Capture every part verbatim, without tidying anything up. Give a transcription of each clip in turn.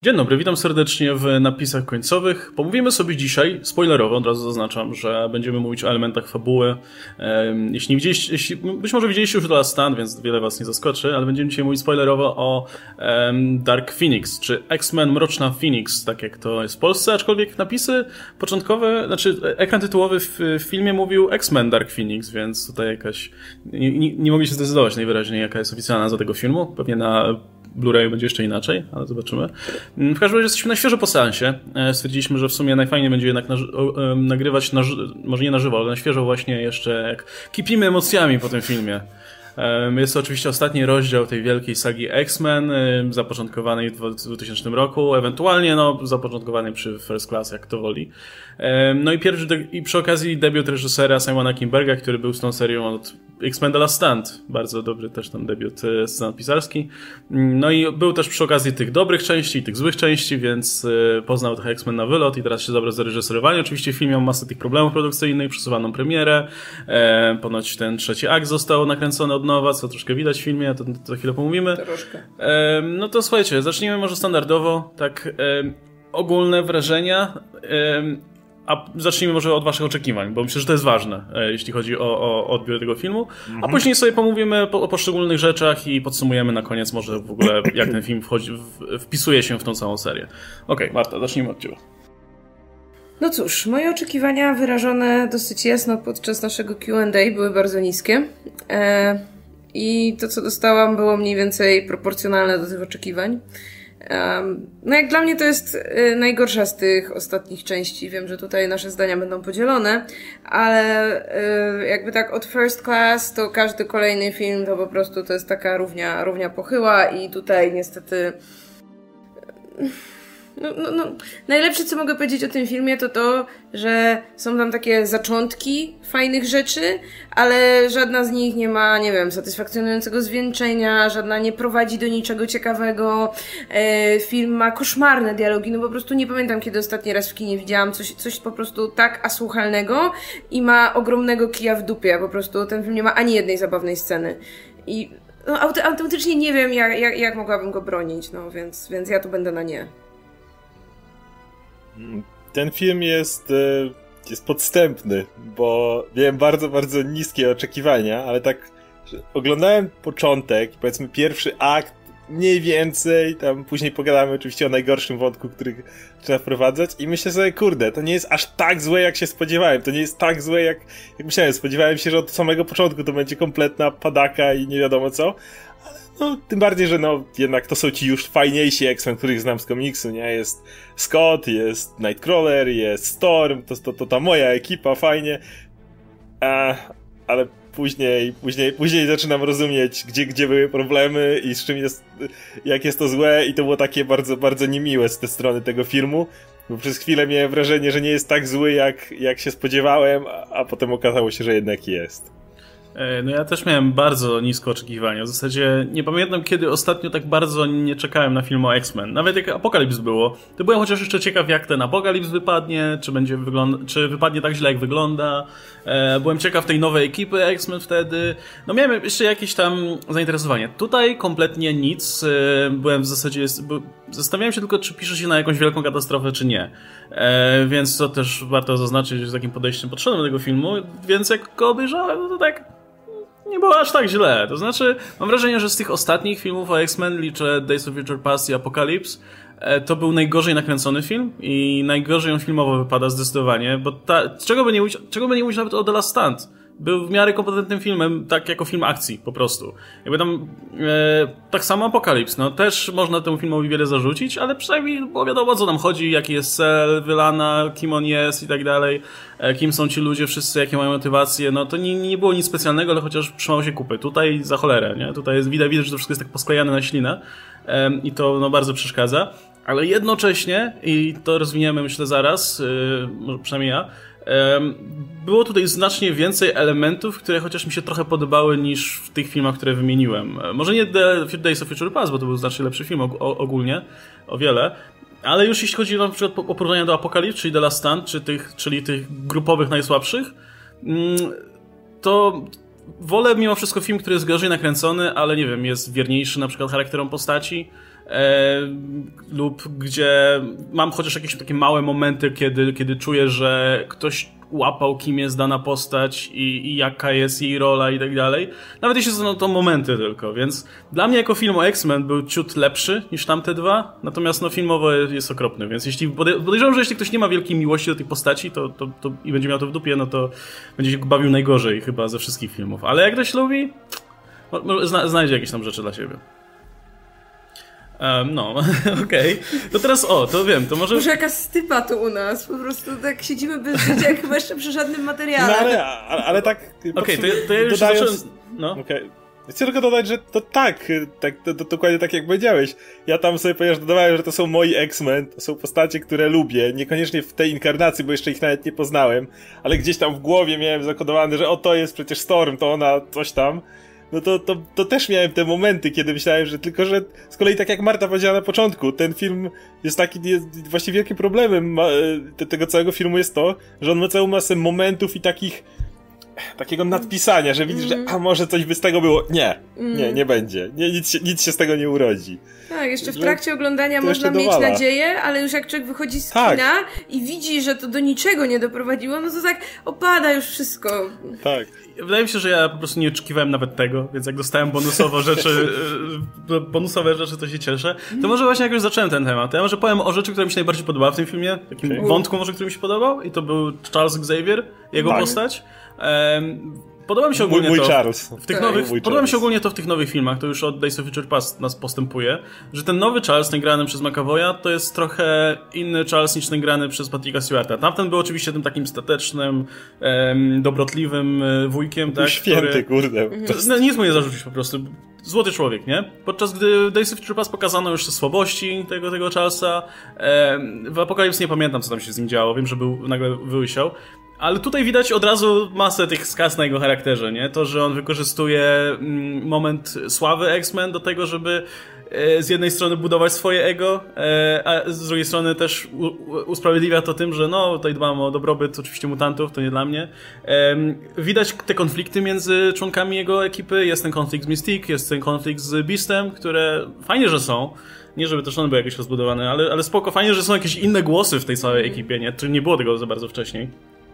Dzień dobry, witam serdecznie w napisach końcowych. Pomówimy sobie dzisiaj, spoilerowo, od razu zaznaczam, że będziemy mówić o elementach fabuły. Jeśli nie widzieliście, jeśli, być może widzieliście już The Last Stand, więc wiele was nie zaskoczy, ale będziemy dzisiaj mówić spoilerowo o um, Dark Phoenix, czy X-Men Mroczna Phoenix, tak jak to jest w Polsce, aczkolwiek napisy początkowe, znaczy ekran tytułowy w, w filmie mówił X-Men Dark Phoenix, więc tutaj jakaś, nie, nie, nie mogli się zdecydować najwyraźniej, jaka jest oficjalna nazwa tego filmu, pewnie na Blu-rayu będzie jeszcze inaczej, ale zobaczymy. W każdym razie jesteśmy na świeżo po seansie. Stwierdziliśmy, że w sumie najfajniej będzie jednak na, o, nagrywać, na, może nie na żywo, ale na świeżo właśnie jeszcze, jak kipimy emocjami po tym filmie. Jest to oczywiście ostatni rozdział tej wielkiej sagi X-Men, zapoczątkowanej w dwutysięcznym roku, ewentualnie no, zapoczątkowanej przy First Class, jak to woli. No i pierwszy, i przy okazji debiut reżysera Simona Kinberga, który był z tą serią od X-Men The Last Stand. Bardzo dobry też ten debiut scenatopisarski. No i był też przy okazji tych dobrych części i tych złych części, więc poznał tych X-Men na wylot i teraz się zabrał za reżyserowanie. Oczywiście film miał masę tych problemów produkcyjnych, przesuwaną premierę. E, ponoć ten trzeci akt został nakręcony od nowa, co troszkę widać w filmie, to za chwilę pomówimy. Troszkę. E, no to słuchajcie, zacznijmy może standardowo, tak e, ogólne wrażenia. E, A zacznijmy może od waszych oczekiwań, bo myślę, że to jest ważne, jeśli chodzi o, o odbiór tego filmu. Mhm. A później sobie pomówimy po, o poszczególnych rzeczach i podsumujemy na koniec może w ogóle, jak ten film wchodzi, w, wpisuje się w tą całą serię. Okej, okay, Marta, zacznijmy od ciebie. No cóż, moje oczekiwania wyrażone dosyć jasno podczas naszego Q and A były bardzo niskie. E, I to, co dostałam, było mniej więcej proporcjonalne do tych oczekiwań. Um, no jak dla mnie to jest y, najgorsza z tych ostatnich części. Wiem, że tutaj nasze zdania będą podzielone, ale y, jakby tak od First Class to każdy kolejny film to po prostu to jest taka równia, równia pochyła i tutaj niestety y, No, no, no. Najlepsze, co mogę powiedzieć o tym filmie, to to, że są tam takie zaczątki fajnych rzeczy, ale żadna z nich nie ma, nie wiem, satysfakcjonującego zwieńczenia, żadna nie prowadzi do niczego ciekawego. E, film ma koszmarne dialogi, no po prostu nie pamiętam, kiedy ostatni raz w kinie widziałam coś, coś po prostu tak asłuchalnego i ma ogromnego kija w dupie, po prostu ten film nie ma ani jednej zabawnej sceny. I no, autentycznie nie wiem, jak, jak, jak mogłabym go bronić, no więc, więc ja tu będę na nie. Ten film jest, jest podstępny, bo miałem bardzo, bardzo niskie oczekiwania, ale tak oglądałem początek, powiedzmy pierwszy akt, mniej więcej, tam później pogadamy oczywiście o najgorszym wątku, który trzeba wprowadzać i myślę sobie, kurde, to nie jest aż tak złe, jak się spodziewałem, to nie jest tak złe, jak, jak myślałem. Spodziewałem się, że od samego początku to będzie kompletna padaka i nie wiadomo co. No, tym bardziej, że no, jednak to są ci już fajniejsi X-Men, których znam z komiksu, nie? Jest Scott, jest Nightcrawler, jest Storm, to, to, to ta moja ekipa, fajnie. A, ale później, później, później zaczynam rozumieć, gdzie, gdzie były problemy i z czym jest, jak jest to złe i to było takie bardzo, bardzo niemiłe z tej strony tego filmu, bo przez chwilę miałem wrażenie, że nie jest tak zły, jak, jak się spodziewałem, a, a potem okazało się, że jednak jest. No ja też miałem bardzo nisko oczekiwania. W zasadzie nie pamiętam, kiedy ostatnio tak bardzo nie czekałem na film o X-Men. Nawet jak Apokalips było, to byłem chociaż jeszcze ciekaw, jak ten Apokalips wypadnie, czy będzie wygląda, czy wypadnie tak źle, jak wygląda. Byłem ciekaw tej nowej ekipy X-Men wtedy. No miałem jeszcze jakieś tam zainteresowanie. Tutaj kompletnie nic. Byłem w zasadzie, zastanawiałem się tylko, czy pisze się na jakąś wielką katastrofę, czy nie. Więc to też warto zaznaczyć, że z takim podejściem podszedłem do tego filmu, więc jak go obejrzałem, no to tak nie było aż tak źle. To znaczy, mam wrażenie, że z tych ostatnich filmów o X-Men, liczę Days of Future Past i Apocalypse, to był najgorzej nakręcony film i najgorzej on filmowo wypada zdecydowanie, bo ta, czego by nie mówić, czego by nie mówić nawet o The Last Stand. Był w miarę kompetentnym filmem, tak jako film akcji, po prostu. Jakby tam, e, tak samo Apokalips, no też można temu filmowi wiele zarzucić, ale przynajmniej było wiadomo, o co nam chodzi, jaki jest cel Wylana, kim on jest i tak dalej, e, kim są ci ludzie wszyscy, jakie mają motywacje, no to nie, nie było nic specjalnego, ale chociaż trzymało się kupy. Tutaj za cholerę, nie? Tutaj jest widać, widać, że to wszystko jest tak posklejane na ślinę e, i to no bardzo przeszkadza, ale jednocześnie, i to rozwiniemy myślę zaraz, e, może przynajmniej ja, było tutaj znacznie więcej elementów, które chociaż mi się trochę podobały niż w tych filmach, które wymieniłem. Może nie The Days of Future Past, bo to był znacznie lepszy film ogólnie, o wiele, ale już jeśli chodzi na przykład o porównanie do Apocalypse, czyli The Last Stand, czy tych, czyli tych grupowych najsłabszych, to wolę mimo wszystko film, który jest gorzej nakręcony, ale nie wiem, jest wierniejszy na przykład charakterom postaci. e, lub gdzie mam chociaż jakieś takie małe momenty, kiedy, kiedy czuję, że ktoś łapał, kim jest dana postać i, i jaka jest jej rola i tak dalej. Nawet jeśli są to momenty tylko, więc dla mnie jako film o X-Men był ciut lepszy niż tamte dwa, natomiast no filmowo jest okropny, więc jeśli podejrzewam, że jeśli ktoś nie ma wielkiej miłości do tej postaci to, to, to i będzie miał to w dupie, no to będzie się bawił najgorzej chyba ze wszystkich filmów, ale jak ktoś lubi, zna, znajdzie jakieś tam rzeczy dla siebie. Um, no, okej. Okay. To teraz, o, to wiem, to może... Może jakaś stypa tu u nas, po prostu tak siedzimy bez życia, jak chyba jeszcze przy żadnym materiale. No ale, ale, ale tak... Okej, okay, to, to ja już dodając... zacząłem... No. Okay. Chcę tylko dodać, że to tak, tak to, to dokładnie tak jak powiedziałeś. Ja tam sobie ponieważ dodawałem, że to są moi X-Men, to są postacie, które lubię, niekoniecznie w tej inkarnacji, bo jeszcze ich nawet nie poznałem, ale gdzieś tam w głowie miałem zakodowane, że o, to jest przecież Storm, to ona coś tam. No to, to, to też miałem te momenty, kiedy myślałem, że tylko, że z kolei tak jak Marta powiedziała na początku, ten film jest taki, jest właściwie wielkim problemem ma, te, tego całego filmu jest to, że on ma całą masę momentów i takich takiego nadpisania, że widzisz, mm. że a może coś by z tego było. Nie, mm. nie, nie będzie. Nie, nic, się, nic się z tego nie urodzi. Tak, jeszcze w trakcie oglądania można mieć dowala. nadzieję, ale już jak człowiek wychodzi z tak. kina i widzi, że to do niczego nie doprowadziło, no to tak opada już wszystko. Tak. Wydaje mi się, że ja po prostu nie oczekiwałem nawet tego, więc jak dostałem bonusowo rzeczy, bonusowe rzeczy, to się cieszę. To może właśnie jak już zacząłem ten temat, ja może powiem o rzeczy, która mi się najbardziej podobała w tym filmie, takim okay. wątku może, który mi się podobał, i to był Charles Xavier, jego tak. postać. Um, Podoba mi się ogólnie mój, mój to Charles. w tych nowych, mój podoba Charles. mi się ogólnie to w tych nowych filmach, to już od Days of Future Past nas postępuje, że ten nowy Charles, ten grany przez McAvoya, to jest trochę inny Charles niż ten grany przez Patricka Stewarta. Tamten był oczywiście tym takim statecznym, em, dobrotliwym wujkiem, tak? Święty, który, kurde. To, no, nic mu nie zarzucić po prostu. Złoty człowiek, nie? Podczas gdy Days of Future Past pokazano już te słabości tego, tego Charlesa. Em, w Apokalips nie pamiętam, co tam się z nim działo. Wiem, że był nagle wyłysiał. Ale tutaj widać od razu masę tych skaz na jego charakterze, nie? To, że on wykorzystuje mm, moment sławy X-Men do tego, żeby e, z jednej strony budować swoje ego, e, a z drugiej strony też u, u, usprawiedliwia to tym, że no, tutaj dbam o dobrobyt oczywiście mutantów, to nie dla mnie. E, widać te konflikty między członkami jego ekipy, jest ten konflikt z Mystique, jest ten konflikt z Beastem, które fajnie, że są. Nie, żeby też on był jakoś rozbudowany, ale, ale spoko, fajnie, że są jakieś inne głosy w tej całej ekipie, nie? To nie było tego za bardzo wcześniej.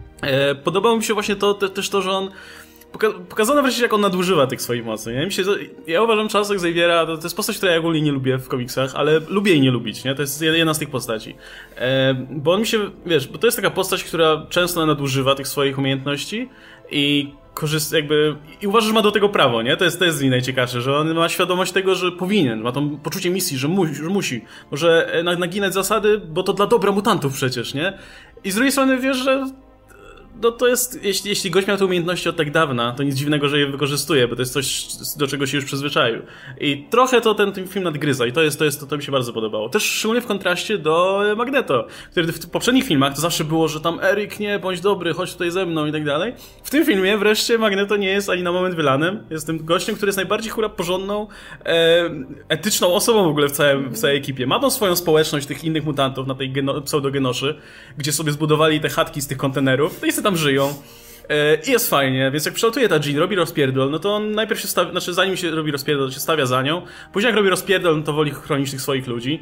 E, podobało mi się właśnie to, te, też to, że on poka- pokazano wreszcie, jak on nadużywa tych swoich mocy, nie? Mi się, ja uważam Charlesa Xaviera, to, to jest postać, której ja ogólnie nie lubię w komiksach, ale lubię jej nie lubić, nie? To jest jedna z tych postaci. E, bo on mi się, wiesz, bo to jest taka postać, która często nadużywa tych swoich umiejętności i korzysta, jakby, i uważa, że ma do tego prawo, nie? To jest, to jest z niej najciekawsze, że on ma świadomość tego, że powinien, ma to poczucie misji, że, mu, że musi, może naginać zasady, bo to dla dobra mutantów przecież, nie? I z drugiej strony wiesz, że no to jest, jeśli, jeśli gość miał te umiejętności od tak dawna, to nic dziwnego, że je wykorzystuje, bo to jest coś, do czego się już przyzwyczaił. I trochę to ten, ten film nadgryza i to jest, to jest, to, to mi się bardzo podobało. Też szczególnie w kontraście do Magneto, który w poprzednich filmach to zawsze było, że tam Eryk, nie, bądź dobry, chodź tutaj ze mną i tak dalej. W tym filmie wreszcie Magneto nie jest ani na moment wylanym, jest tym gościem, który jest najbardziej hura porządną, e, etyczną osobą w ogóle w, całym, w całej ekipie. Ma tą swoją społeczność tych innych mutantów na tej geno, pseudogenoszy, gdzie sobie zbudowali te chatki z tych kontenerów, no i sobie tam żyją. I jest fajnie, więc jak przelatuje ta Jean, robi rozpierdol, no to on najpierw się stawia, znaczy zanim się robi rozpierdol, to się stawia za nią, później jak robi rozpierdol, no to woli chronić tych swoich ludzi.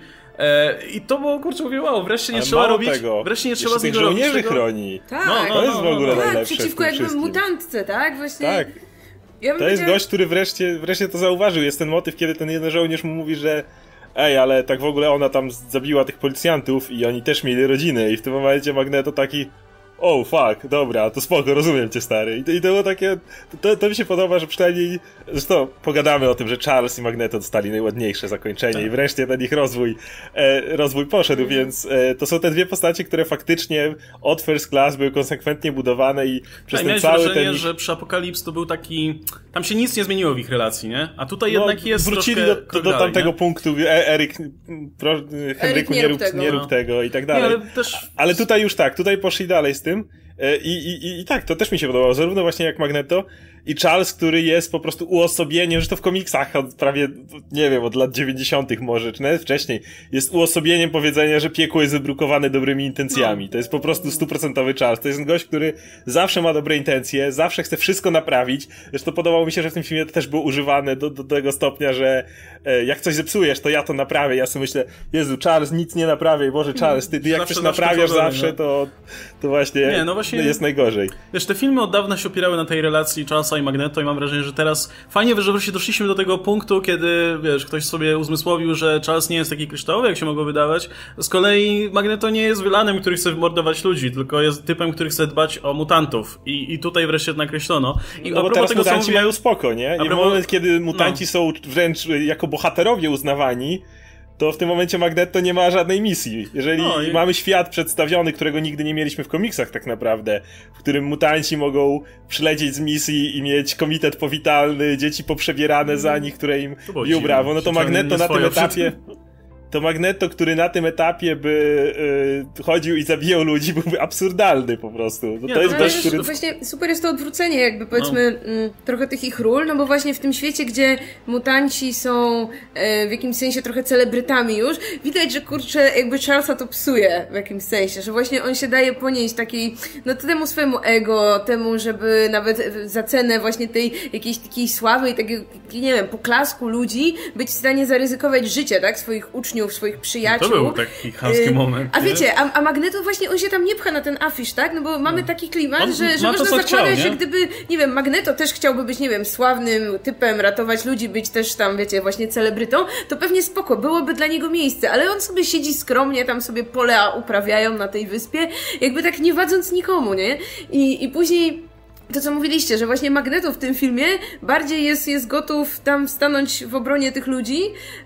I to było, kurczę, mówię, wow, wreszcie nie Ale trzeba robić, tego. wreszcie nie trzeba z niego robić żołnierzy chroni. Tak, no, no, to jest w ogóle tak, najlepsze przeciwko jakby wszystkim. mutantce, tak? Właśnie. Tak. Ja to jest gość, który wreszcie, wreszcie to zauważył. Jest ten motyw, kiedy ten jeden żołnierz mu mówi, że ej, ale tak w ogóle ona tam zabiła tych policjantów i oni też mieli rodziny i w tym momencie Magneto taki oh fuck, dobra, to spoko, rozumiem cię, stary. I to, i to było takie, to, to mi się podoba, że przynajmniej, zresztą pogadamy o tym, że Charles i Magneto dostali najładniejsze zakończenie tak. i wreszcie ten ich rozwój, e, rozwój poszedł, mm. więc e, to są te dwie postacie, które faktycznie od First Class były konsekwentnie budowane i przez tak, ten cały wrażenie, ten... że przy Apokalips to był taki, tam się nic nie zmieniło w ich relacji, nie? A tutaj no, jednak jest wrócili do, do, do tamtego nie? punktu, e, Eryk, pro, Henryku, nie, nie rób tego, nie rób no. tego i tak dalej. Nie, ale, też... ale tutaj już tak, tutaj poszli dalej z tym. I, i, I tak, to też mi się podobało, zarówno właśnie jak Magneto i Charles, który jest po prostu uosobieniem, że to w komiksach od prawie, nie wiem, od lat dziewięćdziesiątych może, czy nawet wcześniej, jest uosobieniem powiedzenia, że piekło jest wybrukowane dobrymi intencjami. To jest po prostu stuprocentowy Charles. To jest gość, który zawsze ma dobre intencje, zawsze chce wszystko naprawić. Zresztą podobało mi się, że w tym filmie to też było używane do, do tego stopnia, że e, jak coś zepsujesz, to ja to naprawię. Ja sobie myślę, Jezu, Charles, nic nie naprawiaj, Boże, Charles, ty, ty jak coś naprawiasz zawsze, to, to właśnie, nie, no właśnie jest najgorzej. Wiesz, te filmy od dawna się opierały na tej relacji Charlesa i Magneto i mam wrażenie, że teraz fajnie, że wreszcie doszliśmy do tego punktu, kiedy, wiesz, ktoś sobie uzmysłowił, że Charles nie jest taki kryształowy, jak się mogło wydawać. Z kolei Magneto nie jest wilanem, który chce mordować ludzi, tylko jest typem, który chce dbać o mutantów. I, i tutaj wreszcie nakreślono. I no bo teraz tego, mutanci mają spoko, nie? I w propos... moment, kiedy mutanci no. są wręcz jako bohaterowie uznawani, to w tym momencie Magneto nie ma żadnej misji. Jeżeli no i... mamy świat przedstawiony, którego nigdy nie mieliśmy w komiksach tak naprawdę, w którym mutanci mogą przylecieć z misji i mieć komitet powitalny, dzieci poprzebierane za nich, które im biją brawo, no to Magneto na tym etapie... To Magneto, który na tym etapie by y, chodził i zabijał ludzi, byłby absurdalny po prostu. No, nie, to jest no, gość, który... Właśnie super jest to odwrócenie jakby powiedzmy no. m, trochę tych ich ról, no bo właśnie w tym świecie, gdzie mutanci są e, w jakimś sensie trochę celebrytami już, widać, że kurczę jakby Charlesa to psuje w jakimś sensie, że właśnie on się daje ponieść takiej, no temu swojemu ego, temu, żeby nawet za cenę właśnie tej jakiejś takiej sławy i takiego, nie wiem, poklasku ludzi być w stanie zaryzykować życie, tak, swoich uczniów, swoich przyjaciół. To był taki chamski moment. A wiecie, a, a Magneto właśnie on się tam nie pcha na ten afisz, tak? No bo mamy taki klimat, on że, że można zakładać, chciał, że gdyby, nie wiem, Magneto też chciałby być, nie wiem, sławnym typem, ratować ludzi, być też tam, wiecie, właśnie celebrytą, to pewnie spoko, byłoby dla niego miejsce, ale on sobie siedzi skromnie, tam sobie pola uprawiają na tej wyspie, jakby tak nie wadząc nikomu, nie? I, i później to, co mówiliście, że właśnie Magneto w tym filmie bardziej jest, jest gotów tam stanąć w obronie tych ludzi,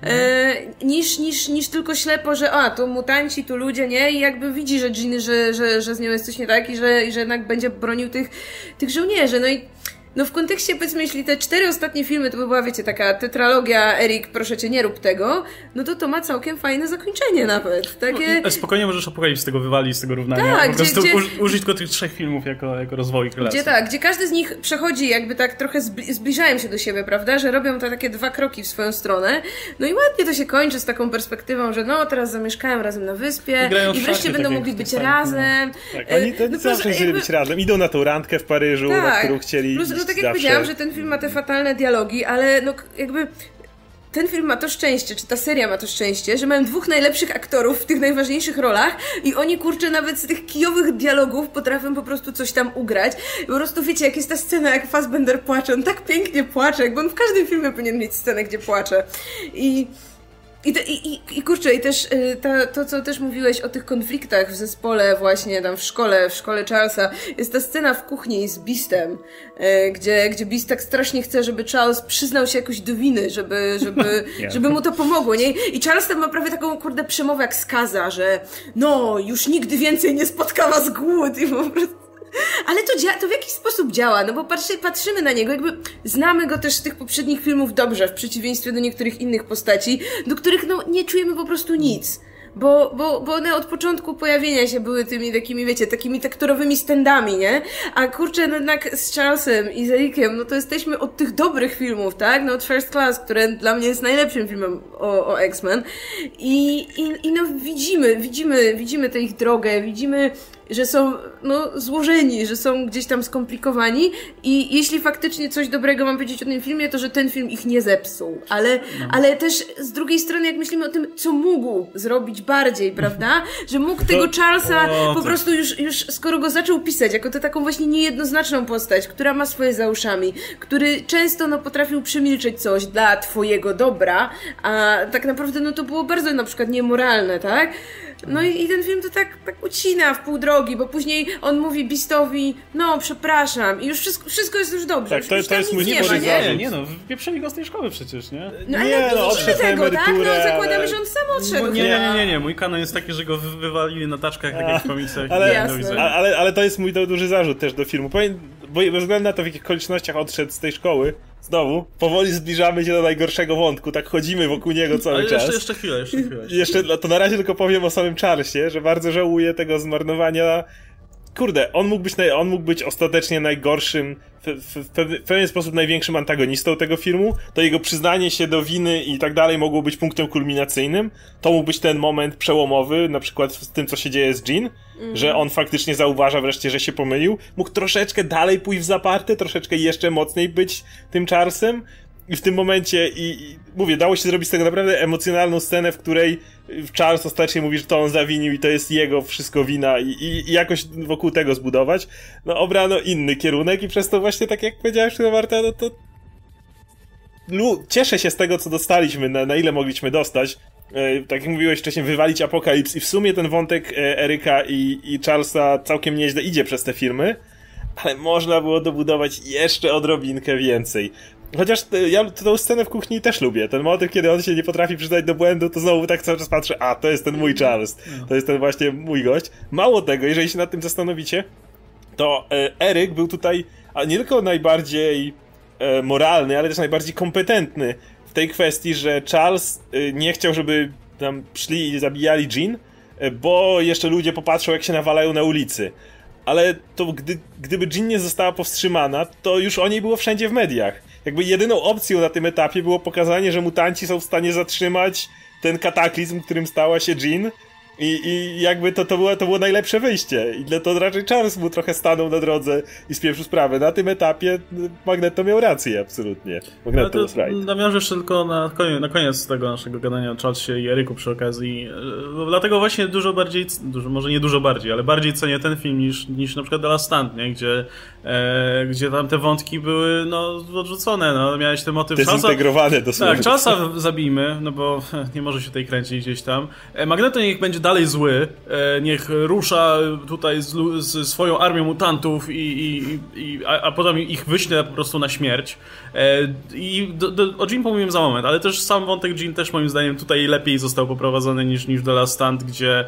e, niż, niż, niż tylko ślepo, że a, to mutanci, tu ludzie, nie? I jakby widzi, że Ginny, że, że, że z nią jest coś nie tak i że, i że jednak będzie bronił tych, tych żołnierzy. No i no w kontekście, powiedzmy, jeśli te cztery ostatnie filmy to by była, wiecie, taka tetralogia, Erik, proszę cię, nie rób tego, no to to ma całkiem fajne zakończenie nawet. Takie... No, spokojnie możesz Apokalips z tego wywalić, z tego równania. Tak, po prostu gdzie, gdzie... użyć tylko tych trzech filmów jako, jako rozwoju relacji. Gdzie tak, gdzie każdy z nich przechodzi jakby tak trochę zbli- zbliżają się do siebie, prawda, że robią to takie dwa kroki w swoją stronę, no i ładnie to się kończy z taką perspektywą, że no teraz zamieszkają razem na wyspie i, i wreszcie będą mogli być razem. Tak, oni to no, zawsze chcieli jakby... być razem. Idą na tą randkę w Paryżu, tak, na którą chcieli plus, no tak jak zawsze. powiedziałam, że ten film ma te fatalne dialogi, ale no jakby ten film ma to szczęście, czy ta seria ma to szczęście, że mają dwóch najlepszych aktorów w tych najważniejszych rolach i oni, kurczę, nawet z tych kijowych dialogów potrafią po prostu coś tam ugrać. Po prostu wiecie, jak jest ta scena, jak Fassbender płacze, on tak pięknie płacze, jakby on w każdym filmie powinien mieć scenę, gdzie płacze. I... I, te, i, i, I kurczę, i też y, ta, to, co też mówiłeś o tych konfliktach w zespole właśnie, tam w szkole, w szkole Charlesa, jest ta scena w kuchni z Beastem, y, gdzie, gdzie Beast tak strasznie chce, żeby Charles przyznał się jakoś do winy, żeby, żeby, yeah. żeby mu to pomogło, nie? I Charles tam ma prawie taką, kurde, przemowę jak skaza, że no, już nigdy więcej nie spotka was głód i po prostu... Ale to, dzia- to w jakiś sposób działa, no bo patrzy- patrzymy na niego, jakby znamy go też z tych poprzednich filmów dobrze, w przeciwieństwie do niektórych innych postaci, do których no nie czujemy po prostu nic. Bo, bo, bo one od początku pojawienia się były tymi takimi, wiecie, takimi tektorowymi standami, nie? A kurczę, no jednak z Charlesem i z Erikiem, no to jesteśmy od tych dobrych filmów, tak? No od First Class, które dla mnie jest najlepszym filmem o, o X-Men. I, i, i no widzimy, widzimy, widzimy tę ich drogę, widzimy, że są, no, złożeni, że są gdzieś tam skomplikowani i jeśli faktycznie coś dobrego mam powiedzieć o tym filmie, to że ten film ich nie zepsuł. Ale, no. ale też z drugiej strony, jak myślimy o tym, co mógł zrobić bardziej, prawda? Że mógł tego Charlesa o, po prostu już, już, skoro go zaczął pisać, jako tę taką właśnie niejednoznaczną postać, która ma swoje za uszami, który często, no, potrafił przemilczeć coś dla twojego dobra, a tak naprawdę, no, to było bardzo na przykład niemoralne, tak? No i, i ten film to tak, tak ucina w pół drogi, bo później on mówi Beastowi, no przepraszam i już wszystko, wszystko jest już dobrze. Tak, to, już to jest mój nie, nie, nie, nie no, wypieprzyli go z tej szkoły przecież, nie? No ale nie, no, widzimy tego, tak? No zakładamy, ale... że on sam odszedł. Nie, nie, nie, nie, nie, mój kanon jest taki, że go wywalili na taczkach, tak jak w komiksach. Ale, ale, ale, ale to jest mój duży zarzut też do filmu. Powiem, bo bez względu na to, w jakich okolicznościach odszedł z tej szkoły, znowu, powoli zbliżamy się do najgorszego wątku, tak chodzimy wokół niego cały ale czas. Jeszcze, jeszcze chwilę, jeszcze chwilę. Jeszcze, to na razie tylko powiem o samym Charlesie, że bardzo żałuję tego zmarnowania kurde, on mógł być, naj, on mógł być ostatecznie najgorszym, w, w, w pewien sposób największym antagonistą tego filmu. To jego przyznanie się do winy i tak dalej mogło być punktem kulminacyjnym. To mógł być ten moment przełomowy, na przykład z tym, co się dzieje z Jean, mm. że on faktycznie zauważa wreszcie, że się pomylił. Mógł troszeczkę dalej pójść w zaparte, troszeczkę jeszcze mocniej być tym Charlesem. I w tym momencie, i, i mówię, dało się zrobić z tego naprawdę emocjonalną scenę, w której Charles ostatecznie mówi, że to on zawinił i to jest jego wszystko wina i, i, i jakoś wokół tego zbudować. No obrano inny kierunek i przez to właśnie, tak jak powiedziałeś, Marta, no to Lu, cieszę się z tego, co dostaliśmy, na, na ile mogliśmy dostać. E, tak jak mówiłeś wcześniej, wywalić Apokalips i w sumie ten wątek e, Eryka i, i Charlesa całkiem nieźle idzie przez te filmy, ale można było dobudować jeszcze odrobinkę więcej. Chociaż ja tą scenę w kuchni też lubię. Ten motyw, kiedy on się nie potrafi przyznać do błędu, to znowu tak cały czas patrzę, a to jest ten mój Charles. To jest ten właśnie mój gość. Mało tego, jeżeli się nad tym zastanowicie, to e, Eryk był tutaj a nie tylko najbardziej e, moralny, ale też najbardziej kompetentny w tej kwestii, że Charles e, nie chciał, żeby tam szli i zabijali Jean, e, bo jeszcze ludzie popatrzą, jak się nawalają na ulicy. Ale to gdy, gdyby Jean nie została powstrzymana, to już o niej było wszędzie w mediach. Jakby jedyną opcją na tym etapie było pokazanie, że mutanci są w stanie zatrzymać ten kataklizm, którym stała się Jean. I, i jakby to, to, było, to było najlepsze wyjście. I to raczej Charles mu trochę stanął na drodze i spieprzył sprawę. Na tym etapie Magneto miał rację, absolutnie. Magneto was right. Nawiążę jeszcze tylko na koniec, na koniec tego naszego gadania o Charlesie i Eryku przy okazji. Dlatego właśnie dużo bardziej, dużo, może nie dużo bardziej, ale bardziej cenię ten film niż, niż na przykład The Last Stand, nie? Gdzie, e, gdzie tam te wątki były no, odrzucone. No. Miałeś ten motyw Dezintegrowane dosłownie. Tak, Charlesa zabijmy, no bo nie może się tutaj kręcić gdzieś tam. Magneto niech będzie dalej zły, e, niech rusza tutaj z, z swoją armią mutantów i, i, i, a, a potem ich wyśle po prostu na śmierć. E, I do, do, o Jean pomówimy za moment, ale też sam wątek Jean też moim zdaniem tutaj lepiej został poprowadzony niż, niż The Last Stand, gdzie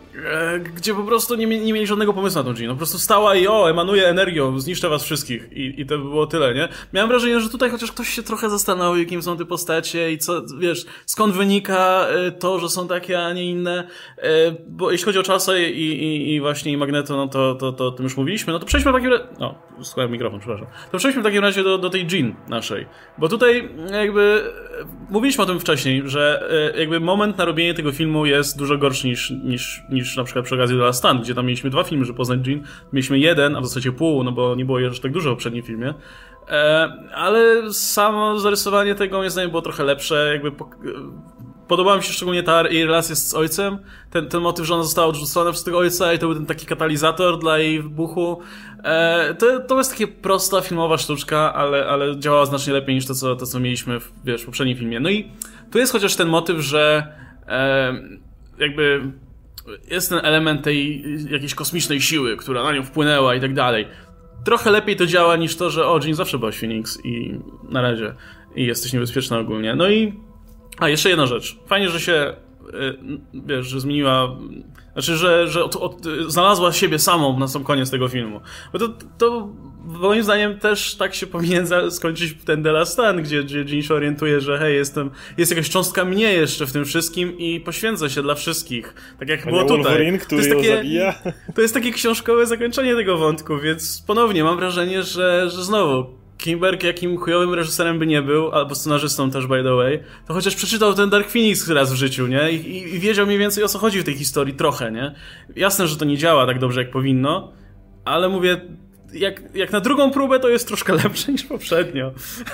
gdzie po prostu nie, nie mieli żadnego pomysłu na tą Jean. No po prostu stała i o, emanuje energią, zniszczę was wszystkich. I, i to by było tyle, nie? Miałem wrażenie, że tutaj chociaż ktoś się trochę zastanowił, kim są te postacie i co, wiesz, skąd wynika to, że są takie, a nie inne. Bo jeśli chodzi o Charlesa i, i, i właśnie i Magneto, no to, to, to o tym już mówiliśmy. No to przejdźmy w takim razie... No, słuchaj mikrofon, przepraszam. To przejdźmy w takim razie do, do tej Jean naszej. Bo tutaj jakby... Mówiliśmy o tym wcześniej, że jakby moment na robienie tego filmu jest dużo gorszy niż, niż, niż na przykład przy okazji The Last Stand, gdzie tam mieliśmy dwa filmy, żeby poznać Jean. Mieliśmy jeden, a w zasadzie pół, no bo nie było jeszcze tak dużo w poprzednim filmie. E, ale samo zarysowanie tego moim zdaniem było trochę lepsze. Jakby po, podobała mi się szczególnie ta jej relacja z ojcem. Ten, ten motyw, że ona została odrzucona przez tego ojca i to był ten taki katalizator dla jej wybuchu. E, to, to jest takie prosta filmowa sztuczka, ale, ale działała znacznie lepiej niż to, co, to, co mieliśmy w, wiesz, w poprzednim filmie. No i tu jest chociaż ten motyw, że e, jakby jest ten element tej jakiejś kosmicznej siły, która na nią wpłynęła i tak dalej. Trochę lepiej to działa niż to, że o, Jean zawsze była Phoenix i na razie i jesteś niebezpieczna ogólnie. No i a, jeszcze jedna rzecz. Fajnie, że się wiesz, że zmieniła, znaczy, że, że od, od, znalazła siebie samą na sam koniec tego filmu. Bo to, to moim zdaniem też tak się powinien skończyć ten The Last Stand, gdzie, gdzie Jean się orientuje, że hej, jestem, jest jakaś cząstka mnie jeszcze w tym wszystkim i poświęcę się dla wszystkich. Tak jak było tutaj. Wolverine, który to jest ją takie, zabija. To jest takie książkowe zakończenie tego wątku, więc ponownie mam wrażenie, że, że znowu Kinberg, jakim chujowym reżyserem by nie był, albo scenarzystą też, by the way, to chociaż przeczytał ten Dark Phoenix raz w życiu, nie? I, i, i wiedział mniej więcej, o co chodzi w tej historii, trochę, nie? Jasne, że to nie działa tak dobrze, jak powinno, ale mówię, jak, jak na drugą próbę, to jest troszkę lepsze niż poprzednio.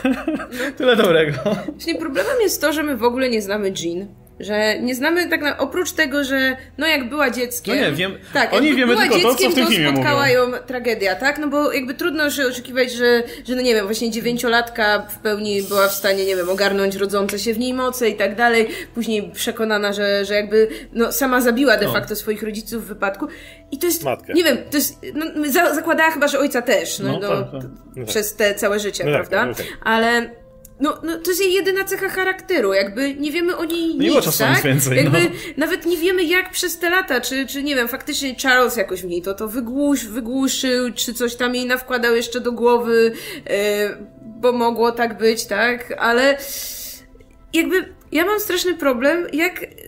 Tyle dobrego. Właśnie problemem jest to, że my w ogóle nie znamy Jean. Że nie znamy tak na, oprócz tego, że no jak była dzieckiem... No nie, wiem, tak, oni wiemy tylko dzieckiem, to, co w tym filmie spotkała mówią. ją tragedia, tak? No bo jakby trudno się oczekiwać, że, że no nie wiem, właśnie dziewięciolatka w pełni była w stanie, nie wiem, ogarnąć rodzące się w niej moce i tak dalej. Później przekonana, że, że jakby no sama zabiła de facto no. swoich rodziców w wypadku. I to jest, Matkę. nie wiem, to jest, no, za, zakładała chyba, że ojca też, no, no, no, tak, tak. no przez te całe życie, no prawda? tak, tak, tak. Ale... No, no, to jest jej jedyna cecha charakteru, jakby nie wiemy o niej nie nic, tak? Więcej, jakby no. nawet nie wiemy jak przez te lata, czy, czy nie wiem, faktycznie Charles jakoś w niej to, to wygłusz, wygłuszył, czy coś tam jej nawkładał jeszcze do głowy, yy, bo mogło tak być, tak? Ale jakby ja mam straszny problem, jak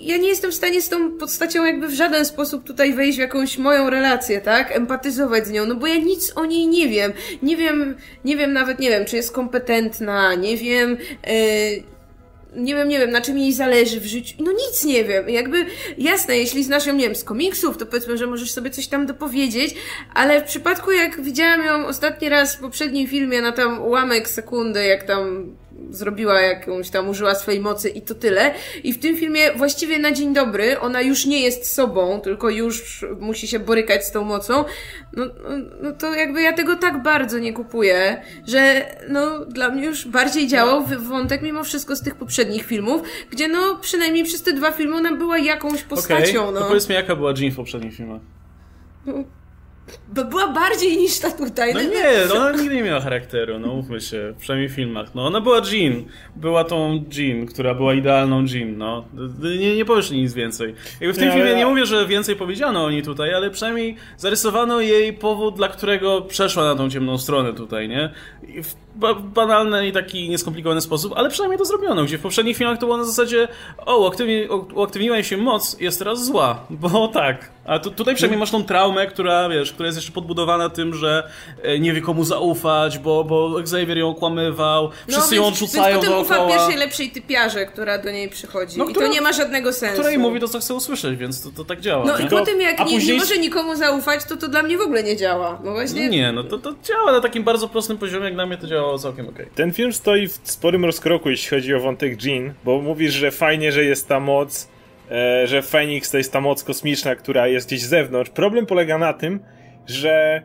ja nie jestem w stanie z tą postacią jakby w żaden sposób tutaj wejść w jakąś moją relację, tak? Empatyzować z nią, no bo ja nic o niej nie wiem. Nie wiem, nie wiem nawet, nie wiem, czy jest kompetentna, nie wiem, yy, nie wiem, nie wiem, na czym jej zależy w życiu. No nic nie wiem. Jakby, jasne, jeśli znasz ją, nie wiem, z komiksów, to powiedzmy, że możesz sobie coś tam dopowiedzieć, ale w przypadku, jak widziałam ją ostatni raz w poprzednim filmie na tam ułamek sekundy, jak tam zrobiła jakąś tam, użyła swojej mocy i to tyle. I w tym filmie właściwie na dzień dobry ona już nie jest sobą, tylko już musi się borykać z tą mocą. No, no, no to jakby ja tego tak bardzo nie kupuję, że no dla mnie już bardziej działał wątek mimo wszystko z tych poprzednich filmów, gdzie no przynajmniej przez te dwa filmy ona była jakąś postacią. Okay. No. To powiedz mi, jaka była Jean w poprzednich filmach? No. Bo była bardziej niż ta tutaj. No nie, ona nigdy nie miała charakteru, no mówmy się, przynajmniej w filmach. No ona była Jean, była tą Jean, która była idealną Jean, no. Nie, nie powiesz nic więcej. Jakby w tym nie, filmie ja... nie mówię, że więcej powiedziano o niej tutaj, ale przynajmniej zarysowano jej powód, dla którego przeszła na tą ciemną stronę tutaj, nie? I w banalny i taki nieskomplikowany sposób, ale przynajmniej to zrobiono, gdzie w poprzednich filmach to było na zasadzie o, uaktywni, uaktywniła się moc, jest teraz zła, bo tak. A tu, tutaj przynajmniej masz tą traumę, która, wiesz, która jest jeszcze podbudowana tym, że nie wie komu zaufać, bo, bo Xavier ją okłamywał, wszyscy no, ją więc, odrzucają więc dookoła. potem ufa pierwszej lepszej typiarze, która do niej przychodzi. No, która, i to nie ma żadnego sensu. Której mówi to, co chce usłyszeć, więc to, to tak działa. No nie? i potem jak nie, później... nie może nikomu zaufać, to to dla mnie w ogóle nie działa. No właśnie... Nie, no to, to działa na takim bardzo prostym poziomie, jak dla mnie to działało całkiem okej. Okay. Ten film stoi w sporym rozkroku, jeśli chodzi o wątek Jean, bo mówisz, że fajnie, że jest ta moc, e, że Phoenix to jest ta moc kosmiczna, która jest gdzieś z zewnątrz. Problem polega na tym, że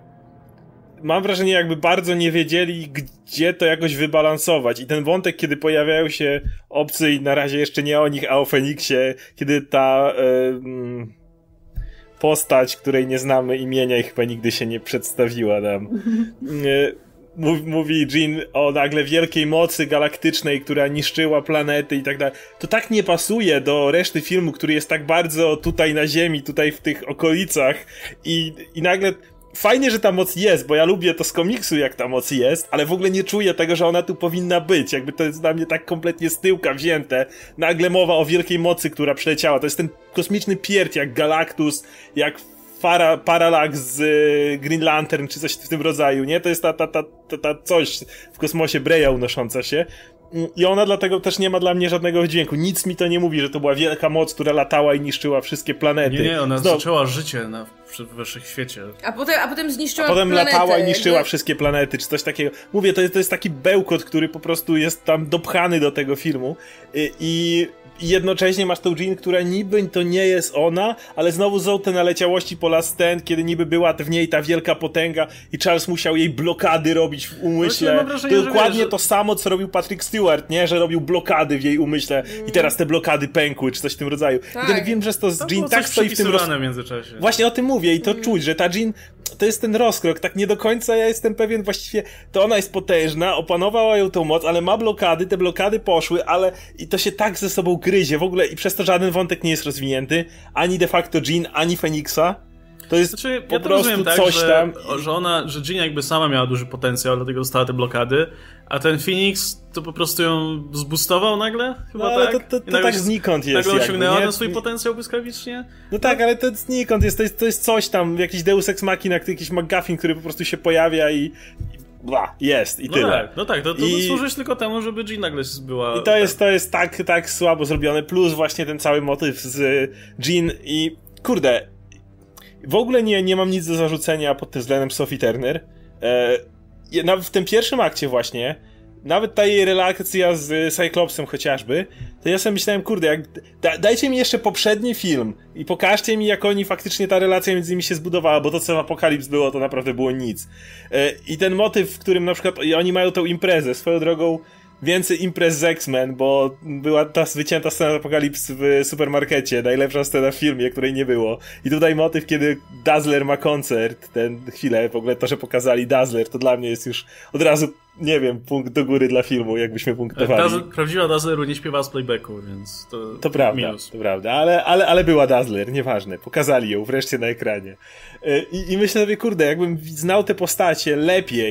mam wrażenie, jakby bardzo nie wiedzieli, gdzie to jakoś wybalansować. I ten wątek, kiedy pojawiają się obcy i na razie jeszcze nie o nich, a o Fenikssie, kiedy ta e, mm, postać, której nie znamy imienia i chyba nigdy się nie przedstawiła nam, e, mówi Jean o nagle wielkiej mocy galaktycznej, która niszczyła planety i tak dalej. To tak nie pasuje do reszty filmu, który jest tak bardzo tutaj na ziemi, tutaj w tych okolicach i, i nagle fajnie, że ta moc jest, bo ja lubię to z komiksu, jak ta moc jest, ale w ogóle nie czuję tego, że ona tu powinna być. Jakby to jest dla mnie tak kompletnie z tyłka wzięte. Nagle mowa o wielkiej mocy, która przyleciała. To jest ten kosmiczny pierd, jak Galactus, jak Para, Parallax z y, Green Lantern, czy coś w tym rodzaju, nie? To jest ta, ta, ta, ta, ta coś w kosmosie Breja unosząca się. I ona dlatego też nie ma dla mnie żadnego dźwięku. Nic mi to nie mówi, że to była wielka moc, która latała i niszczyła wszystkie planety. Nie, nie, ona Zdo... zaczęła życie na wszechświecie. A potem, a potem zniszczyła a potem planetę. latała i niszczyła jakby... wszystkie planety, czy coś takiego. Mówię, to jest, to jest taki bełkot, który po prostu jest tam dopchany do tego filmu. I... i... I jednocześnie masz tą Jean, która niby to nie jest ona, ale znowu są te naleciałości po Last Stand, kiedy niby była w niej ta wielka potęga i Charles musiał jej blokady robić w umyśle. Mam wrażenie, to dokładnie wiesz, że... to samo, co robił Patrick Stewart, nie? Że robił blokady w jej umyśle mm. i teraz te blokady pękły, czy coś w tym rodzaju. Tak. I ten wiem, że to z Tam Jean tak stoi w tym roz... w międzyczasie. Właśnie o tym mówię i to mm. czuć, że ta Jean to jest ten rozkrok, tak nie do końca ja jestem pewien, właściwie to ona jest potężna, opanowała ją tą moc, ale ma blokady, te blokady poszły, ale i to się tak ze sobą gryzie w ogóle i przez to żaden wątek nie jest rozwinięty, ani de facto Jean, ani Phoenixa. To jest znaczy, po ja prostu rozumiem, coś tak, że, tam. Że ona, że Jean jakby sama miała duży potencjał, dlatego dostała te blokady, a ten Phoenix to po prostu ją zbustował nagle? Chyba no, ale tak? to, to, to tak znikąd jest. Nagle osiągnęła jakby, ten swój potencjał błyskawicznie? No tak, ale to znikąd jest. To jest, to jest coś tam, jakiś Deus Ex Machina, jakiś McGuffin, który po prostu się pojawia i... Bla, jest i no tyle. Tak, no tak, to, to I... służyć tylko temu, żeby Jean nagle była... I to jest, to jest tak, tak słabo zrobione, plus właśnie ten cały motyw z Jean i kurde, w ogóle nie, nie mam nic do zarzucenia pod tym względem Sophie Turner. E, nawet w tym pierwszym akcie właśnie, nawet ta jej relacja z Cyclopsem chociażby, to ja sobie myślałem, kurde, jak, da, dajcie mi jeszcze poprzedni film i pokażcie mi, jak oni faktycznie ta relacja między nimi się zbudowała, bo to, co w Apokalips było, to naprawdę było nic. E, I ten motyw, w którym na przykład oni mają tą imprezę, swoją drogą więcej imprez z X-Men, bo była ta wycięta scena Apokalips w supermarkecie, najlepsza scena w filmie, której nie było. I tutaj motyw, kiedy Dazzler ma koncert, ten chwilę, w ogóle to, że pokazali Dazzler, to dla mnie jest już od razu, nie wiem, punkt do góry dla filmu, jakbyśmy punktowali. Dazzler, prawdziwa Dazzleru nie śpiewa z playbacku, więc to To prawda, minus. to prawda, ale, ale, ale była Dazzler, nieważne, pokazali ją wreszcie na ekranie. I, i myślę sobie, kurde, jakbym znał te postacie lepiej,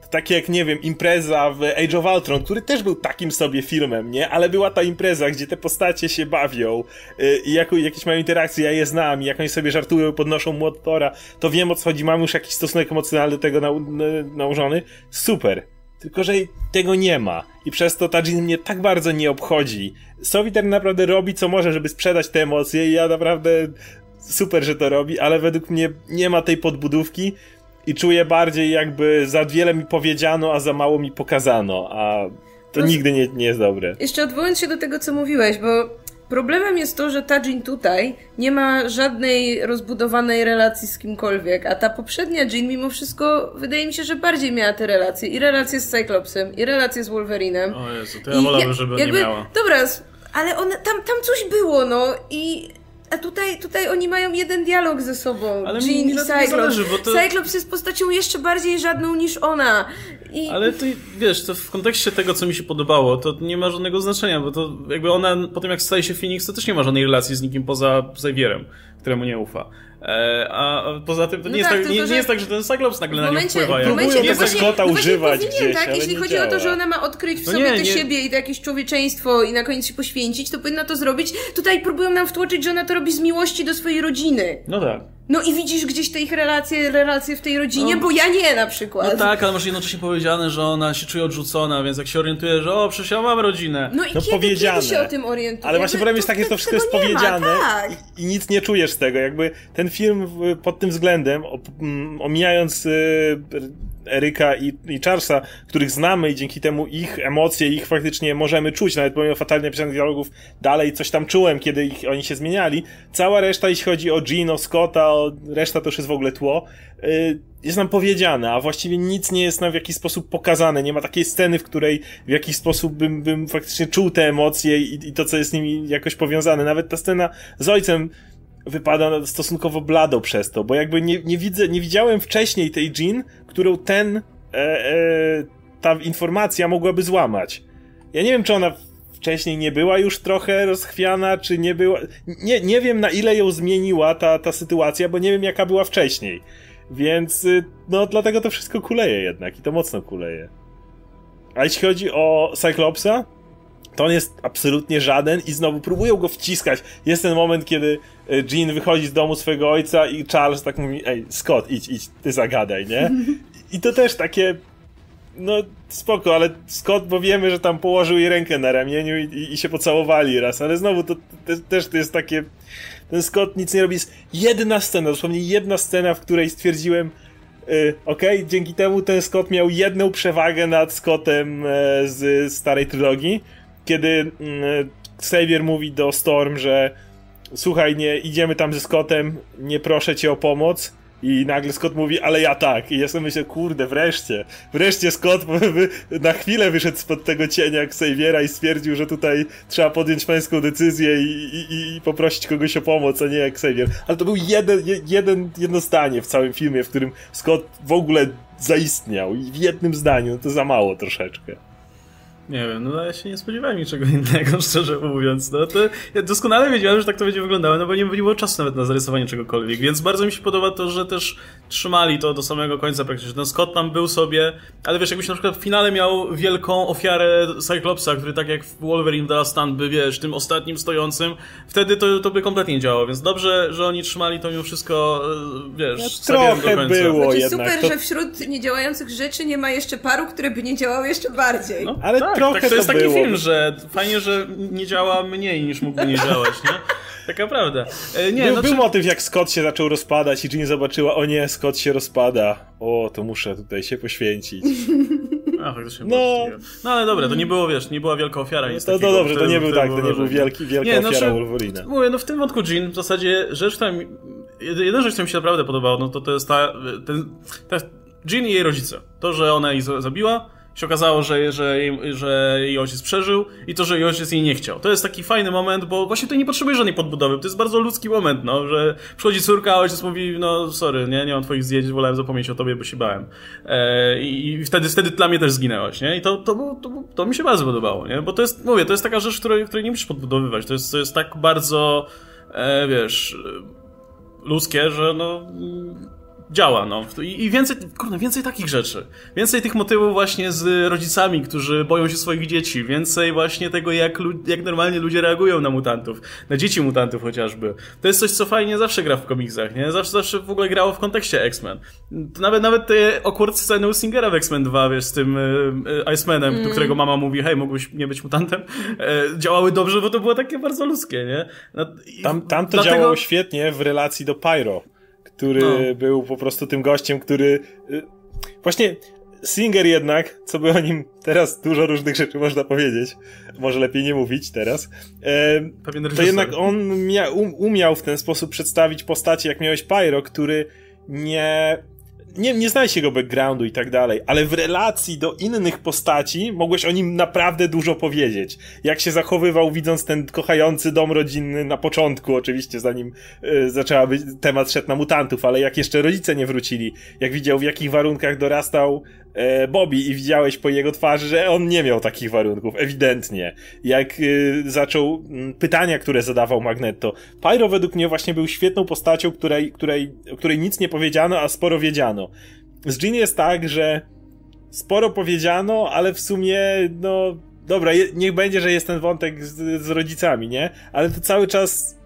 takie jak, nie wiem, impreza w Age of Ultron, który też był takim sobie filmem, nie? Ale była ta impreza, gdzie te postacie się bawią yy, i jako, jakieś mają interakcje, ja je znam, i jak oni sobie żartują, podnoszą młot Thora, to wiem, o co chodzi, mam już jakiś stosunek emocjonalny do tego nau- nałożony. Super. Tylko że tego nie ma. I przez to ta Jean mnie tak bardzo nie obchodzi. Sowiter naprawdę robi, co może, żeby sprzedać te emocje, i ja naprawdę super, że to robi, ale według mnie nie ma tej podbudówki i czuję bardziej, jakby za wiele mi powiedziano, a za mało mi pokazano, a to no, nigdy nie, nie jest dobre. Jeszcze odwołując się do tego, co mówiłeś, bo problemem jest to, że ta Jean tutaj nie ma żadnej rozbudowanej relacji z kimkolwiek, a ta poprzednia Jean mimo wszystko wydaje mi się, że bardziej miała te relacje. I relacje z Cyclopsem, i relacje z Wolverinem. O Jezu, to ja wolałbym, żeby jakby, nie miała. Dobra, ale one, tam, tam coś było, no i... A tutaj, tutaj oni mają jeden dialog ze sobą, ale Jean i Cyclops. Zależy, bo to... Cyclops jest postacią jeszcze bardziej żadną niż ona. I... Ale to, wiesz, to w kontekście tego, co mi się podobało, to nie ma żadnego znaczenia, bo to jakby ona, po tym jak staje się Phoenix, to też nie ma żadnej relacji z nikim poza Xavierem, któremu nie ufa. E, a poza tym to, no nie, tak, jest tak, nie, nie jest tak, że ten Cyclops nagle na nią wpływa. Próbują tego Scotta używać no gdzieś, tak, ale jeśli nie chodzi działa. o to, że ona ma odkryć w no sobie nie, te nie. siebie i to jakieś człowieczeństwo i na koniec się poświęcić, to powinna to zrobić. Tutaj próbują nam wtłoczyć, że ona to robi z miłości do swojej rodziny. No tak. No i widzisz gdzieś te ich relacje, relacje w tej rodzinie, no, bo ja nie na przykład. No tak, ale masz jednocześnie powiedziane, że ona się czuje odrzucona, więc jak się orientuje, że o, przecież ja mam rodzinę. No i no kiedy, kiedy się o tym orientuje? Ale właśnie problem jest taki, że to wszystko jest powiedziane ma, tak. i, i nic nie czujesz z tego. Jakby ten film w, pod tym względem, omijając y, Eryka i, i Charlesa, których znamy i dzięki temu ich emocje, ich faktycznie możemy czuć, nawet pomimo fatalnie napisanych dialogów, dalej coś tam czułem, kiedy ich, oni się zmieniali. Cała reszta, jeśli chodzi o Jean, o Scotta, o reszta to już jest w ogóle tło, yy, jest nam powiedziane, a właściwie nic nie jest nam w jakiś sposób pokazane. Nie ma takiej sceny, w której w jakiś sposób bym, bym faktycznie czuł te emocje i, i to, co jest z nimi jakoś powiązane. Nawet ta scena z ojcem wypada stosunkowo blado przez to, bo jakby nie, nie widzę, nie widziałem wcześniej tej Jean, którą ten, e, e, ta informacja mogłaby złamać. Ja nie wiem, czy ona wcześniej nie była już trochę rozchwiana, czy nie była, nie, nie wiem, na ile ją zmieniła ta, ta sytuacja, bo nie wiem, jaka była wcześniej. Więc, no, dlatego to wszystko kuleje jednak i to mocno kuleje. A jeśli chodzi o Cyclopsa, to on jest absolutnie żaden i znowu próbują go wciskać. Jest ten moment, kiedy Jean wychodzi z domu swojego ojca i Charles tak mówi, ej, Scott, idź, idź, ty zagadaj, nie? I to też takie, no spoko, ale Scott, bo wiemy, że tam położył jej rękę na ramieniu i, i, i się pocałowali raz, ale znowu to, to też to jest takie, ten Scott nic nie robi. Jest jedna scena, dosłownie jedna scena, w której stwierdziłem, Yy, okej, okay, dzięki temu ten Scott miał jedną przewagę nad Scottem e, z starej trylogii, kiedy e, Xavier mówi do Storm, że słuchaj, nie idziemy tam ze Scottem, nie proszę cię o pomoc, i nagle Scott mówi, ale ja tak. I ja sobie myślę, kurde, wreszcie wreszcie Scott na chwilę wyszedł spod tego cienia Xaviera i stwierdził, że tutaj trzeba podjąć męską decyzję i, i, i poprosić kogoś o pomoc, a nie Xavier. Ale to był jeden, jeden, jedno zdanie w całym filmie, w którym Scott w ogóle zaistniał i w jednym zdaniu, no to za mało troszeczkę. Nie wiem, no ja się nie spodziewałem niczego innego, szczerze mówiąc. No to ja doskonale wiedziałem, że tak to będzie wyglądało, no bo nie, nie było czasu nawet na zarysowanie czegokolwiek, więc bardzo mi się podoba to, że też trzymali to do samego końca praktycznie. Ten Scott tam był sobie, ale wiesz, jakbyś na przykład w finale miał wielką ofiarę Cyclopsa, który tak jak w Wolverine The Last Stand by, wiesz, tym ostatnim stojącym, wtedy to, to by kompletnie nie działało, więc dobrze, że oni trzymali to mimo wszystko, wiesz, no, trochę do końca. Było znaczy, jednak. Super, to... że wśród niedziałających rzeczy nie ma jeszcze paru, które by nie działały jeszcze bardziej. No, ale tak, trochę tak, to jest to taki było. film, że fajnie, że nie działa mniej niż mógłby nie działać, nie? Taka prawda. E, nie, był, no, był czy... motyw, jak Scott się zaczął rozpadać i Jean zobaczyła, o nie, Scott się rozpada. O, to muszę tutaj się poświęcić. A, faktycznie no. no ale dobra, to nie było, wiesz, nie była wielka ofiara. Nic no to, to dobrze, to nie był tak, to nie był wielki, wielka nie, ofiara no, Wolverina. Mówię, no w tym wątku Jean w zasadzie rzecz, która mi, jedna rzecz, która mi się naprawdę podobała, no to to jest ta, ten, ta Jean i jej rodzice. To, że ona jej zabiła, się okazało, że, że, jej, że jej ojciec przeżył i to, że jej ojciec jej nie chciał. To jest taki fajny moment, bo właśnie tutaj nie potrzebuje żadnej podbudowy. To jest bardzo ludzki moment, no, że przychodzi córka, a ojciec mówi, no sorry, nie, nie mam twoich zdjęć, wolałem zapomnieć o tobie, bo się bałem. E, I wtedy, wtedy dla mnie też zginęłaś, nie? I to, to, to, to, to mi się bardzo podobało, nie? Bo to jest, mówię, to jest taka rzecz, której, której nie musisz podbudowywać. To jest, to jest tak bardzo, e, wiesz, ludzkie, że no... działa, no. I, i więcej, kurde, więcej takich rzeczy. Więcej tych motywów właśnie z rodzicami, którzy boją się swoich dzieci. Więcej właśnie tego, jak, jak normalnie ludzie reagują na mutantów. Na dzieci mutantów chociażby. To jest coś, co fajnie zawsze gra w komiksach, nie? Zawsze, zawsze w ogóle grało w kontekście X-Men. Nawet, nawet te awkward sceny u Singera w X-Men dwa, wiesz, z tym y, Icemanem, mm. do którego mama mówi, hej, mógłbyś nie być mutantem, e, działały dobrze, bo to było takie bardzo ludzkie, nie? No, tam, tam to dlatego... działało świetnie w relacji do Pyro, który no. był po prostu tym gościem, który... Y, właśnie Singer jednak, co by o nim teraz dużo różnych rzeczy można powiedzieć, może lepiej nie mówić teraz, e, to jednak on mia- um, umiał w ten sposób przedstawić postacie, jak miałeś Pyro, który nie... Nie, nie znałeś jego backgroundu i tak dalej, ale w relacji do innych postaci mogłeś o nim naprawdę dużo powiedzieć. Jak się zachowywał, widząc ten kochający dom rodzinny na początku, oczywiście, zanim y, zaczęła być, temat szedł na mutantów, ale jak jeszcze rodzice nie wrócili, jak widział, w jakich warunkach dorastał e, Bobby i widziałeś po jego twarzy, że on nie miał takich warunków, ewidentnie. Jak y, zaczął y, pytania, które zadawał Magneto. Pyro według mnie właśnie był świetną postacią, której, której, której nic nie powiedziano, a sporo wiedziano. Z Jean jest tak, że sporo powiedziano, ale w sumie, no dobra, je, niech będzie, że jest ten wątek z, z rodzicami, nie? Ale to cały czas,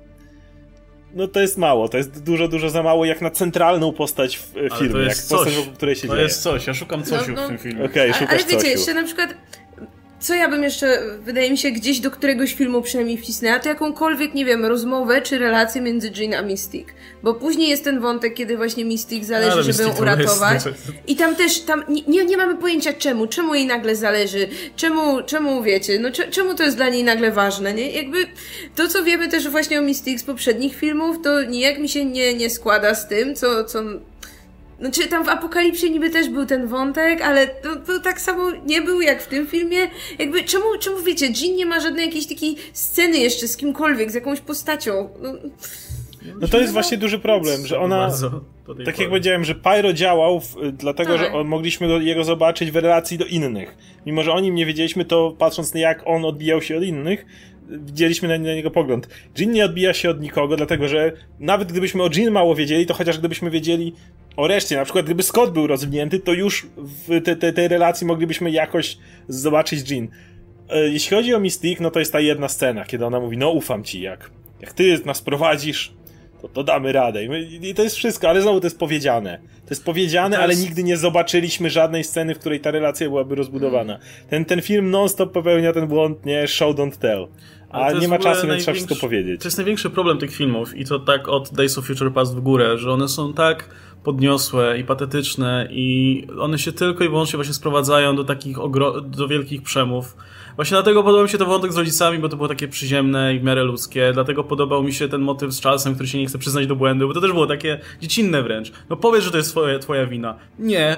no to jest mało, to jest dużo, dużo za mało jak na centralną postać w ale filmie, to jest jak coś. postać, wokół której się to dzieje. To jest coś, ja szukam cosiu no, no, w tym filmie. Okej, okay, ale wiecie, cosiu. jeszcze na przykład co ja bym jeszcze, wydaje mi się, gdzieś do któregoś filmu przynajmniej wcisnęła, to jakąkolwiek, nie wiem, rozmowę czy relację między Jean a Mystique. Bo później jest ten wątek, kiedy właśnie Mystique zależy, ale żeby ją uratować. Jest... I tam też, tam nie, nie mamy pojęcia czemu, czemu jej nagle zależy, czemu, czemu wiecie, no czemu to jest dla niej nagle ważne, nie? Jakby to, co wiemy też właśnie o Mystique z poprzednich filmów, to nijak mi się nie, nie składa z tym, co, co znaczy tam w Apokalipsie niby też był ten wątek, ale to, to tak samo nie był jak w tym filmie. Jakby czemu, czemu wiecie, Jean nie ma żadnej jakiejś takiej sceny jeszcze z kimkolwiek, z jakąś postacią. No, no to jest właśnie duży problem, że ona, tak jak powiedziałem, że Pyro działał w, dlatego, tak. że on, mogliśmy go, jego zobaczyć w relacji do innych. Mimo, że o nim nie wiedzieliśmy, to patrząc na jak on odbijał się od innych, widzieliśmy na, na niego pogląd. Jean nie odbija się od nikogo, dlatego że nawet gdybyśmy o Jean mało wiedzieli, to chociaż gdybyśmy wiedzieli o reszcie, na przykład gdyby Scott był rozwinięty, to już w te, te, tej relacji moglibyśmy jakoś zobaczyć Jean. Jeśli chodzi o Mystique, no to jest ta jedna scena, kiedy ona mówi, no ufam ci, jak, jak ty nas prowadzisz, to, to damy radę. I, my, I to jest wszystko, ale znowu to jest powiedziane. To jest powiedziane, to jest... ale nigdy nie zobaczyliśmy żadnej sceny, w której ta relacja byłaby rozbudowana. Ten, ten film non-stop popełnia ten błąd, nie, show don't tell. A nie ma czasu, więc trzeba wszystko powiedzieć. To jest największy problem tych filmów i to tak od Days of Future Past w górę, że one są tak podniosłe i patetyczne i one się tylko i wyłącznie właśnie sprowadzają do takich ogro- do wielkich przemów. Właśnie dlatego podobał mi się ten wątek z rodzicami, bo to było takie przyziemne i w miarę ludzkie. Dlatego podobał mi się ten motyw z Charlesem, który się nie chce przyznać do błędu, bo to też było takie dziecinne wręcz. No powiedz, że to jest twoje, twoja wina. Nie.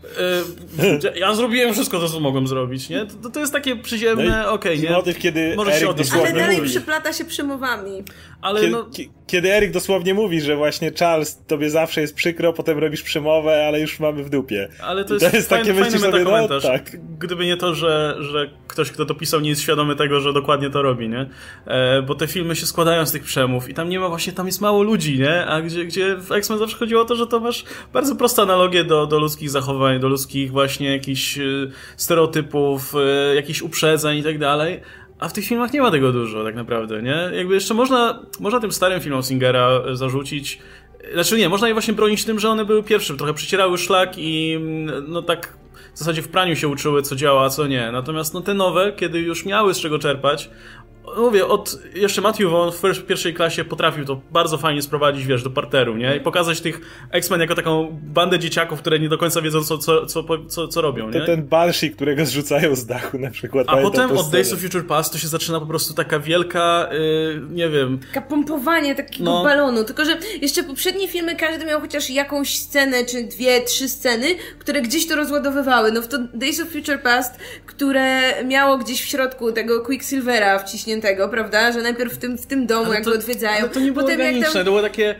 Yy, ja zrobiłem wszystko to, co mogłem zrobić, nie? To, to jest takie przyziemne, no okej, okay, nie? Motyw, kiedy Możesz Eryk się dosłownie ale dalej mówi. przyplata się przemowami. Ale kiedy, no... kiedy Eryk dosłownie mówi, że właśnie Charles, tobie zawsze jest przykro, potem robisz przemowę, ale już mamy w dupie. Ale to jest, to jest fajny, takie fajny metakomentarz. No, tak. Gdyby nie to, że, że ktoś, kto to pisał, nie jest świadomy tego, że dokładnie to robi, nie? E, bo te filmy się składają z tych przemów i tam nie ma właśnie, tam jest mało ludzi, nie? A gdzie, gdzie w X-Men zawsze chodziło o to, że to masz bardzo proste analogie do, do ludzkich zachowań, do ludzkich właśnie jakichś stereotypów, jakichś uprzedzeń i tak dalej. A w tych filmach nie ma tego dużo, tak naprawdę, nie? Jakby jeszcze można, można tym starym filmom Singera zarzucić, znaczy nie, można je właśnie bronić tym, że one były pierwsze, trochę przecierały szlak i no tak w zasadzie w praniu się uczyły, co działa, a co nie. Natomiast no te nowe, kiedy już miały z czego czerpać, mówię, od jeszcze Matthew Vaughn w pierwszej klasie potrafił to bardzo fajnie sprowadzić, wiesz, do parteru, nie? I pokazać tych X-Men jako taką bandę dzieciaków, które nie do końca wiedzą, co, co, co, co, co robią, nie? To ten Banshee, którego zrzucają z dachu na przykład. A potem od Days of Future Past to się zaczyna po prostu taka wielka, yy, nie wiem... Taka pompowanie takiego no. balonu, tylko że jeszcze poprzednie filmy każdy miał chociaż jakąś scenę, czy dwie, trzy sceny, które gdzieś to rozładowywały. No w to Days of Future Past, które miało gdzieś w środku tego Quicksilvera wciśniętego, tego, prawda? Że najpierw w tym, w tym domu, ale jak to, go odwiedzają. Ale to nie było potem organiczne, jak tam... to było takie...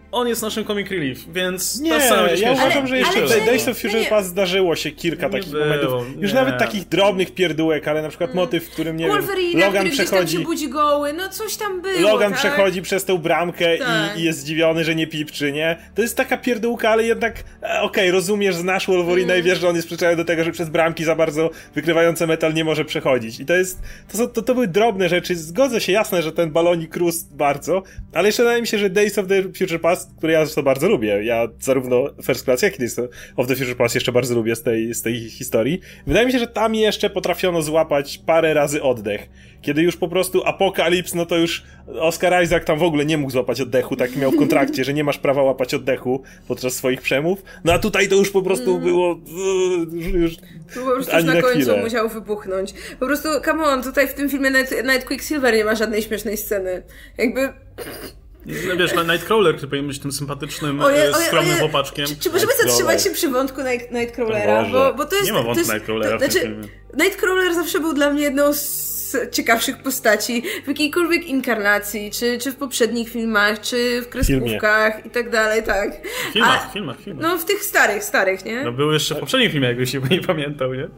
on jest naszym comic relief, więc nie, ta scena będzie ja śmieszna. uważam, że jeszcze w ale- Days of Future nie. Past zdarzyło się kilka Nie takich było, momentów. Już nie. nawet takich drobnych pierdółek, ale na przykład motyw, w którym, nie wiem, Wolverine, Logan który gdzieś tam przechodzi... się budzi goły, no coś tam było, Logan tak? przechodzi przez tę bramkę Tak. i, i jest zdziwiony, że nie pipczy, nie? To jest taka pierdółka, ale jednak e, okej, rozumiesz, znasz Wolverina Mm. i wiesz, że on jest przyczajony do tego, że przez bramki za bardzo wykrywające metal nie może przechodzić. I to jest, to, są, to, to były drobne rzeczy. Zgodzę się, jasne, że ten balonik rósł bardzo, ale jeszcze wydaje mi się, że Days of the Future Past, które ja zresztą bardzo lubię, ja zarówno First Class, jak i Days of the Future Past jeszcze bardzo lubię z tej, z tej historii. Wydaje mi się, że tam jeszcze potrafiono złapać parę razy oddech. Kiedy już po prostu Apokalips, no to już Oscar Isaac tam w ogóle nie mógł złapać oddechu, tak miał w kontrakcie, że nie masz prawa łapać oddechu podczas swoich przemów. No a tutaj to już po prostu mm. było już, już Po prostu ani już na na końcu chwilę. musiał wybuchnąć. Po prostu, come on, tutaj w tym filmie Night, Night Quicksilver nie ma żadnej śmiesznej sceny. Jakby... No wiesz, Nightcrawler, który powinien być tym sympatycznym, Oje, e, oje, skromnym oje. chłopaczkiem. Czy, czy możemy Nightcrawler. zatrzymać się przy wątku Night, Nightcrawlera? Boże. Bo, bo to jest, Nie ma wątku to jest, Nightcrawlera to, w tym znaczy, filmie. Nightcrawler zawsze był dla mnie jedną z ciekawszych postaci w jakiejkolwiek inkarnacji, czy, czy w poprzednich filmach, czy w kreskówkach i tak dalej, tak. W filmach, A, w filmach, w filmach. No w tych starych, starych, nie? No był jeszcze w poprzednim filmie, jakbyś się nie pamiętał, nie?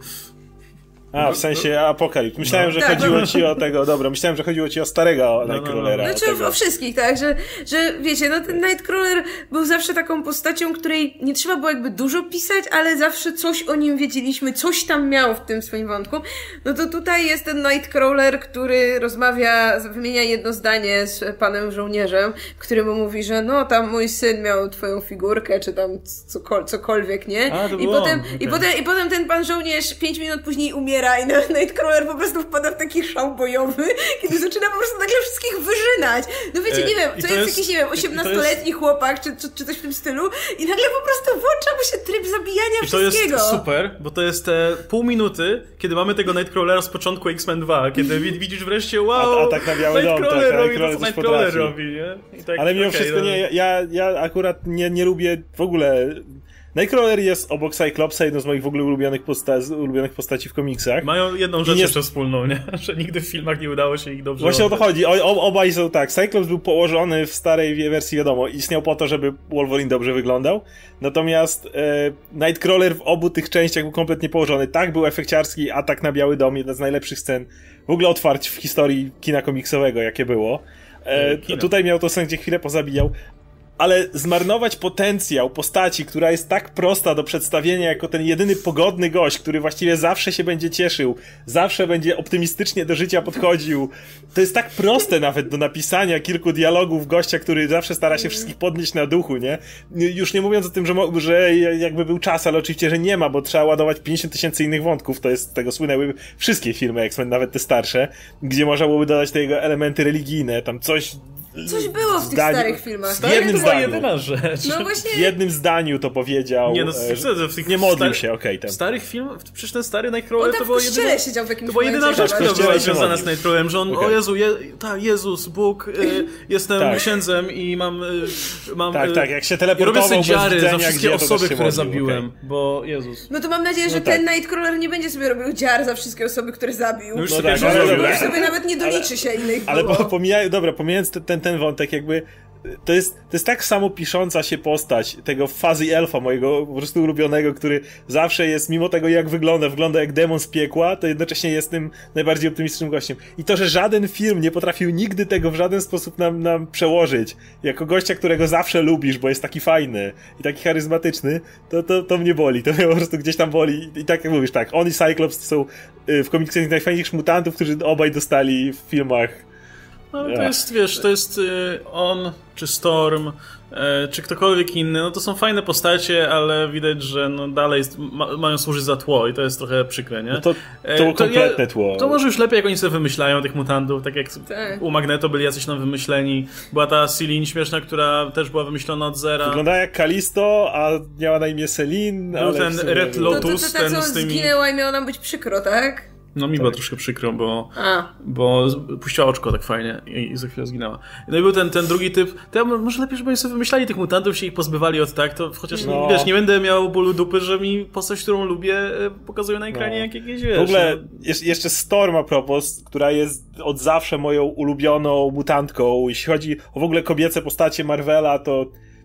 A, w sensie Apokalips. Myślałem, No. że Tak, chodziło no. ci o tego, dobra, myślałem, że chodziło ci o starego no, Nightcrawlera. Znaczy o tego. o wszystkich, tak, że, że wiecie, no ten Nightcrawler był zawsze taką postacią, której nie trzeba było jakby dużo pisać, ale zawsze coś o nim wiedzieliśmy, coś tam miał w tym swoim wątku. No to tutaj jest ten Nightcrawler, który rozmawia, wymienia jedno zdanie z panem żołnierzem, który mu mówi, że no tam mój syn miał twoją figurkę, czy tam cokol- cokolwiek, nie? A, to I był potem, on, i okej. potem, i potem ten pan żołnierz pięć minut później umiera i Nightcrawler po prostu wpada w taki szał bojowy, kiedy zaczyna po prostu nagle wszystkich wyżynać. No wiecie, E, nie wiem, i to, to jest, jest- jakiś, nie wiem, i- i to osiemnastoletni chłopak, czy, czy, czy coś w tym stylu i nagle po prostu włącza mu się tryb zabijania I to wszystkiego. jest super, bo to jest te pół minuty, kiedy mamy tego Nightcrawlera z początku X-Men dwa, kiedy wi- widzisz wreszcie, wow, A- atak na Biały Dom, Nightcrawler tak, robi to, Nightcrawler co coś Nightcrawler potrafi. robi, nie? I tak, Ale mimo okej, wszystko no. nie, ja, ja akurat nie, nie lubię w ogóle... Nightcrawler jest obok Cyclopsa jedną z moich w ogóle ulubionych, posta- ulubionych postaci w komiksach. Mają jedną rzecz nie- jeszcze wspólną, nie? Że nigdy w filmach nie udało się ich dobrze Właśnie o to oddać. chodzi. O, o, obaj są tak. Cyclops był położony w starej wie- wersji, wiadomo, istniał po to, żeby Wolverine dobrze wyglądał. Natomiast e, Nightcrawler w obu tych częściach był kompletnie położony. Tak, był efekciarski atak na Biały Dom, jedna z najlepszych scen w ogóle otwarć w historii kina komiksowego, jakie było. E, Kina. tutaj miał to sens, gdzie chwilę pozabijał. Ale zmarnować potencjał postaci, która jest tak prosta do przedstawienia jako ten jedyny pogodny gość, który właściwie zawsze się będzie cieszył, zawsze będzie optymistycznie do życia podchodził. To jest tak proste nawet do napisania kilku dialogów gościa, który zawsze stara się wszystkich podnieść na duchu, nie? Już nie mówiąc o tym, że, mo- że jakby był czas, ale oczywiście, że nie ma, bo trzeba ładować pięćdziesiąt tysięcy innych wątków. To jest, z tego słynęły wszystkie filmy X-Men, nawet te starsze, gdzie można byłoby dodać do jego elementy religijne, tam coś... Coś było w tych zdaniu- starych filmach. W jednym to była zdaniu. jedyna rzecz. No W właśnie, jednym zdaniu to powiedział. Nie, no, e, co, że w tych nie modlił stary- się, okej, W ten. starych filmach, przecież ten stary on Nightcrawler tam to w było kościele jedyna... siedział w jakimś To była jedyna momencie, rzecz, która zobacz. kościele była się związana z modlił. Nightcrawlerem, że on, Okej. o Jezu, je, ta, Jezus, Bóg, y, jestem Tak. księdzem i mam... Y, mam Tak, y, tak, jak się I robię teleportował sobie bez dziary widzenia, za wszystkie gdzie, to osoby, też się które modlił, zabiłem, okej. bo Jezus. No to mam nadzieję, że No tak. ten Nightcrawler nie będzie sobie robił dziar za wszystkie osoby, które zabił. No już No sobie tak, pierwszy ale zrobił. dobra. Już sobie nawet nie doliczy się, ile ich Ale było. po, pomijaj, dobra, pomijając ten, ten, ten wątek, jakby to jest, to jest tak samo pisząca się postać tego Fuzzy Elfa, mojego po prostu ulubionego, który zawsze jest, mimo tego jak wygląda, wygląda jak demon z piekła, to jednocześnie jest tym najbardziej optymistycznym gościem. I to, że żaden film nie potrafił nigdy tego w żaden sposób nam, nam przełożyć, jako gościa, którego zawsze lubisz, bo jest taki fajny i taki charyzmatyczny, to, to, to mnie boli, to mnie po prostu gdzieś tam boli. I tak jak mówisz, tak, on i Cyclops to są y, w komiksach najfajniejszych mutantów, którzy obaj dostali w filmach. No, ale to Ach. jest, wiesz, to jest y, on, czy Storm, y, czy ktokolwiek inny, no to są fajne postacie, ale widać, że no dalej jest, ma, mają służyć za tło i to jest trochę przykre, nie? No to, E, to było kompletne tło. To może już lepiej, jak oni sobie wymyślają tych mutantów, tak jak Tak. u Magneto byli jacyś tam wymyśleni. Była ta Celine śmieszna, która też była wymyślona od zera. Wyglądała jak Kalisto, a miała na imię Selin. Był ale ten w sumie- Red To, to, Lotus, to ta, ten co z tymi... zginęła i miało nam być przykro, tak? No mi było troszkę przykro, bo... A. Bo z- puściła oczko tak fajnie i, i za chwilę zginęła. No i był ten, ten drugi typ. To ja, może lepiej, żeby oni sobie wymyślali tych mutantów, się ich pozbywali od tak, to chociaż No. wiesz, nie będę miał bólu dupy, że mi postać, którą lubię, e, pokazują na ekranie No. jak jakieś, wiesz... W ogóle no. jeszcze, jeszcze Storm a propos, która jest od zawsze moją ulubioną mutantką. Jeśli chodzi o w ogóle kobiece postacie Marvela, to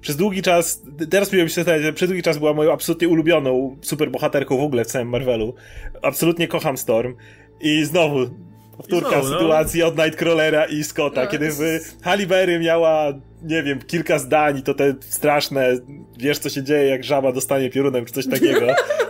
przez długi czas, teraz mi się zastanawiać, przez długi czas była moją absolutnie ulubioną superbohaterką w ogóle w całym Marvelu. Absolutnie kocham Storm. I znowu powtórka znowu, sytuacji no. od Nightcrawlera i Scotta, no, kiedy w Halle Berry miała, nie wiem, kilka zdań i to te straszne, wiesz co się dzieje, jak żaba dostanie piorunem, czy coś takiego.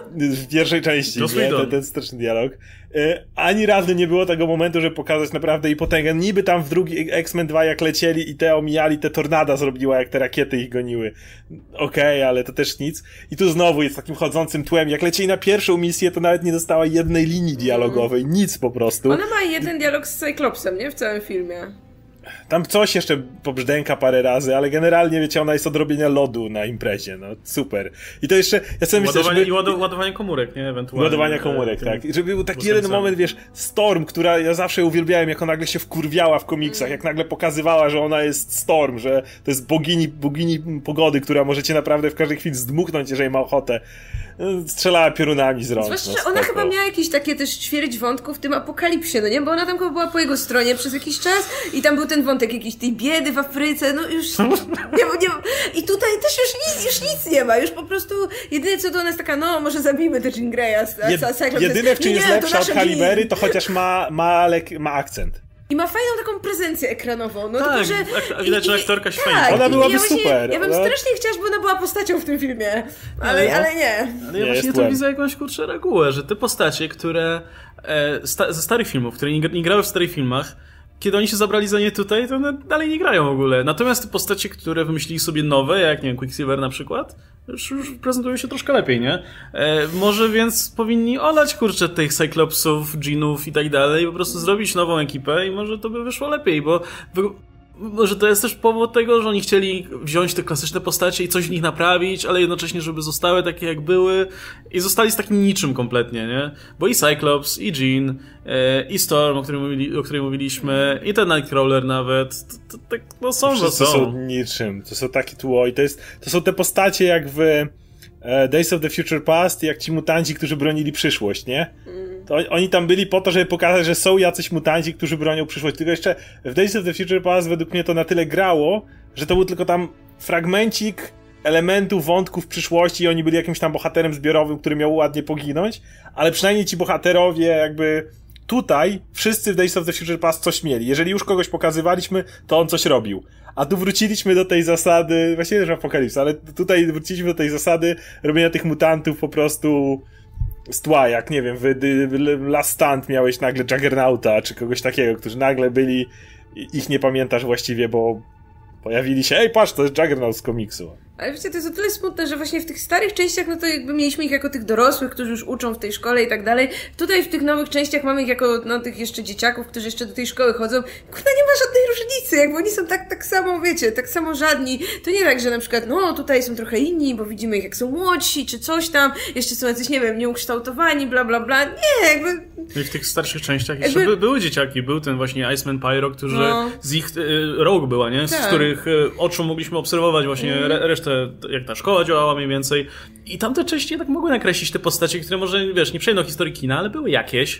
W pierwszej części, nie? Ten, ten straszny dialog. Y, ani razu nie było tego momentu, żeby pokazać naprawdę i potęgę. Niby tam w drugi X-Men dwa jak lecieli i te omijali, te tornada zrobiła, jak te rakiety ich goniły. Okej, okay, ale to też nic. I tu znowu jest takim chodzącym tłem. Jak lecieli na pierwszą misję, to nawet nie dostała jednej linii dialogowej. Mm. Nic po prostu. Ona ma jeden dialog z Cyclopsem, nie? W całym filmie. Tam coś jeszcze pobrzdęka parę razy, ale generalnie, wiecie, ona jest od robienia lodu na imprezie, no super. I to jeszcze, ja sobie myślę, żeby... I ładu, ładowanie komórek, nie? Ewentualnie. Ładowania komórek, e, tak. I żeby był taki jeden moment, wiesz, Storm, która, ja zawsze uwielbiałem, jak ona nagle się wkurwiała w komiksach, jak nagle pokazywała, że ona jest Storm, że to jest bogini, bogini pogody, która możecie naprawdę w każdej chwili zdmuchnąć, jeżeli ma ochotę. Strzelała piorunami z rąk. Zwłaszcza, no, że ona chyba miała jakieś takie też ćwierć wątków w tym Apokalipsie, no nie? Bo ona tam chyba była po jego stronie przez jakiś czas i tam był ten wątek jakiejś tej biedy w Afryce, no już... nie, nie, I tutaj też już nic, już nic nie ma, już po prostu jedyne co to ona jest taka, no może zabijmy te Jean Greya. Jed, jedyne w czym jest lepsza od Halle Berry, to chociaż ma, ma, ma akcent. I ma fajną taką prezencję ekranową. No tak, tylko, że... widać, że aktorka świetnie. Tak, ona byłaby ja właśnie, super. Ja bym no. strasznie chciała, żeby ona była postacią w tym filmie. Ale, no. ale nie. Ale ja nie właśnie to widzę jakąś kurczę regułę, że te postacie, które e, sta, ze starych filmów, które nie, nie grały w starych filmach, kiedy oni się zabrali za nie tutaj, to one dalej nie grają w ogóle. Natomiast te postacie, które wymyślili sobie nowe, jak nie wiem, Quicksilver na przykład, już, już prezentują się troszkę lepiej, nie? E, może więc powinni olać, kurczę, tych Cyclopsów, Jeanów i tak dalej, i po prostu zrobić nową ekipę i może to by wyszło lepiej, bo wy, może to jest też powód tego, że oni chcieli wziąć te klasyczne postacie i coś w nich naprawić, ale jednocześnie, żeby zostały takie jak były i zostali z takim niczym kompletnie, nie? Bo i Cyclops, i Jean, e, i Storm, o którym, mówili, o której mówiliśmy, i ten Nightcrawler nawet, to, to, to, no są, to są. są niczym, to są takie tło i to jest, to są te postacie jak w e, Days of the Future Past, jak ci mutanci, którzy bronili przyszłość, nie? To oni tam byli po to, żeby pokazać, że są jacyś mutanci, którzy bronią przyszłość. Tylko jeszcze w Days of the Future Past według mnie to na tyle grało, że to był tylko tam fragmencik elementów, wątków przyszłości i oni byli jakimś tam bohaterem zbiorowym, który miał ładnie poginąć, ale przynajmniej ci bohaterowie jakby tutaj wszyscy w Days of the Future Past coś mieli. Jeżeli już kogoś pokazywaliśmy, to on coś robił. A tu wróciliśmy do tej zasady, właściwie też Apokalipsa, ale tutaj wróciliśmy do tej zasady robienia tych mutantów po prostu z tła, jak nie wiem, w, w Last Stand miałeś nagle Juggernauta, czy kogoś takiego, którzy nagle byli, ich nie pamiętasz właściwie, bo pojawili się, ej patrz, to jest Juggernaut z komiksu. Ale wiecie, to jest o tyle smutne, że właśnie w tych starych częściach, no to jakby mieliśmy ich jako tych dorosłych, którzy już uczą w tej szkole i tak dalej. Tutaj w tych nowych częściach mamy ich jako, no, tych jeszcze dzieciaków, którzy jeszcze do tej szkoły chodzą. Kurde, nie ma żadnej różnicy, jakby oni są tak, tak samo, wiecie, tak samo żadni. To nie tak, że na przykład, no, tutaj są trochę inni, bo widzimy ich jak są młodsi, czy coś tam, jeszcze są jacyś, nie wiem, nieukształtowani, bla, bla, bla. Nie, jakby... I w tych starszych częściach jeszcze jakby... by, były dzieciaki, był ten właśnie Iceman Pyro, którzy no. z ich, y, Rogue była, nie? Z tak. których y, oczu mogliśmy obserwować właśnie mm. re, resztę, jak ta szkoła działała mniej więcej. I tamte części jednak mogły nakreślić te postacie, które może, wiesz, nie przejdą historii kina, ale były jakieś.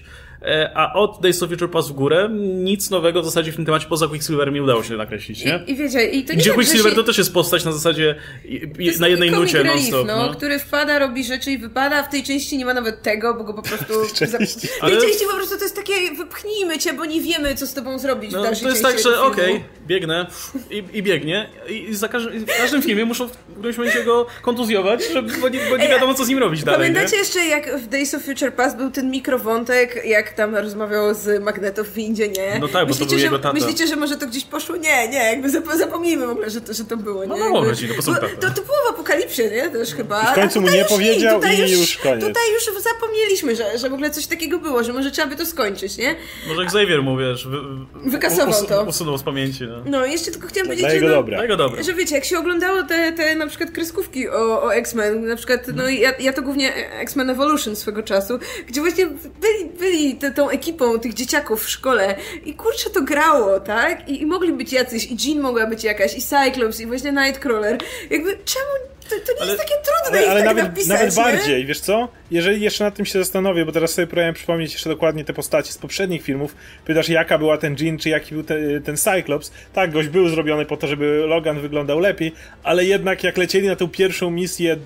A od Days of Future Past w górę nic nowego w zasadzie w tym temacie poza Quicksilverem nie udało się nakreślić, nie? I, i wiecie, i to nie Gdzie tak, Quicksilver się... to też jest postać na zasadzie to na jednej nucie relief, non-stop, no, no. który wpada, robi rzeczy i wypada, a w tej części nie ma nawet tego, bo go po prostu... W tej części, ale... tej części po prostu to jest takie, wypchnijmy cię, bo nie wiemy, co z tobą zrobić no, w dalszej to jest części tak, że okej, okay, biegnę i, i biegnie i za każdym, w każdym filmie muszą w którymś momencie go kontuzjować, żeby, bo, nie, bo nie wiadomo, co z nim robić dalej. Pamiętacie nie? jeszcze, jak w Days of Future Past był ten mikrowątek, jak tam rozmawiał z Magneto w windzie, nie? No tak, myślicie, bo to był że, jego tata. Myślicie, że może to gdzieś poszło? Nie, nie, jakby zapomnijmy w ogóle, że to, że to było, nie? No, no może ci, to po prostu to, to było w Apokalipsie, nie? Też chyba. I w końcu mu nie powiedział i już, już koniec. Tutaj już zapomnieliśmy, że, że w ogóle coś takiego było, że może trzeba by to skończyć, nie? Może Xavier mu, wiesz, wy, wykasował us, to. Usunął z pamięci, no. No, jeszcze tylko chciałam powiedzieć, że, że, no, dobra. dobra. że wiecie, jak się oglądało te, te na przykład kreskówki o, o X-Men, na przykład, no ja, ja to głównie X-Men Evolution swego czasu, gdzie właśnie byli, byli tymi, te, tą ekipą tych dzieciaków w szkole i kurczę to grało, tak? I, i mogli być jacyś, i Jean mogła być jakaś, i Cyclops, i właśnie Nightcrawler. Jakby czemu to, to nie ale, jest takie trudne ale, ich ale tak nawet, napisać, nawet nie? bardziej, wiesz co? Jeżeli jeszcze nad tym się zastanowię, bo teraz sobie próbowałem przypomnieć jeszcze dokładnie te postacie z poprzednich filmów, pytasz jaka była ten Jean, czy jaki był te, ten Cyclops, tak, gość był zrobiony po to, żeby Logan wyglądał lepiej, ale jednak jak lecieli na tę pierwszą misję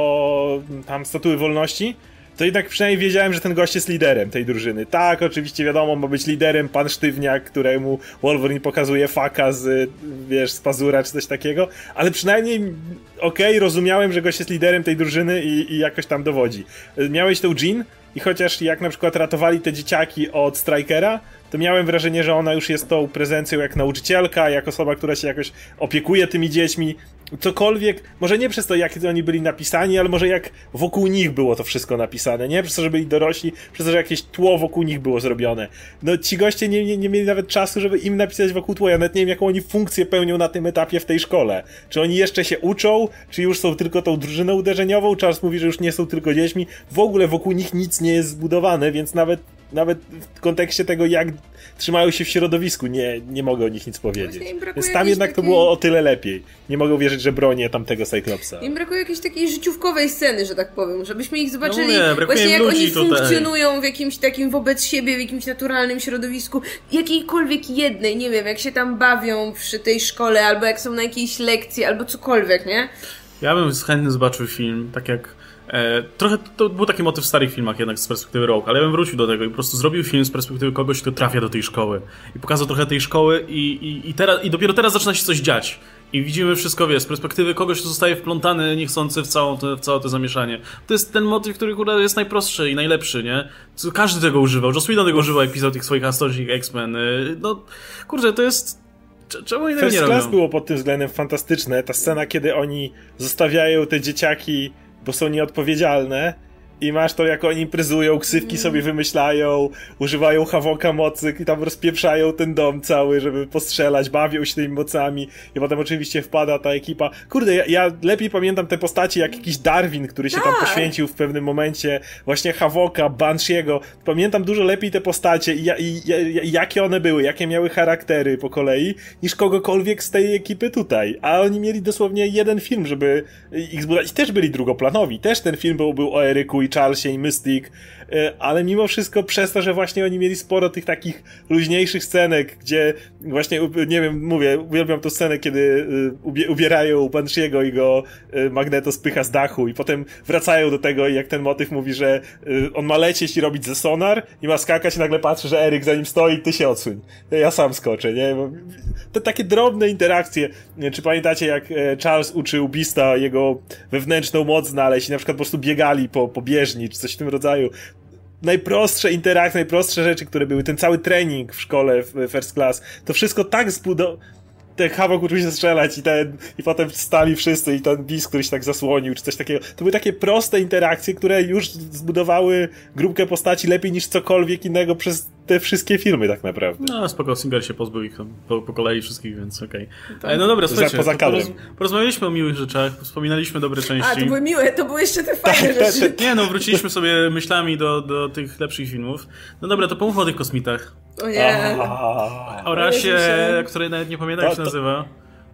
do tam Statuły Wolności, to jednak przynajmniej wiedziałem, że ten gość jest liderem tej drużyny. Tak, oczywiście wiadomo, ma być liderem pan Sztywniak, któremu Wolverine pokazuje faka z, wiesz, z pazura czy coś takiego, ale przynajmniej okej, okay, rozumiałem, że gość jest liderem tej drużyny i, i jakoś tam dowodzi. Miałeś tą Jean i chociaż jak na przykład ratowali te dzieciaki od Strikera, to miałem wrażenie, że ona już jest tą prezencją jak nauczycielka, jak osoba, która się jakoś opiekuje tymi dziećmi. Cokolwiek, może nie przez to, jak oni byli napisani, ale może jak wokół nich było to wszystko napisane, nie? Przez to, że byli dorośli, przez to, że jakieś tło wokół nich było zrobione. No ci goście nie, nie, nie mieli nawet czasu, żeby im napisać wokół tło. Ja nawet nie wiem, jaką oni funkcję pełnią na tym etapie w tej szkole. Czy oni jeszcze się uczą, czy już są tylko tą drużyną uderzeniową? Charles mówi, że już nie są tylko dziećmi. W ogóle wokół nich nic nie jest zbudowane, więc nawet Nawet w kontekście tego, jak trzymają się w środowisku, nie, nie mogę o nich nic powiedzieć. Więc tam jednak takiej... to było o tyle lepiej. Nie mogę uwierzyć, że bronię tamtego Cyclopsa. Im brakuje jakiejś takiej życiówkowej sceny, że tak powiem, żebyśmy ich zobaczyli no nie, właśnie jak oni tutaj. funkcjonują w jakimś takim wobec siebie, w jakimś naturalnym środowisku, jakiejkolwiek jednej, nie wiem, jak się tam bawią przy tej szkole, albo jak są na jakiejś lekcji, albo cokolwiek, nie? Ja bym chętnie zobaczył film, tak jak E, trochę to był taki motyw w starych filmach jednak z perspektywy Rogue, ale ja bym wrócił do tego i po prostu zrobił film z perspektywy kogoś, kto trafia do tej szkoły i pokazał trochę tej szkoły i, i, i, teraz, i dopiero teraz zaczyna się coś dziać i widzimy wszystko, wiesz, z perspektywy kogoś, kto zostaje wplątany niechcący w, całą te, w całe to zamieszanie. To jest ten motyw, który kurde jest najprostszy i najlepszy, nie? Każdy tego używał, Joss Whedon tego używał, jak pisał tych swoich astonishing X-Men. No, kurde, to jest... Czemu oni tego nie robią? First Class było pod tym względem fantastyczne. Ta scena, kiedy oni zostawiają te dzieciaki, bo są nieodpowiedzialne i masz to, jak oni imprezują, ksywki sobie wymyślają, używają Havoka mocy i tam rozpieprzają ten dom cały, żeby postrzelać, bawią się tymi mocami i potem oczywiście wpada ta ekipa. Kurde, ja, ja lepiej pamiętam te postaci jak jakiś Darwin, który się tam poświęcił w pewnym momencie, właśnie Havoka, Banshee'ego. Pamiętam dużo lepiej te postacie i, i, i jakie one były, jakie miały charaktery po kolei, niż kogokolwiek z tej ekipy tutaj. A oni mieli dosłownie jeden film, żeby ich zbudować. I też byli drugoplanowi. Też ten film był, był o Eryku i Charlesie i Mystique, ale mimo wszystko przez to, że właśnie oni mieli sporo tych takich luźniejszych scenek, gdzie właśnie, nie wiem, mówię, uwielbiam tę scenę, kiedy ubierają Banshee'ego i go Magneto spycha z dachu i potem wracają do tego i jak ten motyw mówi, że on ma lecieć i robić ze sonar i ma skakać i nagle patrzy, że Eryk za nim stoi i ty się odsuń. Ja sam skoczę, nie? To takie drobne interakcje. Czy pamiętacie, jak Charles uczył Beasta jego wewnętrzną moc znaleźć i na przykład po prostu biegali po, po bieżni, czy coś w tym rodzaju. Najprostsze interakcje, najprostsze rzeczy, które były, ten cały trening w szkole w First Class, to wszystko tak zbudowało. Ten Havok uczył się strzelać i ten, i potem stali wszyscy i ten Beast, który się tak zasłonił, czy coś takiego. To były takie proste interakcje, które już zbudowały grupkę postaci lepiej niż cokolwiek innego przez te wszystkie filmy tak naprawdę. No, spoko, Singer się pozbył ich po, po kolei wszystkich, więc okej. Okay. No dobra, słuchajcie, poza kadrem. Poroz, porozmawialiśmy o miłych rzeczach, wspominaliśmy dobre części. A, to były miłe, to były jeszcze te fajne tak, rzeczy. Tak, nie no, wróciliśmy sobie myślami do, do tych lepszych filmów. No dobra, to pomówmy o tych kosmitach. O nie. O rasie, której nawet nie pamiętam jak się nazywa.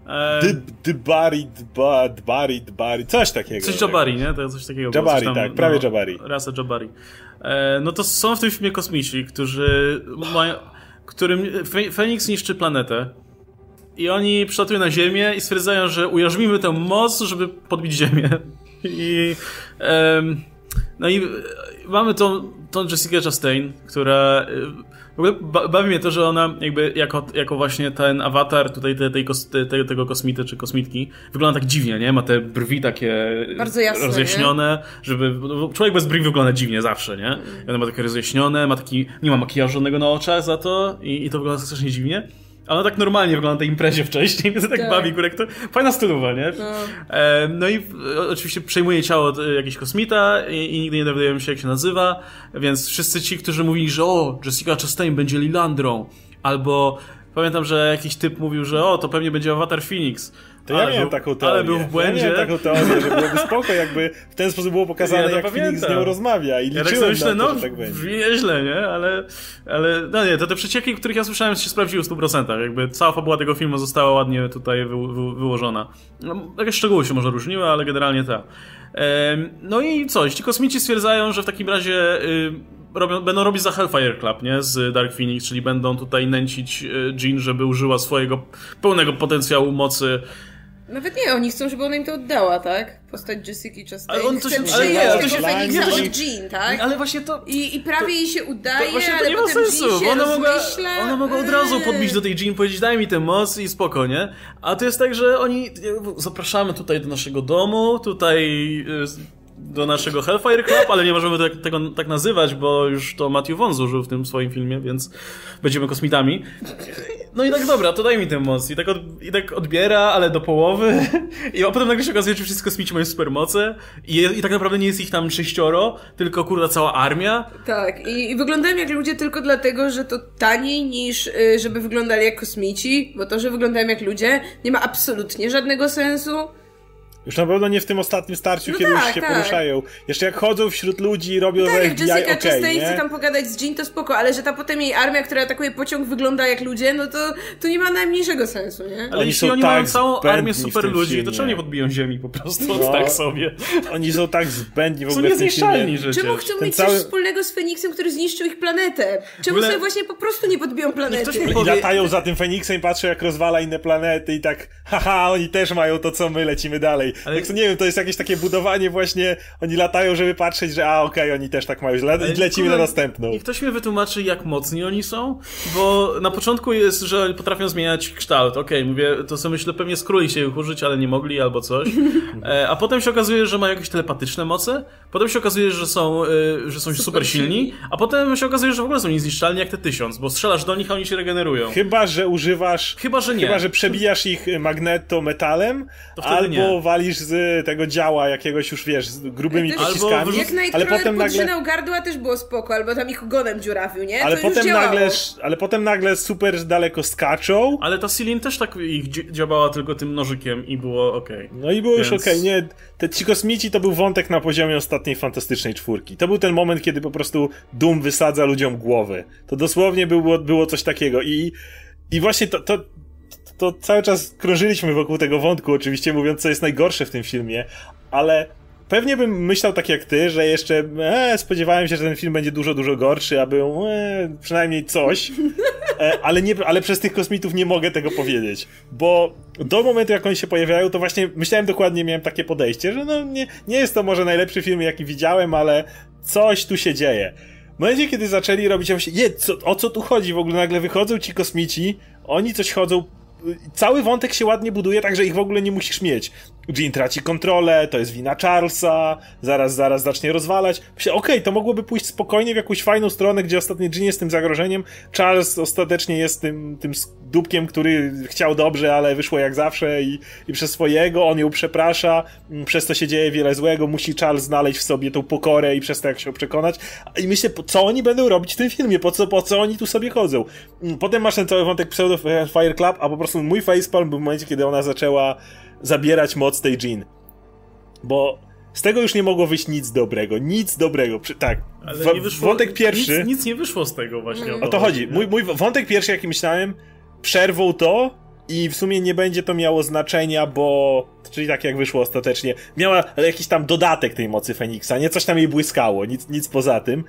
Dbari, Dbari, Dbari, coś takiego. Coś Jabari, nie? To coś takiego. Jabari, tam, tak, prawie no, Jabari. Rasa Jabari. E, no to są w tym filmie kosmici, którzy mają, którym Feniks niszczy planetę i oni przylatują na Ziemię i stwierdzają, że ujarzmimy tę moc, żeby podbić Ziemię. I e, no i mamy tą, tą Jessica Chastain, która w ogóle bawi mnie to, że ona jakby jako, jako właśnie ten awatar tutaj tej, tej, tej, tego kosmity czy kosmitki wygląda tak dziwnie, nie? Ma te brwi takie bardzo jasne, rozjaśnione, nie? Żeby człowiek bez brwi wygląda dziwnie zawsze, nie? I ona ma takie rozjaśnione, ma taki, nie ma makijażu żadnego na oczach za to i, i to wygląda strasznie dziwnie. A ona tak normalnie wygląda na tej imprezie wcześniej, więc tak, tak bawi, kurek, to fajna stylowa, nie? No, e, no i oczywiście przejmuje ciało jakiś kosmita i, i nigdy nie dowiadujemy się, jak się nazywa, więc wszyscy ci, którzy mówili, że o, Jessica Chastain będzie Lilandrą, albo pamiętam, że jakiś typ mówił, że o, to pewnie będzie Awatar Phoenix. To ja ale miałem był, taką teorię. Ale był w błędzie. Ja miałem taką teorię, że byłoby spoko, jakby w ten sposób było pokazane, ja jak pamiętam. Phoenix z nią rozmawia i liczyłem ja tak myślę, na to, no, że tak będzie. Brzmi nieźle, nie? Ale, ale no nie, to te przecieki, których ja słyszałem, się sprawdziły w stu procentach. Jakby cała fabuła tego filmu została ładnie tutaj wy, wy, wyłożona. No, jakieś szczegóły się może różniły, ale generalnie tak. Ehm, no i coś, ci kosmici stwierdzają, że w takim razie y, robią, będą robić za Hellfire Club, nie? Z Dark Phoenix, czyli będą tutaj nęcić y, Jean, żeby użyła swojego pełnego potencjału mocy. Nawet nie, oni chcą, żeby ona im to oddała, tak? Postać Jessica Chastain. Ale on coś, chce ale przyjąć nie, tego to się, Feniksa nie, to się, od Jean, tak? Ale właśnie to... I, i prawie to, jej się udaje, to właśnie to ale nie ma potem sensu, Jean się bo ona mogła, rozmyśla. ona mogła od razu Eee. podbić do tej Jean, powiedzieć daj mi tę moc i spoko, nie? A to jest tak, że oni zapraszamy tutaj do naszego domu, tutaj do naszego Hellfire Club, ale nie możemy tego, tego tak nazywać, bo już to Matthew Vaughn zużył w tym swoim filmie, więc będziemy kosmitami. No i tak dobra, to daj mi tę moc. I tak, od, i tak odbiera, ale do połowy. I a potem nagle się okazuje, że wszyscy kosmici mają supermoce i, i tak naprawdę nie jest ich tam sześcioro, tylko kurwa cała armia. Tak, i, i wyglądają jak ludzie tylko dlatego, że to taniej niż y, żeby wyglądali jak kosmici, bo to, że wyglądają jak ludzie, nie ma absolutnie żadnego sensu. Już na pewno nie w tym ostatnim starciu, no kiedy tak, już się tak. poruszają. Jeszcze jak chodzą wśród ludzi i robią tak, za jak F B I, Jessica okej, Chastain nie? chce tam pogadać z Jean, to spoko, ale że ta potem jej armia, która atakuje pociąg, wygląda jak ludzie, no to, to nie ma najmniejszego sensu, nie? Ale Oni jeśli są oni tak mają całą armię zbędni super w tym ludzi, filmie. to czemu nie podbiją ziemi po prostu? No, tak sobie. Oni są tak zbędni w Są ogóle w tym niezniszczalni filmie. życie. Czemu chcą Ten mieć cały- coś wspólnego z Feniksem, który zniszczył ich planetę? Czemu ogóle- sobie właśnie po prostu nie podbiją planety? ktoś mi I powie- latają za tym Feniksem i patrzą, jak rozwala inne planety i tak, haha, oni też mają to, co my, lecimy dalej. Ale- Tak, to nie wiem, to jest jakieś takie budowanie właśnie, oni latają, żeby patrzeć, że a, okej, oni też tak mają, źle, i lecimy kurde, na następną. Niech ktoś mi wytłumaczy, jak mocni oni są, bo na początku jest, że potrafią zmieniać kształt. Okej, okay, mówię, to sobie myślę, pewnie skróli się ich użyć, ale nie mogli albo coś. E, a potem się okazuje, że mają jakieś telepatyczne moce, potem się okazuje, że są, y, że są super, super silni, a potem się okazuje, że w ogóle są niezniszczalni jak te tysiąc, bo strzelasz do nich, a oni się regenerują. Chyba, że używasz... Chyba, że nie. Chyba, że przebijasz ich magneto-metalem, albo nie. walisz z tego działa jakiegoś już, wiesz, z grubymi Albo pociskami, jak ale Nightcrawler potem nagle... podrzynał gardła, też było spoko, albo tam ich ogonem dziurawił, nie? Ale to już potem, działało. nagle, ale potem nagle super daleko skaczą. Ale ta Celine też tak ich dzi- działała tylko tym nożykiem i było okej. Okay. No i było Więc... już okej, okay. Nie, te ci kosmici to był wątek na poziomie ostatniej Fantastycznej Czwórki. To był ten moment, kiedy po prostu Doom wysadza ludziom głowy. To dosłownie było, było coś takiego i, i właśnie to, to, to cały czas krążyliśmy wokół tego wątku, oczywiście mówiąc, co jest najgorsze w tym filmie, ale pewnie bym myślał tak jak ty, że jeszcze e, spodziewałem się, że ten film będzie dużo, dużo gorszy, a był e, przynajmniej coś, e, ale, nie, ale przez tych kosmitów nie mogę tego powiedzieć, bo do momentu, jak oni się pojawiają, to właśnie myślałem dokładnie, miałem takie podejście, że no nie, nie jest to może najlepszy film, jaki widziałem, ale coś tu się dzieje. W momencie, kiedy zaczęli robić, ja myślę, je, co, o co tu chodzi? W ogóle nagle wychodzą ci kosmici, oni coś chodzą, cały wątek się ładnie buduje, tak że ich w ogóle nie musisz mieć. Jean traci kontrolę, to jest wina Charlesa, zaraz, zaraz zacznie rozwalać. Myślę, okej, okay, to mogłoby pójść spokojnie w jakąś fajną stronę, gdzie ostatnio Jean jest tym zagrożeniem, Charles ostatecznie jest tym, tym dupkiem, który chciał dobrze, ale wyszło jak zawsze i, i przez swojego, on ją przeprasza, przez to się dzieje wiele złego, musi Charles znaleźć w sobie tą pokorę i przez to jak się przekonać. I myślę, co oni będą robić w tym filmie, po co, po co oni tu sobie chodzą. Potem masz ten cały wątek Pseudo Fire Club, a po prostu mój facepalm był w momencie, kiedy ona zaczęła zabierać moc tej Jean. Bo z tego już nie mogło wyjść nic dobrego. Nic dobrego. Tak. Ale w, nie wyszło, wątek pierwszy... Nic, nic nie wyszło z tego właśnie. O to chodzi. Mój, mój wątek pierwszy, jaki myślałem, przerwał to i w sumie nie będzie to miało znaczenia, bo... Czyli tak jak wyszło ostatecznie. Miała jakiś tam dodatek tej mocy Feniksa, nie? Coś tam jej błyskało. Nic, nic poza tym.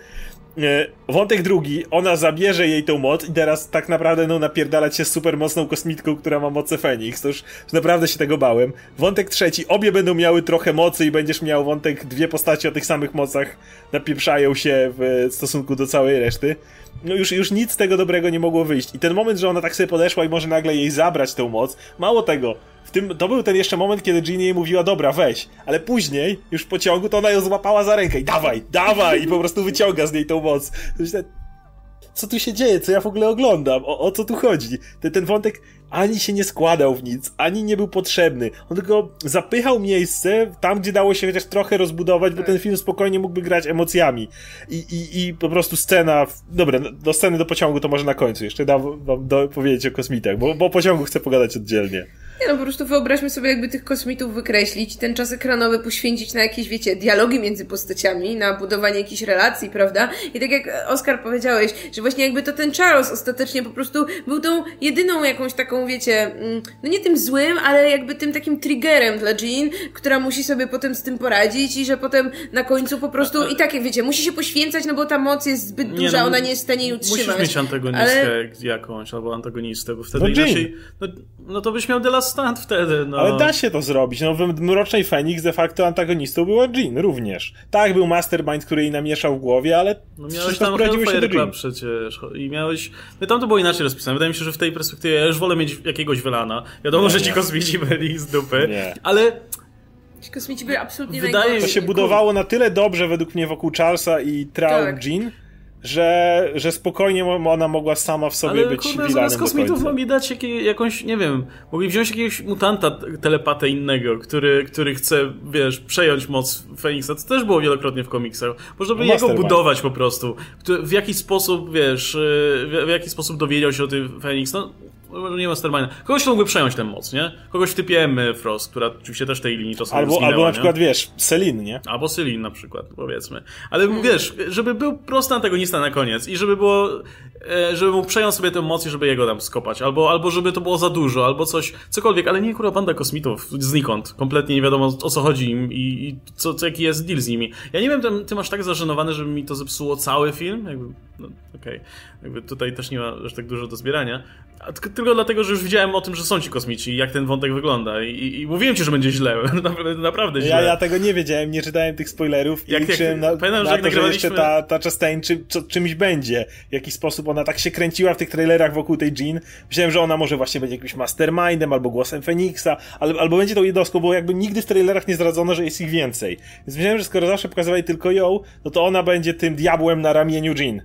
Wątek drugi, ona zabierze jej tą moc i teraz tak naprawdę no napierdalać się z super mocną kosmitką, która ma moce Feniks, to już naprawdę się tego bałem. Wątek trzeci, obie będą miały trochę mocy i będziesz miał wątek, dwie postaci o tych samych mocach napieprzają się w stosunku do całej reszty. No już, już nic z tego dobrego nie mogło wyjść. I ten moment, że ona tak sobie podeszła i może nagle jej zabrać tą moc, mało tego, w tym, to był ten jeszcze moment, kiedy Jean jej mówiła, dobra, weź, ale później, już w pociągu, to ona ją złapała za rękę i dawaj, dawaj, i po prostu wyciąga z niej tą moc. Myślę, co tu się dzieje, co ja w ogóle oglądam, o, o co tu chodzi? Ten, ten wątek ani się nie składał w nic, ani nie był potrzebny. On tylko zapychał miejsce tam, gdzie dało się chociaż trochę rozbudować, bo ten film spokojnie mógłby grać emocjami. I, i, i po prostu scena... Dobra, do sceny do pociągu to może na końcu. Jeszcze dam wam do, powiedzieć o kosmitach, bo, bo o pociągu chcę pogadać oddzielnie. Nie no, po prostu wyobraźmy sobie, jakby tych kosmitów wykreślić, ten czas ekranowy poświęcić na jakieś, wiecie, dialogi między postaciami, na budowanie jakichś relacji, prawda? I tak jak Oskar powiedziałeś, że właśnie jakby to ten Charles ostatecznie po prostu był tą jedyną jakąś taką, wiecie, no nie tym złym, ale jakby tym takim triggerem dla Jean, która musi sobie potem z tym poradzić i że potem na końcu po prostu i tak jak wiecie, musi się poświęcać, no bo ta moc jest zbyt duża, nie, no, ona nie jest w stanie jej utrzymać. Musisz mieć antagonistkę ale... jakąś, albo antagonistę, bo wtedy no inaczej, no, no to byś miał The Last Stand wtedy, no. Ale da się to zrobić, no w Mrocznej Feniks de facto antagonistą była Jean również. Tak, był Mastermind, który jej namieszał w głowie, ale no miałeś tam Hellfire Club przecież i miałeś, no tam to było inaczej rozpisane, wydaje mi się, że w tej perspektywie ja już wolę mieć jakiegoś Wylana, wiadomo, nie, że ci nie. kosmici byli z dupy, nie. ale... Ci kosmici byli absolutnie Wydaje najgorsi. To się budowało na tyle dobrze według mnie wokół Charlesa i Traum tak. Jean, że, że spokojnie ona mogła sama w sobie ale, być kurde, vilanem zamiast kosmitów mogli dać jakiej, jakąś, nie wiem, mogli wziąć jakiegoś mutanta telepatę innego, który, który chce, wiesz, przejąć moc Feniksa. To też było wielokrotnie w komiksach. Można by no jego budować po prostu. W jaki sposób, wiesz, w jaki sposób dowiedział się o tym Feniks. No, nie Masterminda. Kogoś mógłby przejąć tę moc, nie? Kogoś w typie Emmy Frost, która oczywiście też tej linii czasami albo, zginęła, albo na nie? przykład, wiesz, Selin, nie? Albo Selin na przykład, powiedzmy. Ale hmm. wiesz, żeby był prosty antagonista na koniec i żeby było, żeby mógł przejąć sobie tę moc i żeby jego tam skopać. Albo, albo żeby to było za dużo, albo coś, cokolwiek, ale nie kurwa banda kosmitów znikąd. Kompletnie nie wiadomo o co chodzi im i, i co, co, jaki jest deal z nimi. Ja nie wiem, ty, ty masz tak zażenowany, żeby mi to zepsuło cały film? Jakby, no okej. Okay. Jakby tutaj też nie ma aż tak dużo do zbierania. A tylko dlatego, że już widziałem o tym, że są ci kosmici i jak ten wątek wygląda. I, i, i mówiłem ci, że będzie źle. naprawdę, naprawdę źle. Ja, ja tego nie wiedziałem, nie czytałem tych spoilerów i jak, liczyłem jak, na, pamiętam, na że, to, że jeszcze ta, ta Chastain czy, czy, czymś będzie. W jaki sposób ona tak się kręciła w tych trailerach wokół tej Jean. Myślałem, że ona może właśnie będzie jakimś mastermindem albo głosem Feniksa, albo, albo będzie tą jednostką, bo jakby nigdy w trailerach nie zdradzono, że jest ich więcej. Więc myślałem, że skoro zawsze pokazywali tylko ją, no to ona będzie tym diabłem na ramieniu Jean.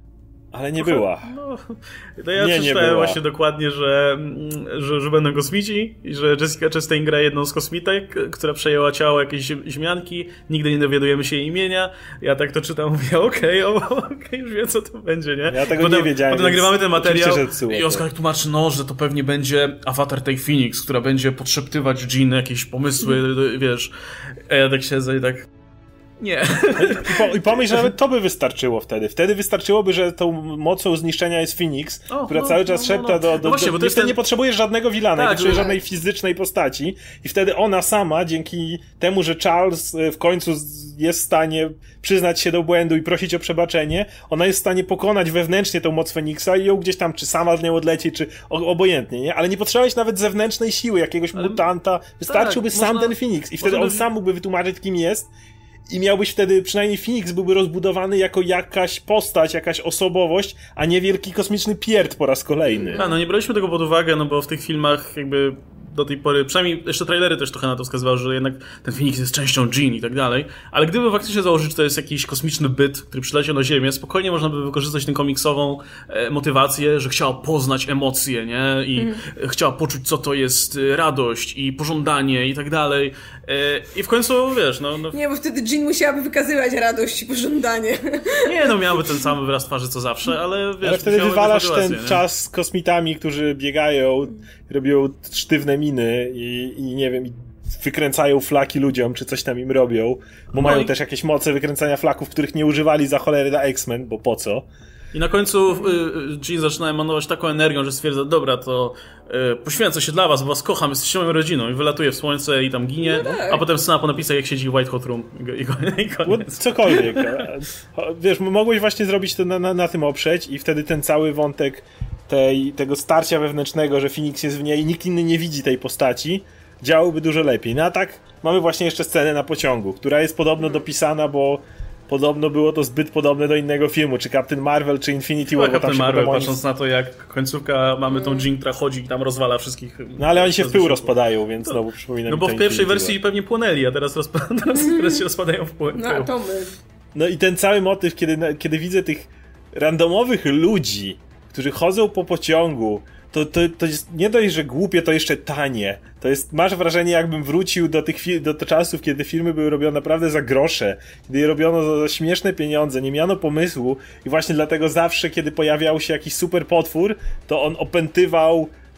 Ale nie była. No, no ja nie, przeczytałem nie właśnie dokładnie, że, że, że będą kosmici i że Jessica Chastain gra jedną z kosmitek, która przejęła ciało jakiejś ziemianki, nigdy nie dowiadujemy się jej imienia. Ja tak to czytam, mówię, okej, okay, okej, okay, już wiem co to będzie, nie? Ja tego potem, nie wiedziałem. Potem nagrywamy ten materiał i Oskar tłumaczy, no, że to pewnie będzie awatar tej Phoenix, która będzie podszeptywać Jean jakieś pomysły, wiesz. A ja tak siedzę i tak... Nie. I, po, I pomyśl, że nawet to by wystarczyło wtedy. Wtedy wystarczyłoby, że tą mocą zniszczenia jest Phoenix, o, która no, cały czas no, no, szepta do... do, no właśnie, do bo to jest ten... nie potrzebujesz żadnego vilana, tak, nie potrzebujesz żadnej fizycznej postaci i wtedy ona sama, dzięki temu, że Charles w końcu jest w stanie przyznać się do błędu i prosić o przebaczenie, ona jest w stanie pokonać wewnętrznie tą moc Feniksa i ją gdzieś tam, czy sama z nią odlecieć, czy obojętnie, nie? Ale nie potrzebujesz nawet zewnętrznej siły, jakiegoś Ale... mutanta. Wystarczyłby tak, sam można... ten Phoenix i wtedy on by... sam mógłby wytłumaczyć, kim jest. I miałbyś wtedy, przynajmniej Phoenix byłby rozbudowany jako jakaś postać, jakaś osobowość, a nie wielki kosmiczny pierd po raz kolejny. A, no nie braliśmy tego pod uwagę, no bo w tych filmach jakby do tej pory, przynajmniej jeszcze trailery też trochę na to wskazywały, że jednak ten Phoenix jest częścią Jean i tak dalej, ale gdyby faktycznie założyć, że to jest jakiś kosmiczny byt, który przyleciał na Ziemię, spokojnie można by wykorzystać tę komiksową e, motywację, że chciała poznać emocje, nie? I mm. chciała poczuć, co to jest radość i pożądanie i tak dalej. E, I w końcu, wiesz, no, no... Nie, bo wtedy Jean musiałaby wykazywać radość i pożądanie. Nie, no miałaby ten sam wyraz twarzy co zawsze, ale wiesz... Ale wtedy wywalasz ten nie? czas z kosmitami, którzy biegają, robią sztywne miny i, i nie wiem, i wykręcają flaki ludziom, czy coś tam im robią, bo no mają i... też jakieś moce wykręcania flaków, których nie używali za cholery na X-Men, bo po co? I na końcu y, Jean zaczyna emanować taką energią, że stwierdza, dobra, to y, poświęcę się dla was, bo was kocham, jesteście moją rodziną i wylatuje w słońce i tam ginie, no tak. A potem scena po napisach, jak siedzi w White Hot Room i, i, i koniec. Cokolwiek. Wiesz, mogłeś właśnie zrobić to na, na, na tym oprzeć i wtedy ten cały wątek tej, tego starcia wewnętrznego, że Phoenix jest w niej i nikt inny nie widzi tej postaci, działałby dużo lepiej. No a tak mamy właśnie jeszcze scenę na pociągu, która jest podobno dopisana, bo podobno było to zbyt podobne do innego filmu, czy Captain Marvel, czy Infinity War. Captain Marvel, patrząc na to, jak końcówka mamy tą Jean, która chodzi i tam rozwala wszystkich. No ale oni się w pył rozpadają, więc znowu przypominam. No bo w pierwszej wersji pewnie płonęli, a teraz, rozpa- teraz, teraz się rozpadają w pył. No to my. No i ten cały motyw, kiedy, kiedy widzę tych randomowych ludzi, którzy chodzą po pociągu, to, to, to jest nie dość, że głupie, to jeszcze tanie. To jest, masz wrażenie, jakbym wrócił do tych do, do czasów, kiedy filmy były robione naprawdę za grosze, kiedy je robiono za, za śmieszne pieniądze, nie miano pomysłu i właśnie dlatego zawsze, kiedy pojawiał się jakiś super potwór, to on opętywał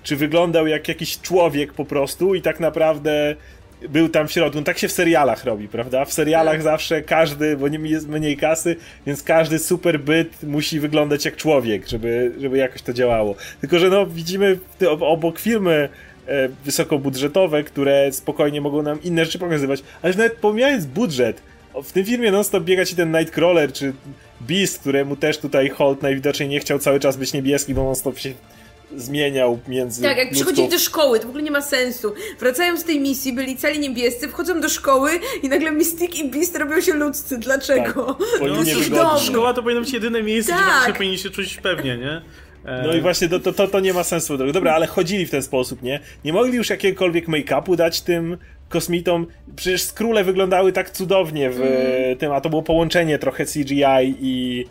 czy wyglądał jak jakiś człowiek po prostu i tak naprawdę był tam w środku. No tak się w serialach robi, prawda? W serialach tak. zawsze każdy, bo nie jest mniej kasy, więc każdy super byt musi wyglądać jak człowiek, żeby, żeby jakoś to działało. Tylko, że no widzimy obok filmy e, wysokobudżetowe, które spokojnie mogą nam inne rzeczy pokazywać, ale nawet pomijając budżet, w tym filmie non-stop biega ci ten Nightcrawler, czy Beast, któremu też tutaj Holt najwidoczniej nie chciał cały czas być niebieski, bo non-stop się zmieniał między Tak, jak ludzką... przychodzili do szkoły, to w ogóle nie ma sensu. Wracają z tej misji, byli cali niebiescy, wchodzą do szkoły i nagle Mystique i Beast robią się ludzcy. Dlaczego? Tak, to nie jest cudowne. Szkoła to powinno być jedyne miejsce, tak. gdzie faktycznie powinni się czuć pewnie, nie? No i właśnie to, to, to nie ma sensu. Dobra, ale chodzili w ten sposób, nie? Nie mogli już jakiegokolwiek make-upu dać tym kosmitom. Przecież skróle wyglądały tak cudownie w mm. tym, a to było połączenie trochę C G I i,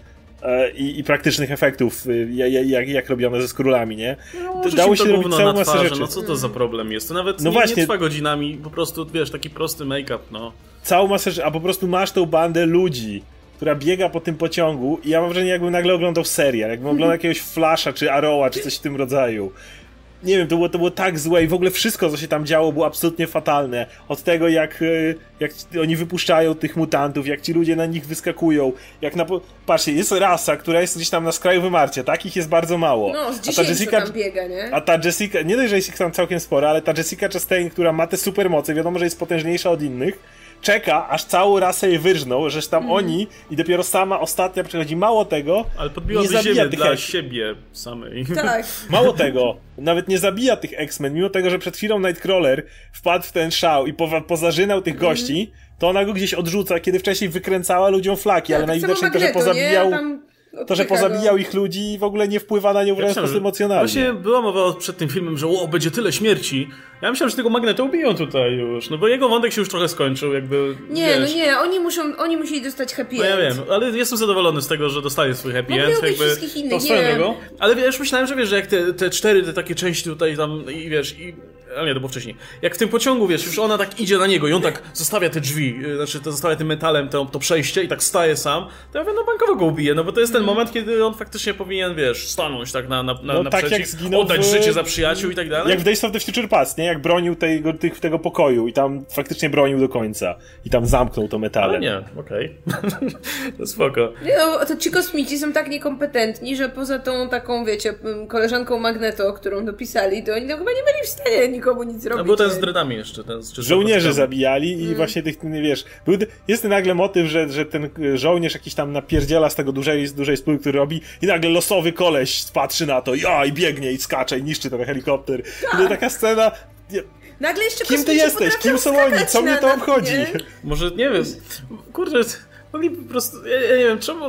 i, i praktycznych efektów, jak, jak, jak robione ze skrólami, nie? No, dało się robić całą masę rzeczy. No co to za problem jest? To nawet no nie, właśnie, nie trwa godzinami, po prostu, wiesz, taki prosty make-up, no. Całą masę rzeczy, a po prostu masz tą bandę ludzi, która biega po tym pociągu i ja mam wrażenie, jakbym nagle oglądał serial, jakbym oglądał jakiegoś Flasha, czy Arrowa, czy coś w tym rodzaju. Nie wiem, to było, to było tak złe i w ogóle wszystko, co się tam działo, było absolutnie fatalne. Od tego, jak, jak oni wypuszczają tych mutantów, jak ci ludzie na nich wyskakują, jak na... Patrzcie, jest rasa, która jest gdzieś tam na skraju wymarcia, takich jest bardzo mało. No, z a ta Jessica tam biega, nie? A ta Jessica, nie dość, że jest ich tam całkiem sporo, ale ta Jessica Chastain, która ma te supermoce, wiadomo, że jest potężniejsza od innych, czeka, aż całą rasę jej wyrżną, żeż tam mm. oni i dopiero sama ostatnia przychodzi. Mało tego, ale podbiłaby nie zabija ziemię tych dla X- siebie samej. Tak. Mało tego, nawet nie zabija tych X-Men, mimo tego, że przed chwilą Nightcrawler wpadł w ten szał i po, pozażynał tych mm. gości, to ona go gdzieś odrzuca, kiedy wcześniej wykręcała ludziom flaki, tak, ale najwidoczniej to, że pozabijał... To, że pozabijał ich ludzi i w ogóle nie wpływa na nią w żaden sposób emocjonalnie. Właśnie była mowa przed tym filmem, że o, będzie tyle śmierci. Ja myślałem, że tego Magneto ubiją tutaj już, no bo jego wątek się już trochę skończył, jakby, Nie, wiesz. no nie, oni muszą, oni musieli dostać happy end. No ja wiem, ale jestem zadowolony z tego, że dostaje swój happy end, jakby wszystkich innych, to swoją drogą. Ale wiesz, myślałem, że wiesz, że jak te, te cztery, te takie części tutaj tam i wiesz, i... Ale nie, to było wcześniej. Jak w tym pociągu, wiesz, już ona tak idzie na niego i on tak zostawia te drzwi, znaczy to zostawia tym metalem to, to przejście i tak staje sam, to ja wiem, no bankowo go ubije, no bo to jest ten mm. moment, kiedy on faktycznie powinien, wiesz, stanąć tak na, na, na, no, naprzeciw, tak jak zginął oddać w... życie za przyjaciół i tak dalej. Jak w Days of the Future Past, nie? Jak bronił tego, tych, tego pokoju i tam faktycznie bronił do końca i tam zamknął to metalem. Ale nie, okej. Okay. To spoko. Nie, no, to ci kosmici są tak niekompetentni, że poza tą taką, wiecie, koleżanką Magneto, którą dopisali, to oni tam chyba nie byli w stanie nikomu nic robić. No, ten z dreadami jeszcze. Ten z żołnierzy zabijali i mm. właśnie tych, wiesz, był, jest nagle motyw, że, że ten żołnierz jakiś tam napierdziela z tego dużej, z dużej spół, który robi i nagle losowy koleś patrzy na to ja, i biegnie i skacze i niszczy ten helikopter. Tak. I to taka scena... Nagle jeszcze kim ty jesteś? Kim są oni? Co mnie to obchodzi? Nie? Może, nie wiem, kurde, mogli po prostu, ja, ja nie wiem, czemu...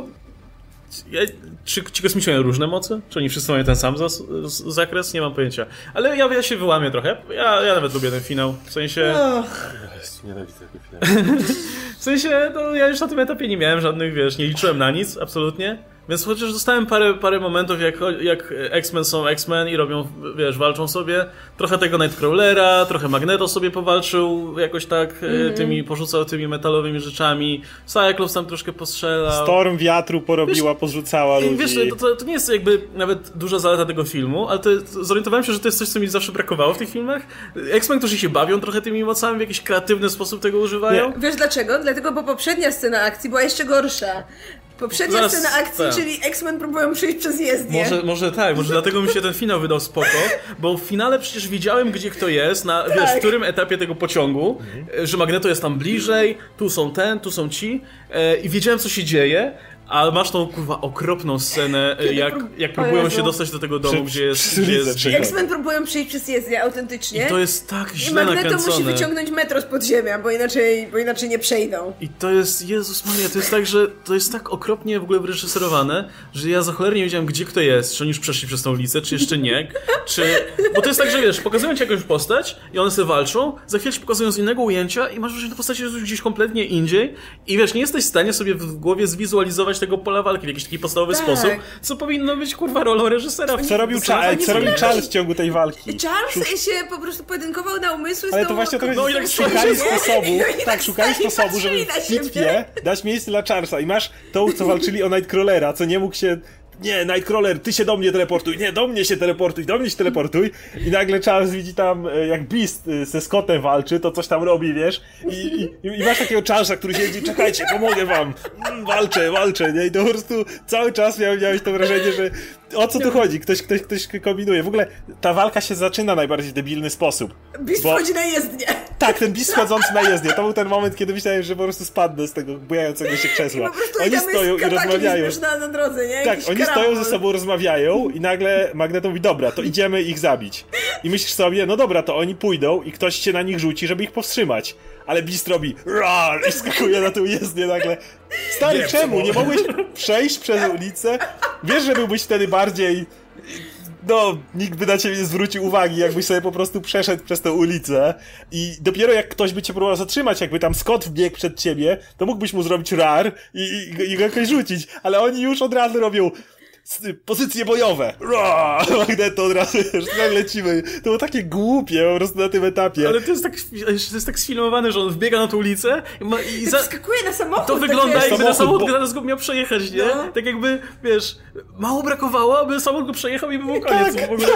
Ja, czy ci kosmici mają różne moce? Czy oni wszyscy mają ten sam zas, z, zakres? Nie mam pojęcia. Ale ja, ja się wyłamię trochę. Ja, ja nawet lubię ten finał. W sensie... Nienawidzę tego finału. W sensie, no ja już na tym etapie nie miałem żadnych, wiesz, nie liczyłem na nic, absolutnie. Więc chociaż dostałem parę, parę momentów, jak, jak X-Men są X-Men i robią, wiesz, walczą sobie. Trochę tego Nightcrawlera, trochę Magneto sobie powalczył jakoś tak, mm. tymi, porzucał tymi metalowymi rzeczami. Cyclops tam troszkę postrzelał. Storm wiatru porobiła, wiesz, porzucała ludzi. Wiesz, to, to nie jest jakby nawet duża zaleta tego filmu, ale to, to zorientowałem się, że to jest coś, co mi zawsze brakowało w tych filmach. X-Men, którzy się bawią trochę tymi mocami, w jakiś kreatywny sposób tego używają. Nie. Wiesz dlaczego? Dlatego, bo poprzednia scena akcji była jeszcze gorsza. Poprzednia Zaraz, scena akcji, tak. czyli X-Men próbują przejść przez jezdnię. Może, może tak, może dlatego mi się ten finał wydał spoko, bo w finale przecież widziałem, gdzie kto jest, na tak. wiesz, w którym etapie tego pociągu, mhm. że Magneto jest tam bliżej, tu są ten, tu są ci e, i wiedziałem, co się dzieje. A masz tą, kurwa, okropną scenę, Kiedy jak, prób... jak próbują się dostać do tego domu, przy, gdzie jest... Gdzie jest X-Men próbują przejść przez jezdnię autentycznie. I to jest tak źle I Magneto nakręcone. musi wyciągnąć metro z podziemia, bo inaczej, bo inaczej nie przejdą. I to jest, Jezus Maria, to jest tak, że to jest tak okropnie w ogóle wyreżyserowane, że ja za cholernie nie wiedziałem, gdzie kto jest, czy oni już przeszli przez tą ulicę, czy jeszcze nie, czy... Bo to jest tak, że wiesz, pokazują ci jakąś postać i one sobie walczą, za chwilę ci pokazują z innego ujęcia i masz wrażenie, że ta postać jest gdzieś kompletnie indziej i wiesz, nie jesteś w stanie sobie w głowie zwizualizować tego pola walki w jakiś taki podstawowy tak. sposób, co powinno być, kurwa, rolą reżysera. Co robił, Cha- co robił Charles w ciągu tej walki? Charles Szuk- się po prostu pojedynkował na umysły z Ale tą... to właśnie to no, jest, szukali sposobu, no tak, szukali sposobu, żeby w bitwie dać miejsce dla Charlesa i masz tą, co walczyli o Nightcrawlera, co nie mógł się nie, Nightcrawler, ty się do mnie teleportuj, nie, do mnie się teleportuj, do mnie się teleportuj i nagle Charles widzi tam, jak Beast ze Scottem walczy, to coś tam robi, wiesz, i, i, i masz takiego Charlesa, który siedzi, czekajcie, pomogę wam, mm, walczę, walczę, nie, i to po prostu cały czas miałeś, miałeś to wrażenie, że o co tu chodzi, ktoś, ktoś, ktoś kombinuje, w ogóle ta walka się zaczyna w najbardziej debilny sposób. Beast bo... wchodzi na jezdnię. Tak, ten Beast wchodzący na jezdnię, to był ten moment, kiedy myślałem, że po prostu spadnę z tego bujającego się krzesła. Oni stoją i rozmawiają. Na, na drodze, nie? Tak, oni stoją ze sobą, rozmawiają i nagle Magneto mówi, dobra, to idziemy ich zabić. I myślisz sobie, no dobra, to oni pójdą i ktoś się na nich rzuci, żeby ich powstrzymać. Ale Beast robi roar i skakuje na tą jezdnię nagle. Stary, nie, czemu? Nie mogłeś przejść przez ulicę? Wiesz, że byłbyś wtedy bardziej... No, nikt by na ciebie nie zwrócił uwagi, jakbyś sobie po prostu przeszedł przez tę ulicę i dopiero jak ktoś by cię próbował zatrzymać, jakby tam Scott wbiegł przed ciebie, to mógłbyś mu zrobić rar i, i, i go jakoś rzucić, ale oni już od razu robią pozycje bojowe. Roa! Magneto od razu, że tak lecimy. To było takie głupie po prostu na tym etapie. Ale to jest tak, to jest tak sfilmowane, że on wbiega na tę ulicę i, ma, i za... skakuje na samochód. To wygląda tak jakby na samochód bo... zaraz go miał przejechać, nie? No. Tak jakby, wiesz, mało brakowało, aby samochód go przejechał i by był koniec. Tak. W ogóle,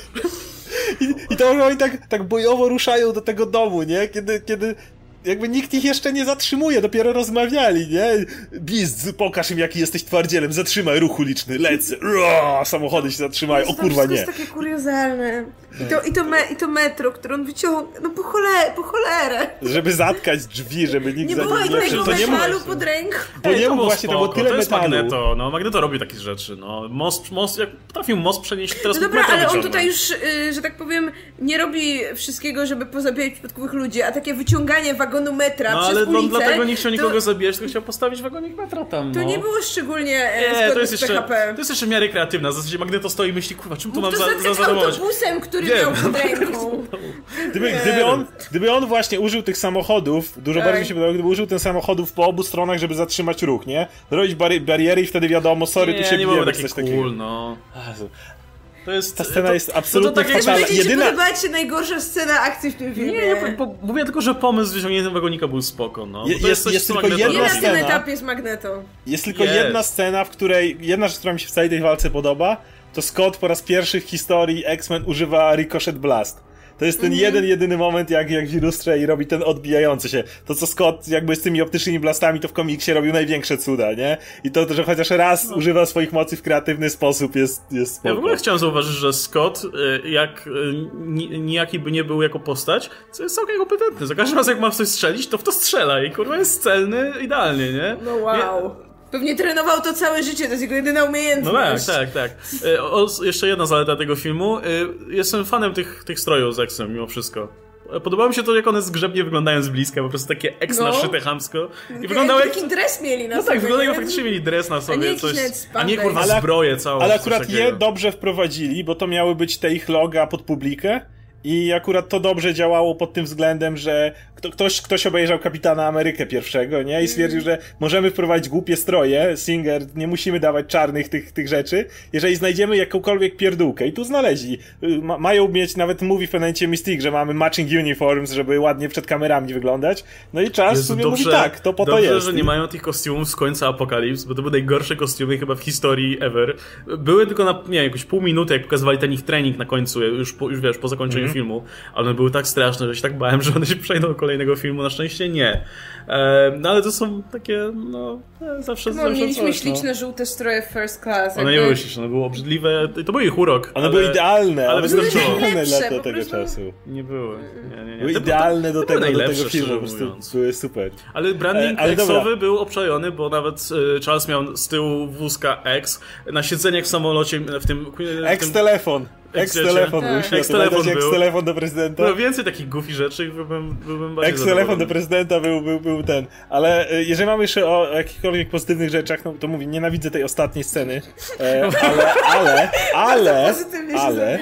I, I to oni tak, tak bojowo ruszają do tego domu, nie? Kiedy, kiedy jakby nikt ich jeszcze nie zatrzymuje, dopiero rozmawiali, nie? Beast, pokaż im, jaki jesteś twardzielem, zatrzymaj ruch uliczny, lecę, Roa! Samochody się zatrzymają, o kurwa, nie. To jest takie kuriozalne. I to, i to, me, i to metro, które on wyciąga, no po cholerę, po cholerę. Żeby zatkać drzwi, żeby nikt nie za nim nie wszedł. Nie było nie metalu pod ręką. Bo Ej, nie to mógł było właśnie, spoko, to było tyle to jest metalu. Magneto, no Magneto robi takie rzeczy, no. Most, most, jak potrafił most przenieść, teraz no dobra, metro ale on wyciągnął. tutaj już, y, że tak powiem, nie robi wszystkiego, żeby pozabijać przypadkowych ludzi, a takie wyciąganie wagonu metra no, przez ale ulicę... No ale dlatego nie chciał nikogo to... zabijać, tylko chciał postawić wagonik metra tam, To no. nie było szczególnie e, nie, to jest z jeszcze, P H P. To jest jeszcze w miarę kreatywna, w zasadzie Magneto stoi i myśli, kurwa, czym tu mam to za, za, za zadomować? autobusem, który Wiem. miał pod ręką. Gdyby, gdyby, on, gdyby on właśnie użył tych samochodów, dużo Ej. bardziej się podobało, gdyby użył tych samochodów po obu stronach, żeby zatrzymać ruch, nie? Zrobić bari- bariery i wtedy wiadomo, sorry, nie, tu się nie bijemy, takie coś cool, takiego. no. To jest, Ta scena to, jest absolutnie to, to tak fatalna. Jeśli będzie Jedyna... ci podobać się najgorsza scena akcji w tym filmie. Nie, ja po, po, mówię tylko, że pomysł z wyciągnięciem wagonika był spoko, no. Bo Je, to jest, coś, jest co tylko Magneto jedna Nie na robi. scena. tym etapie z Magneto. Jest tylko Jest. jedna scena, w której, jedna rzecz, która mi się w całej tej walce podoba, to Scott po raz pierwszy w historii X-Men używa Ricochet Blast. To jest ten mm. jeden, jedyny moment, jak, jak w lustrze i robi ten odbijający się. To, co Scott jakby z tymi optycznymi blastami, to w komiksie robił największe cuda, nie? I to, że chociaż raz no. używa swoich mocy w kreatywny sposób, jest, jest spoko. Ja w ogóle chciałem zauważyć, że Scott, jak nijaki by nie był jako postać, to jest całkiem kompetentny. Za każdym razem, jak ma w coś strzelić, to w to strzela i kurwa jest celny idealnie, nie? No wow. Nie... Pewnie trenował to całe życie, to jest jego jedyna umiejętność. No tak, tak, tak. O, jeszcze jedna zaleta tego filmu. Jestem fanem tych, tych strojów z X-em mimo wszystko. Podobało mi się to, jak one zgrzebnie wyglądają z bliska, po prostu takie X no. naszyte chamsko. I wyglądało jak... Taki dres mieli na no sobie. No tak, wygląda jak nie? faktycznie mieli dres na sobie. A nie, coś... A nie kurwa ale, zbroję całą. Ale akurat je dobrze wprowadzili, bo to miały być te ich loga pod publikę. I akurat to dobrze działało pod tym względem, że kto, ktoś, ktoś obejrzał Kapitana Amerykę pierwszego, nie? I stwierdził, że możemy wprowadzić głupie stroje, Singer, nie musimy dawać czarnych tych, tych rzeczy, jeżeli znajdziemy jakąkolwiek pierdółkę. I tu znaleźli. Ma, mają mieć, nawet mówi w pewnym momencie Mystique, że mamy matching uniforms, żeby ładnie przed kamerami wyglądać. No i czas w sumie dobrze, mówi tak, to po dobrze, to jest. że nie mają tych kostiumów z końca Apokalips, bo to były najgorsze kostiumy chyba w historii ever. Były tylko na, nie wiem, jakieś pół minuty, jak pokazywali ten ich trening na końcu, już, po, już wiesz, po zakończeniu mm. filmu, ale one były tak straszne, że się tak bałem, że one się przejdą do kolejnego filmu. Na szczęście nie. E, no ale to są takie, no, zawsze, no, zawsze mieliśmy coś, śliczne, no. żółte stroje first class. One nie były śliczne, one były obrzydliwe. To był ich urok. One ale, były idealne, ale były wystarczyło. idealne dla Lepsze, tego prostu. czasu. Nie były. Nie, nie, nie. Były to, idealne to, do, to tego, do tego szczerze filmu, po mówiąc. prostu były super. Ale branding e, ale X-owy dobra. był obczajony, bo nawet e, Charles miał z tyłu wózka X, na siedzeniach w samolocie, w tym... W X-telefon. X-telefon był świetny. X-telefon był. X-telefon do prezydenta. No więcej takich goofy rzeczy i byłbym, byłbym bardziej X-telefon do prezydenta był, był, był ten. Ale e, jeżeli mamy jeszcze o jakichkolwiek pozytywnych rzeczach, no to mówię, nienawidzę tej ostatniej sceny. E, ale, ale, ale, ale,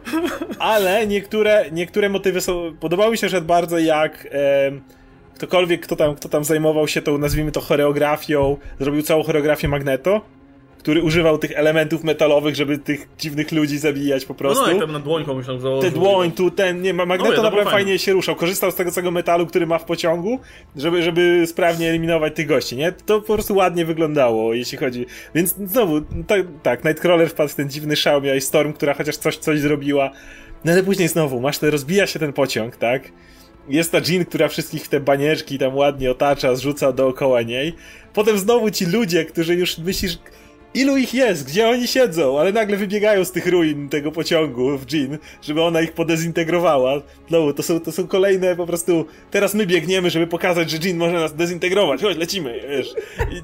ale niektóre, niektóre motywy są, podobały mi się że bardzo jak e, ktokolwiek, kto tam, kto tam zajmował się tą, nazwijmy to choreografią, zrobił całą choreografię Magneto. który używał tych elementów metalowych, żeby tych dziwnych ludzi zabijać po prostu. No, no i tam na dłoń komuś tam założył. Te dłoń, tu ten, nie, Magneto no, ja, naprawdę fajnie się ruszał. Korzystał z tego całego metalu, który ma w pociągu, żeby, żeby sprawnie eliminować tych gości, nie? To po prostu ładnie wyglądało, jeśli chodzi. Więc znowu, tak, tak Nightcrawler wpadł w ten dziwny szał, miałeś Storm, która chociaż coś, coś zrobiła. No ale później znowu, masz te, rozbija się ten pociąg, tak? Jest ta Jean, która wszystkich w te banieczki tam ładnie otacza, zrzuca dookoła niej. Potem znowu ci ludzie, którzy już myślisz, ilu ich jest, gdzie oni siedzą, ale nagle wybiegają z tych ruin tego pociągu w Jean, żeby ona ich podezintegrowała. No, to są, to są kolejne po prostu, teraz my biegniemy, żeby pokazać, że Jean może nas dezintegrować. Chodź, lecimy, wiesz. I...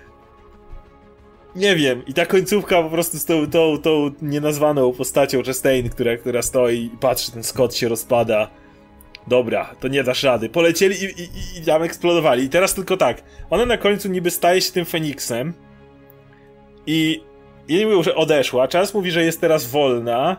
Nie wiem, i ta końcówka po prostu z tą, tą, tą nienazwaną postacią Chastain, która, która stoi i patrzy, ten Scott się rozpada. Dobra, to nie dasz rady. Polecieli i, i, i tam eksplodowali. I teraz tylko tak, ona na końcu niby staje się tym Feniksem i jej mówią, że odeszła. Charles mówi, że jest teraz wolna.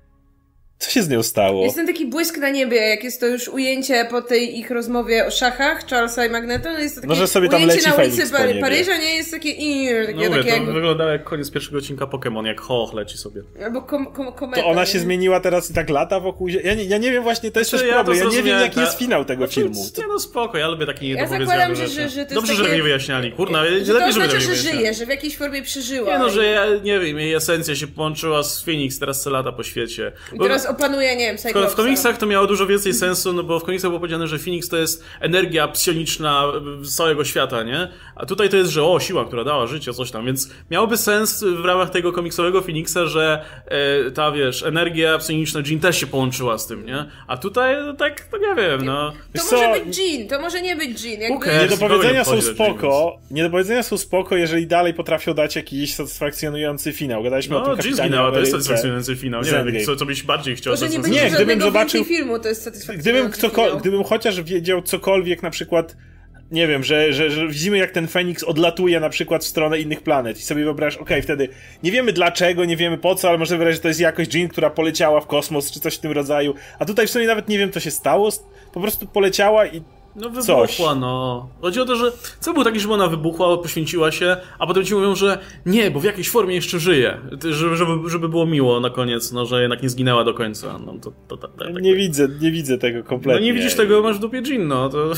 Co się z nią stało? Jest ten taki błysk na niebie, jak jest to już ujęcie po tej ich rozmowie o szachach, Charlesa i Magneto, no jest to takie no, że sobie tam ujęcie leci na ulicy Feniks po Pary- niebie. Paryża, nie? Jest takie ir, takie, No mówię, takie to jakby... wyglądało jak koniec pierwszego odcinka Pokémon, jak Hoch leci sobie. Albo kom, kom, kometa, To ona nie? się zmieniła teraz i tak lata wokół... Ja nie, ja nie wiem właśnie, to jest Znaczy, też ja to problem. Ja nie wiem, zrozumiałem, jaki jest ta- finał tego Znaczy, filmu. To... Nie no spoko, ja lubię takie Ja niedopowiedziane zakładam, że, rzeczy. że, że to Dobrze, jest że takie... mi wyjaśniali. Kurna, że lepiej, to żeby oznacza, mi że wyjaśniali. żyje, że w jakiejś formie przeżyła. Nie no, i- że ja, nie wiem, jej esencja się połączyła z Phoenix, teraz se lata po świecie. I Bo teraz opanuje, nie wiem, w, Cyclopsa. w komiksach to miało dużo więcej sensu, no bo w komiksach było powiedziane, że Phoenix to jest energia psioniczna z całego świata, nie? A tutaj to jest, że o, siła, która dała życie, coś tam, więc miałoby sens w ramach tego komiksowego Phoenixa, że e, ta, wiesz, energia psioniczna Jean też się połączyła z tym, nie? A tutaj, no, tak, to nie wiem, no. To Wiesz może co? być Jean, to może nie być Jean. Jakby... Okej. Niedopowiedzenia są Spoiler, spoko, niedopowiedzenia są spoko, jeżeli dalej potrafią dać jakiś satysfakcjonujący finał. Gadaliśmy o No, tym Jean Kapitanie zginęła, to jest Ameryce. satysfakcjonujący finał. Nie Zendgame. wiem, co, co byś bardziej chciał. Może nie satysfakcjonujący- będzie Nie, gdybym żadnego zobaczył- więcej filmu, to jest satysfakcjonujący Gdybym, ktoko, finał. gdybym chociaż wiedział cokolwiek, na przykład, nie wiem, że, że, że widzimy jak ten Feniks odlatuje na przykład w stronę innych planet i sobie wyobrażasz, okej, wtedy nie wiemy dlaczego, nie wiemy po co, ale może wyobrazić, że to jest jakoś Jean, która poleciała w kosmos, czy coś w tym rodzaju, a tutaj w sumie nawet nie wiem co się stało, po prostu poleciała i No Coś. wybuchła, no. Chodzi o to, że cel był taki, żeby ona wybuchła, poświęciła się, a potem ci mówią, że nie, bo w jakiejś formie jeszcze żyje. Żeby, żeby, żeby było miło na koniec, no, że jednak nie zginęła do końca. No to, to, to, to tak nie widzę, nie widzę tego No kompletnie. nie widzisz tego, masz w dupie Jean, no to...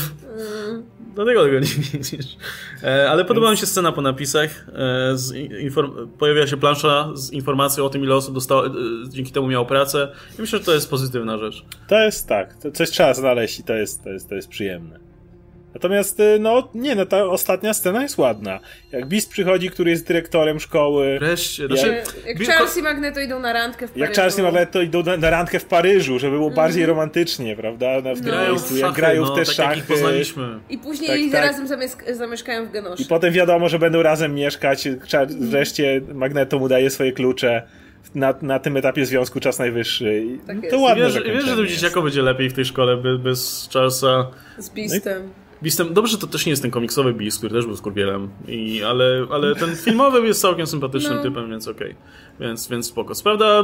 Dlatego tego nie widzisz. E, ale podoba mi się scena po napisach. E, z inform- pojawia się plansza z informacją o tym, ile osób dostało, e, dzięki temu miało pracę. I myślę, że to jest pozytywna rzecz. To jest tak, to coś trzeba znaleźć i to jest, to jest, to jest przyjemne. Natomiast, y, no, nie, no, ta ostatnia scena jest ładna. Jak Beast przychodzi, który jest dyrektorem szkoły. Wreszcie. Ja- Znaczy, Jak Bi- Charles i Magneto idą na randkę w Paryżu. Jak Charles i Magneto idą na, na randkę w Paryżu, żeby było bardziej romantycznie, prawda? Na, w tym grają miejscu, w jak szachy, grają no, w te tak szachy. jak ich poznaliśmy. I później Tak, tak. razem zamies- zamieszkają w Genoszu. I potem wiadomo, że będą razem mieszkać. Charles, wreszcie Magneto mu daje swoje klucze. Na, na tym etapie związku czas najwyższy. I Tak to jest. ładne Wiesz, zakończenie wiesz, że tym jest. dzieciakom będzie lepiej w tej szkole be- bez Charlesa. Z Beastem. Beastem, dobrze, to też nie jest ten komiksowy Beast, który też był skurwielem, I, ale, ale ten filmowy jest całkiem sympatycznym No. typem, więc okej. Więc, więc spoko. Co prawda,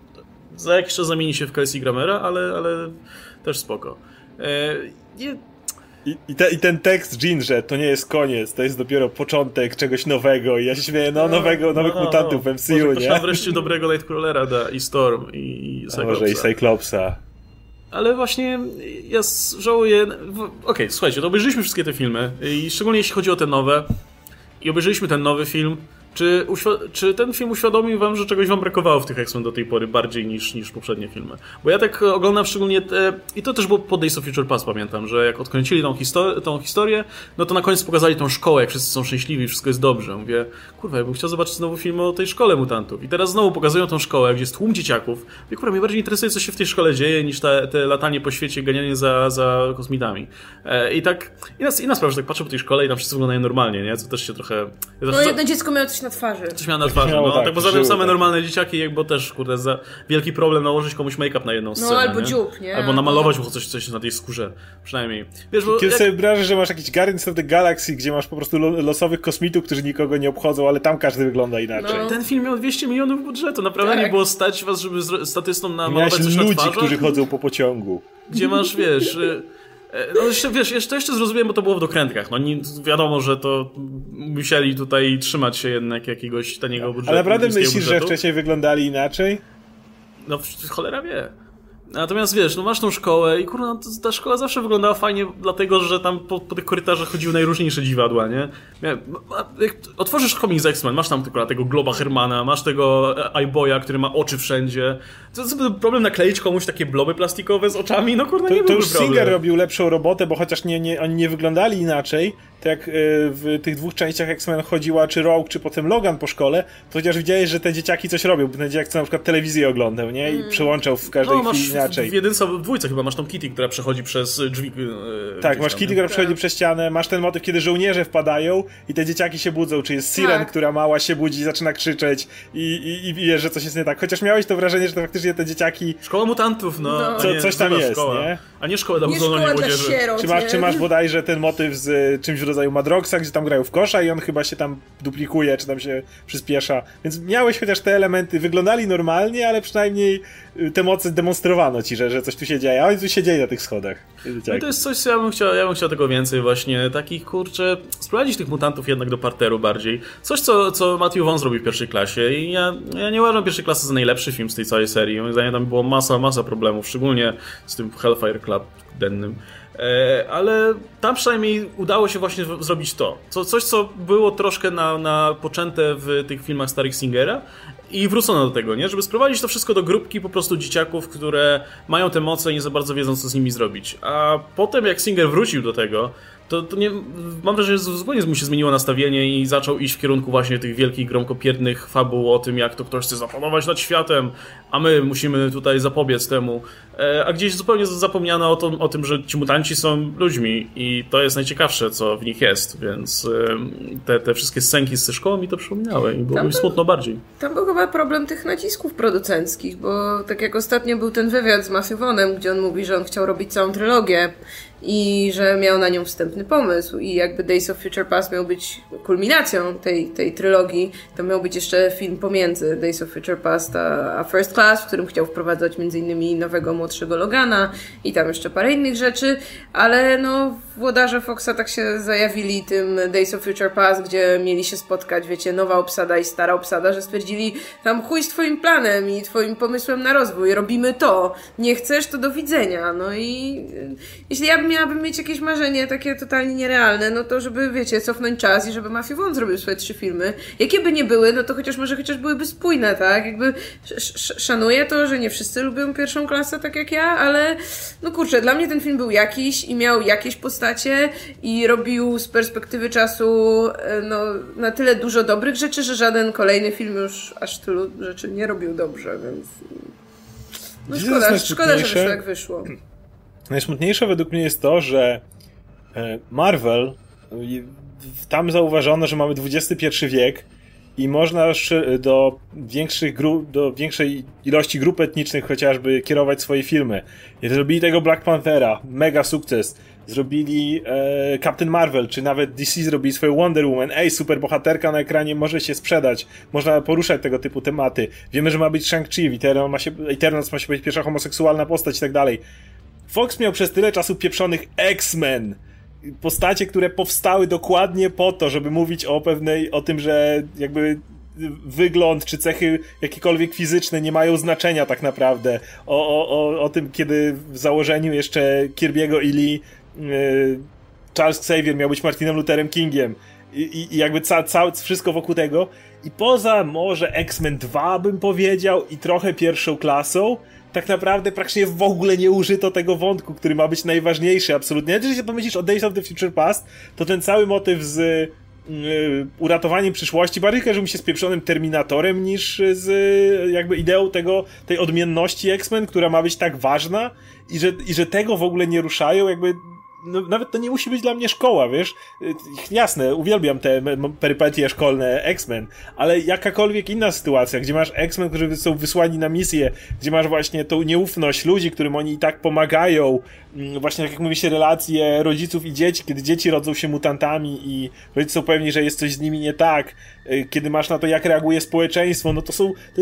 za jakiś czas zamieni się w Kelsey Gramera, ale, ale też spoko. E, nie, I, i, te, I ten tekst Jean, że to nie jest koniec, to jest dopiero początek czegoś nowego. I ja się śmieję, no, nowego, nowych no, mutantów w M C U, może nie? poszłam wreszcie dobrego Nightcrawlera da, i Storm, i, i A może i Cyclopsa. Cyclopsa. Ale właśnie ja s- żałuję... w- Okej, okay, słuchajcie, to obejrzeliśmy wszystkie te filmy i szczególnie jeśli chodzi o te nowe i obejrzeliśmy ten nowy film, czy, uświ- czy ten film uświadomił wam, że czegoś wam brakowało w tych X-Men do tej pory bardziej niż, niż poprzednie filmy? Bo ja tak oglądam szczególnie te, i to też było po Days of Future Past, pamiętam, że jak odkręcili tą, histo- tą historię, no to na koniec pokazali tą szkołę, jak wszyscy są szczęśliwi, wszystko jest dobrze. Mówię, kurwa, ja bym chciał zobaczyć znowu film o tej szkole mutantów. I teraz znowu pokazują tą szkołę, gdzie jest tłum dzieciaków. I kurwa, mnie bardziej interesuje, co się w tej szkole dzieje, niż te, te latanie po świecie, ganianie za, za kosmitami. E, I tak, i nas, i nas sprawa, że tak patrzę po tej szkole i tam wszyscy wyglądają normalnie, nie? Co też się trochę... Ja No zawsze- jedno dziecko miało coś na twarzy. Coś miał na twarzy, Miało no. tak, Tak, poza tym żyły same tak. normalne dzieciaki, jakby też, kurde, za wielki problem nałożyć komuś make-up na jedną scenę, albo nie? dziób, nie? Albo namalować mu coś, coś na tej skórze, przynajmniej. Wiesz, bo Kiedy jak... sobie wyobrażasz, że masz jakiś Guardians of the Galaxy, gdzie masz po prostu lo- losowych kosmitów, którzy nikogo nie obchodzą, ale tam każdy wygląda inaczej. No. ten film miał dwieście milionów budżetu, naprawdę Tak. nie było stać was, żeby z statystą I namalować miałeś coś na ludzi, twarzach, którzy chodzą po pociągu. gdzie masz, wiesz... y, No jeszcze, wiesz, jeszcze, jeszcze zrozumiałem, bo to było w dokrętkach. No nie, wiadomo, że to musieli tutaj trzymać się jednak jakiegoś taniego budżetu. Ale naprawdę myślisz, budżetu. że wcześniej wyglądali inaczej? No cholera wie. Natomiast wiesz, no masz tą szkołę i kurwa, ta szkoła zawsze wyglądała fajnie, dlatego że tam po, po tych korytarzach chodziły najróżniejsze dziwadła, nie? Jak otworzysz komiks X-Men, masz tam tylko tego Globa Hermana, masz tego iBoya, który ma oczy wszędzie. To jest problem nakleić komuś takie bloby plastikowe z oczami, no kurwa, nie To, to już problem. Singer robił lepszą robotę, bo chociaż nie, nie, oni nie wyglądali inaczej, to jak w tych dwóch częściach X-Men chodziła czy Rogue, czy potem Logan po szkole, to chociaż widziałeś, że te dzieciaki coś robią, bo ten dzieciak co na przykład telewizję oglądał, nie? I przełączał w każdej no, chwili inaczej. W jedynce, w dwójce chyba masz tą Kitty, która przechodzi przez drzwi. Yy, tak, masz tam, Kitty, która przechodzi przez ścianę, masz ten motyw, kiedy żołnierze wpadają i te dzieciaki się budzą, czy jest Siren, tak. która mała się budzi i zaczyna krzyczeć i, i, i wiesz, że coś jest nie tak. Chociaż miałeś to wrażenie, że to faktycznie te dzieciaki... Szkoła mutantów, no. no. Co, coś tam jest, szkoła. nie? A nie szkoła dla Nie szkoła uzdolnionej dla młodzieży. sierot, Czy masz, nie? czy masz bodajże ten motyw z y, czymś w rodzaju Madroxa, gdzie tam grają w kosza i on chyba się tam duplikuje, czy tam się przyspiesza. Więc miałeś chociaż te elementy, wyglądali normalnie, ale przynajmniej y, te moce demonstrowano ci, że, że coś tu się dzieje. A oni tu się dzieje na tych schodach. No to jest coś, co ja bym chciał, ja bym chciał tego więcej właśnie. Takich, kurczę, sprowadzić tych mutantów jednak do parteru bardziej. Coś, co, co Matthew Vaughn zrobił w pierwszej klasie. I ja, ja nie uważam pierwszej klasy za najlepszy film z tej całej serii. Moim zdaniem tam było masa, masa problemów, szczególnie z tym Hellfire Club dennym. E, ale tam przynajmniej udało się właśnie zrobić to. Co, coś, co było troszkę na, na poczęte w tych filmach starych Singera i wrócono do tego, nie? Żeby sprowadzić to wszystko do grupki po prostu dzieciaków, które mają te moce i nie za bardzo wiedzą, co z nimi zrobić. A potem jak Singer wrócił do tego, to, to nie, mam wrażenie, że zupełnie mu się zmieniło nastawienie i zaczął iść w kierunku właśnie tych wielkich, gromkopierdnych fabuł o tym, jak to ktoś chce zapanować nad światem, a my musimy tutaj zapobiec temu. E, a gdzieś zupełnie zapomniano o, to, o tym, że ci mutanci są ludźmi i to jest najciekawsze, co w nich jest, więc e, te, te wszystkie scenki z szkołą mi to przypominały i było mi smutno bardziej. Tam był chyba problem tych nacisków producenckich, bo tak jak ostatnio był ten wywiad z Matthew Vaughnem, gdzie on mówi, że on chciał robić całą trylogię i że miał na nią wstępny pomysł i jakby Days of Future Past miał być kulminacją tej, tej trylogii, to miał być jeszcze film pomiędzy Days of Future Past a, a First Class, w którym chciał wprowadzać między innymi nowego, młodszego Logana i tam jeszcze parę innych rzeczy, ale no włodarze Foxa tak się zajawili tym Days of Future Past, gdzie mieli się spotkać, wiecie, nowa obsada i stara obsada, że stwierdzili tam chuj z twoim planem i twoim pomysłem na rozwój, robimy to, nie chcesz, to do widzenia, no i jeśli ja bym miałabym mieć jakieś marzenie takie totalnie nierealne, no to żeby, wiecie, cofnąć czas i żeby Matthew Vaughn zrobił swoje trzy filmy. Jakie by nie były, no to chociaż może chociaż byłyby spójne, tak? Jakby sz- szanuję to, że nie wszyscy lubią pierwszą klasę tak jak ja, ale no kurczę, dla mnie ten film był jakiś i miał jakieś postacie i robił z perspektywy czasu no na tyle dużo dobrych rzeczy, że żaden kolejny film już aż tylu rzeczy nie robił dobrze, więc no szkoda, szkoda, że wyszło jak wyszło. Najsmutniejsze według mnie jest to, że Marvel, tam zauważono, że mamy dwudziesty pierwszy wiek i można do większych grup, do większej ilości grup etnicznych chociażby kierować swoje filmy. I zrobili tego Black Panthera, mega sukces. Zrobili e, Captain Marvel, czy nawet D C zrobili swoją Wonder Woman. Ej, superbohaterka na ekranie może się sprzedać. Można poruszać tego typu tematy. Wiemy, że ma być Shang-Chi, Eternals ma się, Eternals ma się być pierwsza homoseksualna postać i tak dalej. Fox miał przez tyle czasu pieprzonych X-Men. Postacie, które powstały dokładnie po to, żeby mówić o pewnej, o tym, że jakby wygląd czy cechy jakiekolwiek fizyczne nie mają znaczenia tak naprawdę. O, o, o, o tym, kiedy w założeniu jeszcze Kirby'ego i Lee yy, Charles Xavier miał być Martinem Lutherem Kingiem. I, i, i jakby ca, ca, wszystko wokół tego. I poza może X-Men dwa bym powiedział i trochę pierwszą klasą, tak naprawdę praktycznie w ogóle nie użyto tego wątku, który ma być najważniejszy absolutnie. Jeżeli się pomyślisz o Days of the Future Past, to ten cały motyw z yy, uratowaniem przyszłości bardziej kojarzy mi się z pieprzonym Terminatorem niż z yy, jakby ideą tego, tej odmienności X-Men, która ma być tak ważna i że, i że tego w ogóle nie ruszają, jakby no, nawet to nie musi być dla mnie szkoła, wiesz? Jasne, uwielbiam te perypetie szkolne X-Men, ale jakakolwiek inna sytuacja, gdzie masz X-Men, którzy są wysłani na misję, gdzie masz właśnie tą nieufność ludzi, którym oni i tak pomagają, właśnie tak jak mówi się, relacje rodziców i dzieci, kiedy dzieci rodzą się mutantami i rodzice są pewni, że jest coś z nimi nie tak, kiedy masz na to, jak reaguje społeczeństwo, no to są, to jest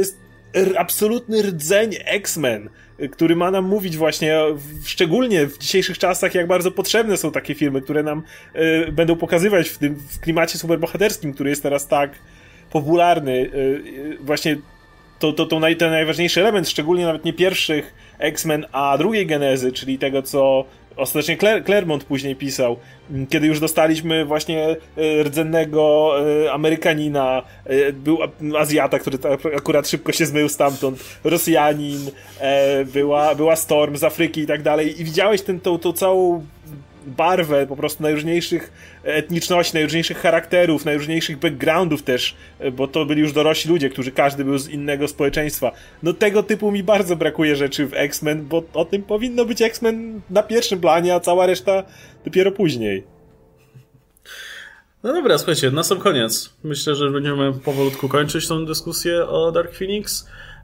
r- absolutny rdzeń X-Men, który ma nam mówić właśnie, w, szczególnie w dzisiejszych czasach, jak bardzo potrzebne są takie filmy, które nam y, będą pokazywać w tym w klimacie superbohaterskim, który jest teraz tak popularny. Y, y, właśnie to, to, to naj, ten najważniejszy element, szczególnie nawet nie pierwszych X-Men, a drugiej genezy, czyli tego, co ostatecznie Cler- Claremont później pisał, kiedy już dostaliśmy właśnie rdzennego Amerykanina, był Azjata, który akurat szybko się zmył stamtąd, Rosjanin, była, była Storm z Afryki i tak dalej, i widziałeś tę tą, tą całą barwę po prostu najróżniejszych etniczności, najróżniejszych charakterów, najróżniejszych backgroundów też, bo to byli już dorośli ludzie, którzy każdy był z innego społeczeństwa. No tego typu mi bardzo brakuje rzeczy w X-Men, bo o tym powinno być X-Men na pierwszym planie, a cała reszta dopiero później. No dobra, słuchajcie, na sam koniec. Myślę, że będziemy powolutku kończyć tą dyskusję o Dark Phoenix.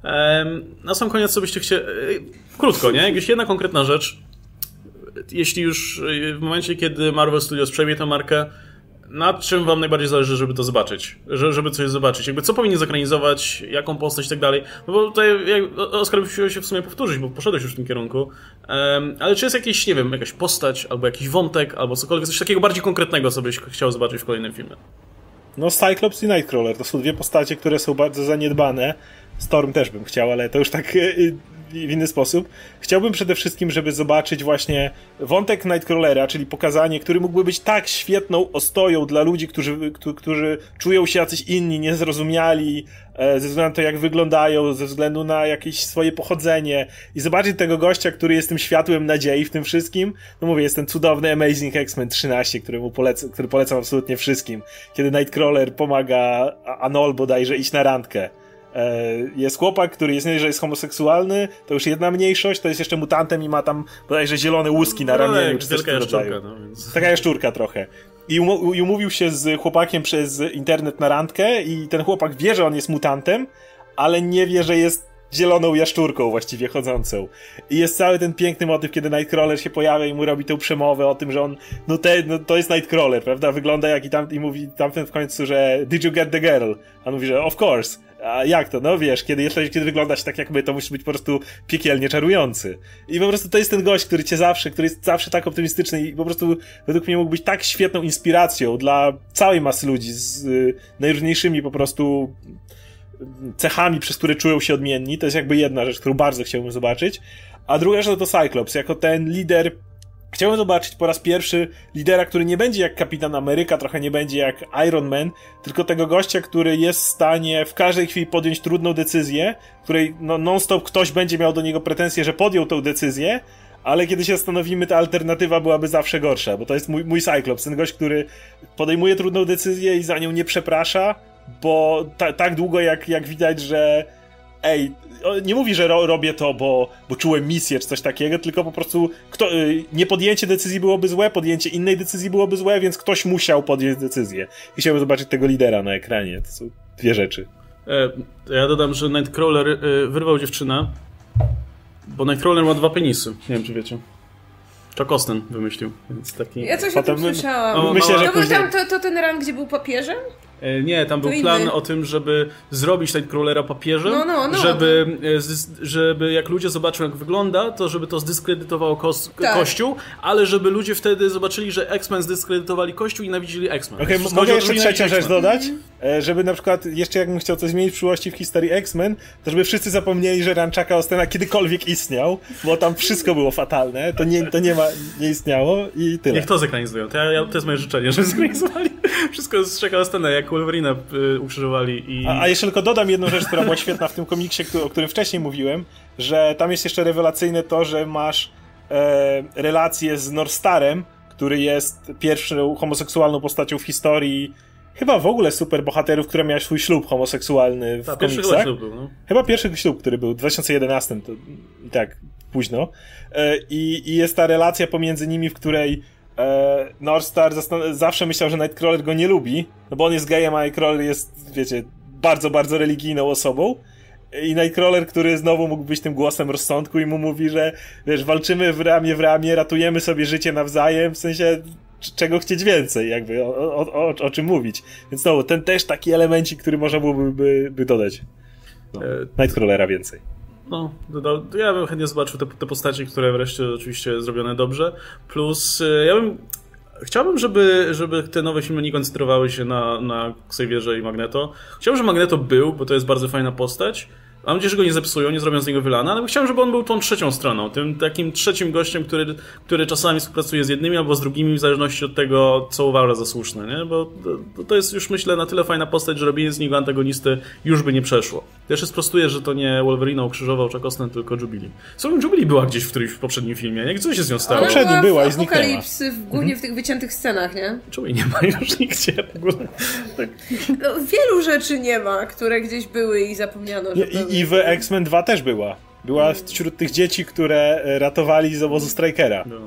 Na sam koniec, co byście chcieli... Krótko, nie? Jakaś jedna konkretna rzecz. Jeśli już w momencie, kiedy Marvel Studios przejmie tę markę, nad czym wam najbardziej zależy, żeby to zobaczyć? Żeby coś zobaczyć? Jakby co powinni zekranizować, jaką postać i tak dalej? No bo tutaj Oskar musiał się w sumie powtórzyć, bo poszedłeś już w tym kierunku. Um, ale czy jest jakiś, nie wiem, jakaś postać, albo jakiś wątek, albo cokolwiek, coś takiego bardziej konkretnego, co byś chciał zobaczyć w kolejnym filmie? No Cyclops i Nightcrawler to są dwie postacie, które są bardzo zaniedbane. Storm też bym chciał, ale to już tak w inny sposób. Chciałbym przede wszystkim, żeby zobaczyć właśnie wątek Nightcrawlera, czyli pokazanie, który mógłby być tak świetną ostoją dla ludzi, którzy, którzy czują się jacyś inni, niezrozumiali, ze względu na to, jak wyglądają, ze względu na jakieś swoje pochodzenie, i zobaczyć tego gościa, który jest tym światłem nadziei w tym wszystkim. No mówię, jest ten cudowny Amazing X-Men trzynaście, któremu polecam, który polecam absolutnie wszystkim. Kiedy Nightcrawler pomaga Anol bodajże iść na randkę. Jest chłopak, który jest nie, że jest homoseksualny, to już jedna mniejszość, to jest jeszcze mutantem i ma tam bodajże zielone łuski na ramieniu. No, czy wielka jaszczurka. No, więc... Taka jaszczurka trochę. I, um- I umówił się z chłopakiem przez internet na randkę i ten chłopak wie, że on jest mutantem, ale nie wie, że jest zieloną jaszczurką właściwie chodzącą. I jest cały ten piękny motyw, kiedy Nightcrawler się pojawia i mu robi tę przemowę o tym, że on, no, te, no to jest Nightcrawler, prawda? Wygląda jak i tam, i mówi tamten w końcu, że did you get the girl? A on mówi, że of course. A jak to? No wiesz, kiedy, jeszcze, kiedy wyglądasz tak jak my, to musisz być po prostu piekielnie czarujący. I po prostu to jest ten gość, który cię zawsze, który jest zawsze tak optymistyczny i po prostu według mnie mógł być tak świetną inspiracją dla całej masy ludzi z y, najróżniejszymi po prostu cechami, przez które czują się odmienni. To jest jakby jedna rzecz, którą bardzo chciałbym zobaczyć. A druga rzecz to Cyclops, jako ten lider. Chciałbym zobaczyć po raz pierwszy lidera, który nie będzie jak Kapitan Ameryka, trochę nie będzie jak Iron Man, tylko tego gościa, który jest w stanie w każdej chwili podjąć trudną decyzję, której no, non-stop ktoś będzie miał do niego pretensje, że podjął tę decyzję, ale kiedy się zastanowimy, ta alternatywa byłaby zawsze gorsza, bo to jest mój, mój Cyclops, ten gość, który podejmuje trudną decyzję i za nią nie przeprasza, bo ta, tak długo jak, jak widać, że ej, nie mówi, że ro, robię to, bo, bo czułem misję czy coś takiego, tylko po prostu kto, nie podjęcie decyzji byłoby złe, podjęcie innej decyzji byłoby złe, więc ktoś musiał podjąć decyzję. I chciałbym zobaczyć tego lidera na ekranie. To są dwie rzeczy. E, ja dodam, że Nightcrawler e, wyrwał dziewczynę, bo Nightcrawler ma dwa penisy. Nie wiem, czy wiecie. Chuck Austen wymyślił, więc taki... Ja coś Potem o tym słyszałam. No, myślę, no, że to, później... był tam, to, to ten run, gdzie był papieżem? Nie, tam był to plan inny. o tym, żeby zrobić Nightcrawlera papieżem, no, no, no, żeby, żeby jak ludzie zobaczą, jak wygląda, to żeby to zdyskredytowało kos- tak. Kościół, ale żeby ludzie wtedy zobaczyli, że X-Men zdyskredytowali Kościół i nienawidzili X-Men. Okej, okay, mogę jeszcze trzecią rzecz dodać? Żeby na przykład, jeszcze jakbym chciał coś zmienić w przyszłości w historii X-Men, to żeby wszyscy zapomnieli, że run Chucka Austena kiedykolwiek istniał, bo tam wszystko było fatalne, to nie, to nie ma, nie istniało i tyle. Niech to zekranizują, to, ja, ja, to jest moje życzenie, żeby zekranizowali wszystko z Chucka Austena, jak Wolverina y, ukrzyżowali. I... A, a jeszcze tylko dodam jedną rzecz, która była świetna w tym komiksie, o którym wcześniej mówiłem, że tam jest jeszcze rewelacyjne to, że masz e, relację z Northstarem, który jest pierwszą homoseksualną postacią w historii chyba w ogóle superbohaterów, która miała swój ślub homoseksualny w Ta, komiksach. Pierwszy ślub był, no. Chyba pierwszy ślub, który był w dwa tysiące jedenastym, to i tak późno. E, i, I jest ta relacja pomiędzy nimi, w której e, Northstar zastan- zawsze myślał, że Nightcrawler go nie lubi, no bo on jest gejem, a Nightcrawler jest, wiecie, bardzo, bardzo religijną osobą. I Nightcrawler, który znowu mógł być tym głosem rozsądku i mu mówi, że wiesz, walczymy w ramię w ramię, ratujemy sobie życie nawzajem, w sensie czego chcieć więcej, jakby, o, o, o, o czym mówić. Więc znowu, ten też taki elemencik, który można byłoby by, by dodać. No, Nightcrawlera więcej. No, to, to ja bym chętnie zobaczył te, te postacie, które wreszcie oczywiście zrobione dobrze. Plus ja bym... Chciałbym, żeby, żeby te nowe filmy nie koncentrowały się na, na Xavierze i Magneto. Chciałbym, żeby Magneto był, bo to jest bardzo fajna postać. Mam nadzieję, że go nie zepsują, nie zrobią z niego wylana, ale chciałem, żeby on był tą trzecią stroną, tym takim trzecim gościem, który, który czasami współpracuje z jednymi albo z drugimi, w zależności od tego, co uważa za słuszne, nie? Bo to, to jest już, myślę, na tyle fajna postać, że robienie z niego antagonisty już by nie przeszło. Ja jeszcze sprostuję, że to nie Wolverina ukrzyżował Chuck Austin, tylko Jubilee. Zresztą Jubilee była gdzieś w którymś w poprzednim filmie, nie? Co się z nią stało? Ona Poprzednim była i zniknęła. Apokalips, głównie mhm. w tych wyciętych scenach, nie? Czemu jej nie ma już nigdzie w ogóle? Tak. No, wielu rzeczy nie ma, które gdzieś były i zapomniano, że I, i w X-Men dwa też była. Była wśród tych dzieci, które ratowali z obozu Strikera. No.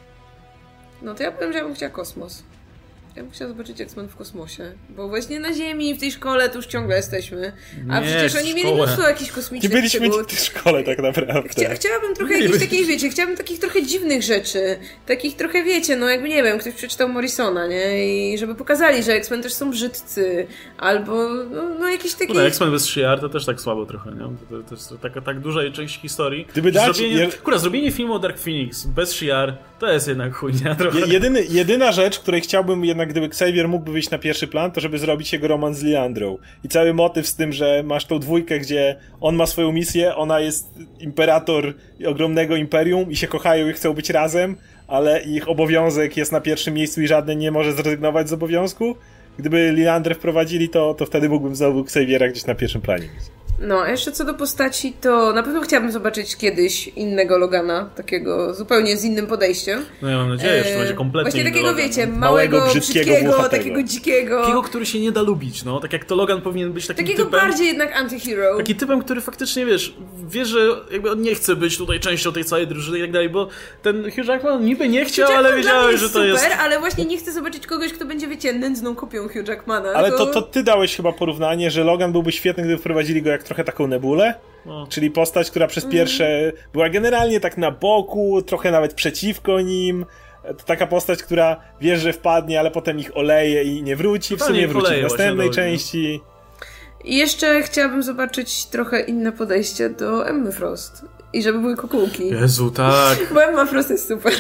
No to ja powiem, że ja bym chciała kosmos. Ja bym chciała zobaczyć X-Men w kosmosie. Bo właśnie na Ziemi, w tej szkole, to już ciągle jesteśmy. A nie, przecież oni mieli mnóstwo jakichś kosmicznych Nie byliśmy przygód. w tej szkole tak naprawdę. Chcia, chciałabym trochę jakichś takich, wiecie, chciałabym takich trochę dziwnych rzeczy. Takich trochę, wiecie, no jakby nie wiem, ktoś przeczytał Morrisona, nie? I żeby pokazali, że X-Men też są brzydcy. Albo, no, no jakieś takie... Kurde, X-Men bez Shi'ar to też tak słabo trochę, nie? To, to jest taka tak duża część historii. Gdyby dać... Zrobienie, Je... Kurde, zrobienie filmu o Dark Phoenix bez Shi'ar to jest jednak chujnia trochę. Jedyny, jedyna rzecz, której chciałbym jednak, gdyby Xavier mógłby wyjść na pierwszy plan, to żeby zrobić jego romans z Liandrą. I cały motyw z tym, że masz tą dwójkę, gdzie on ma swoją misję, ona jest imperator ogromnego imperium i się kochają i chcą być razem, ale ich obowiązek jest na pierwszym miejscu i żaden nie może zrezygnować z obowiązku. Gdyby Liandrę wprowadzili, to, to wtedy mógłbym znowu Xaviera gdzieś na pierwszym planie. No, a jeszcze co do postaci, to na pewno chciałabym zobaczyć kiedyś innego Logana, takiego zupełnie z innym podejściem. No ja mam nadzieję, że to będzie kompletnie Właśnie takiego, Logan, wiecie, no. małego, małego brzydkiego, brzydkiego takiego dzikiego. Takiego, który się nie da lubić, no. Tak jak to Logan powinien być takim takiego typem... bardziej jednak anti-hero. Taki typem, który faktycznie, wiesz, wie, że jakby on nie chce być tutaj częścią tej całej drużyny i tak dalej, bo ten Hugh Jackman niby nie chciał, ale wiedziałem, że to super, jest... super, ale właśnie nie chcę zobaczyć kogoś, kto będzie, wiecie, nędzną kopią Hugh Jackmana. Ale to, to ty dałeś chyba porównanie, że Logan byłby świetny, gdyby wprowadzili go jak trochę taką Nebulę. No. Czyli postać, która przez pierwsze mm. była generalnie tak na boku, trochę nawet przeciwko nim. To taka postać, która wie, że wpadnie, ale potem ich oleje i nie wróci. W sumie wróci w następnej części. I jeszcze chciałabym zobaczyć trochę inne podejście do Emmy Frost. I żeby były kukułki. Jezu, tak. Bo Emma Frost jest super.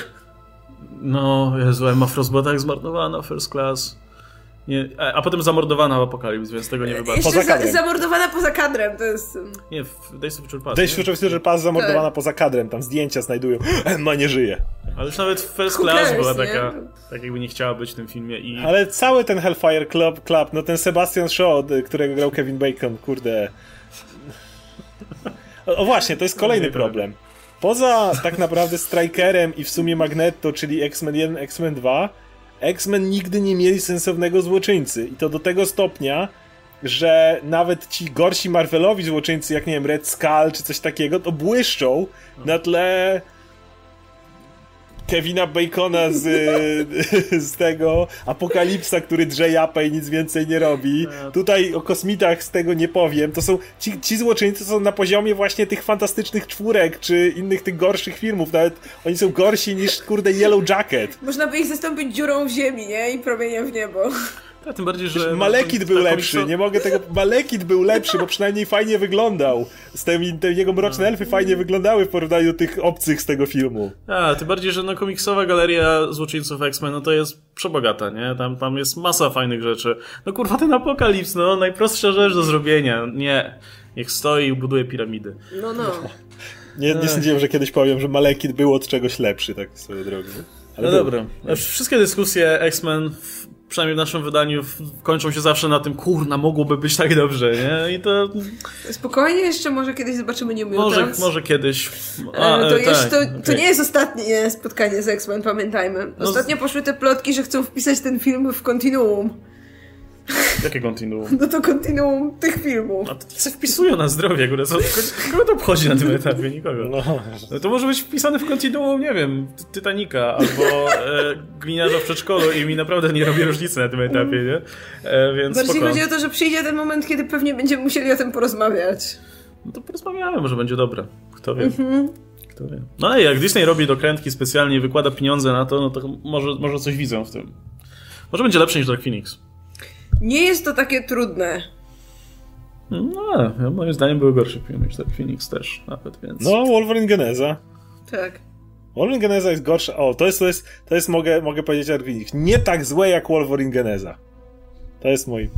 No, Jezu, Emma Frost była tak zmarnowana, First Class. Nie, a, a potem zamordowana w Apokalips, więc tego nie wybaczę. Jeszcze za, zamordowana poza kadrem, to jest... Nie, w Days of Future Past. Days of Future Past zamordowana tak. poza kadrem, tam zdjęcia znajdują. Emma nie żyje. Ale już nawet First Class była taka, tak jakby nie chciała być w tym filmie i... Ale cały ten Hellfire Club, Club no ten Sebastian Shaw, którego grał Kevin Bacon, kurde... O, o właśnie, to jest kolejny problem. Poza tak naprawdę Strikerem i w sumie Magneto, czyli X-Men jeden, X-Men dwa... X-Men nigdy nie mieli sensownego złoczyńcy i to do tego stopnia, że nawet ci gorsi Marvelowi złoczyńcy, jak nie wiem, Red Skull czy coś takiego, to błyszczą na tle Kevina Bacona z, z tego Apokalipsa, który drze japę i nic więcej nie robi. Tutaj o kosmitach z tego nie powiem. To są ci, ci złoczyńcy są na poziomie właśnie tych fantastycznych czwórek, czy innych tych gorszych filmów. Nawet oni są gorsi niż, kurde, Yellow Jacket. Można by ich zastąpić dziurą w ziemi, nie? I promieniem w niebo. A tym bardziej, że... Malekith był lepszy, nie mogę tego... Malekith był lepszy, bo przynajmniej fajnie wyglądał. Z tym, te jego mroczne elfy fajnie wyglądały w porównaniu do tych obcych z tego filmu. A, tym bardziej, że no komiksowa galeria złoczyńców X-Men, no to jest przebogata, nie? Tam, tam jest masa fajnych rzeczy. No kurwa, ten Apokalips, no najprostsza rzecz do zrobienia. Nie. Niech stoi i buduje piramidy. No, no. Nie, nie sądziłem, że kiedyś powiem, że Malekith był od czegoś lepszy, tak swoją drogą. Ale no dobra. Wszystkie dyskusje X-Men przynajmniej w naszym wydaniu kończą się zawsze na tym, kurna, mogłoby być tak dobrze, nie? I to... Spokojnie, jeszcze może kiedyś zobaczymy New Mutants. Może, może kiedyś. A, to, jest, tak, to, okay. to nie jest ostatnie spotkanie z X-Men, pamiętajmy. Ostatnio no, poszły te plotki, że chcą wpisać ten film w kontinuum. Jakie kontinuum? No to kontinuum tych filmów. A to się wpisują na zdrowie, góry. Kogo to obchodzi na tym etapie? Nikogo. No. No to może być wpisane w kontinuum, nie wiem, Titanica albo e, Gliniarza w przedszkolu i mi naprawdę nie robi różnicy na tym etapie, nie? E, więc bardziej spoko. chodzi o to, że przyjdzie ten moment, kiedy pewnie będziemy musieli o tym porozmawiać. No to porozmawiamy, może będzie dobre. Kto wie. Mhm. Kto wie. No i jak Disney robi dokrętki specjalnie i wykłada pieniądze na to, no to może, może coś widzą w tym. Może będzie lepsze niż Dark Phoenix. Nie jest to takie trudne. No, moim zdaniem były gorsze filmy niż Dark Phoenix też nawet, więc... No, Wolverine Geneza. Tak. Wolverine Geneza jest gorsza. O, to jest, to jest, to jest mogę, mogę powiedzieć Dark Phoenix. Nie tak złe jak Wolverine Geneza. To jest mój...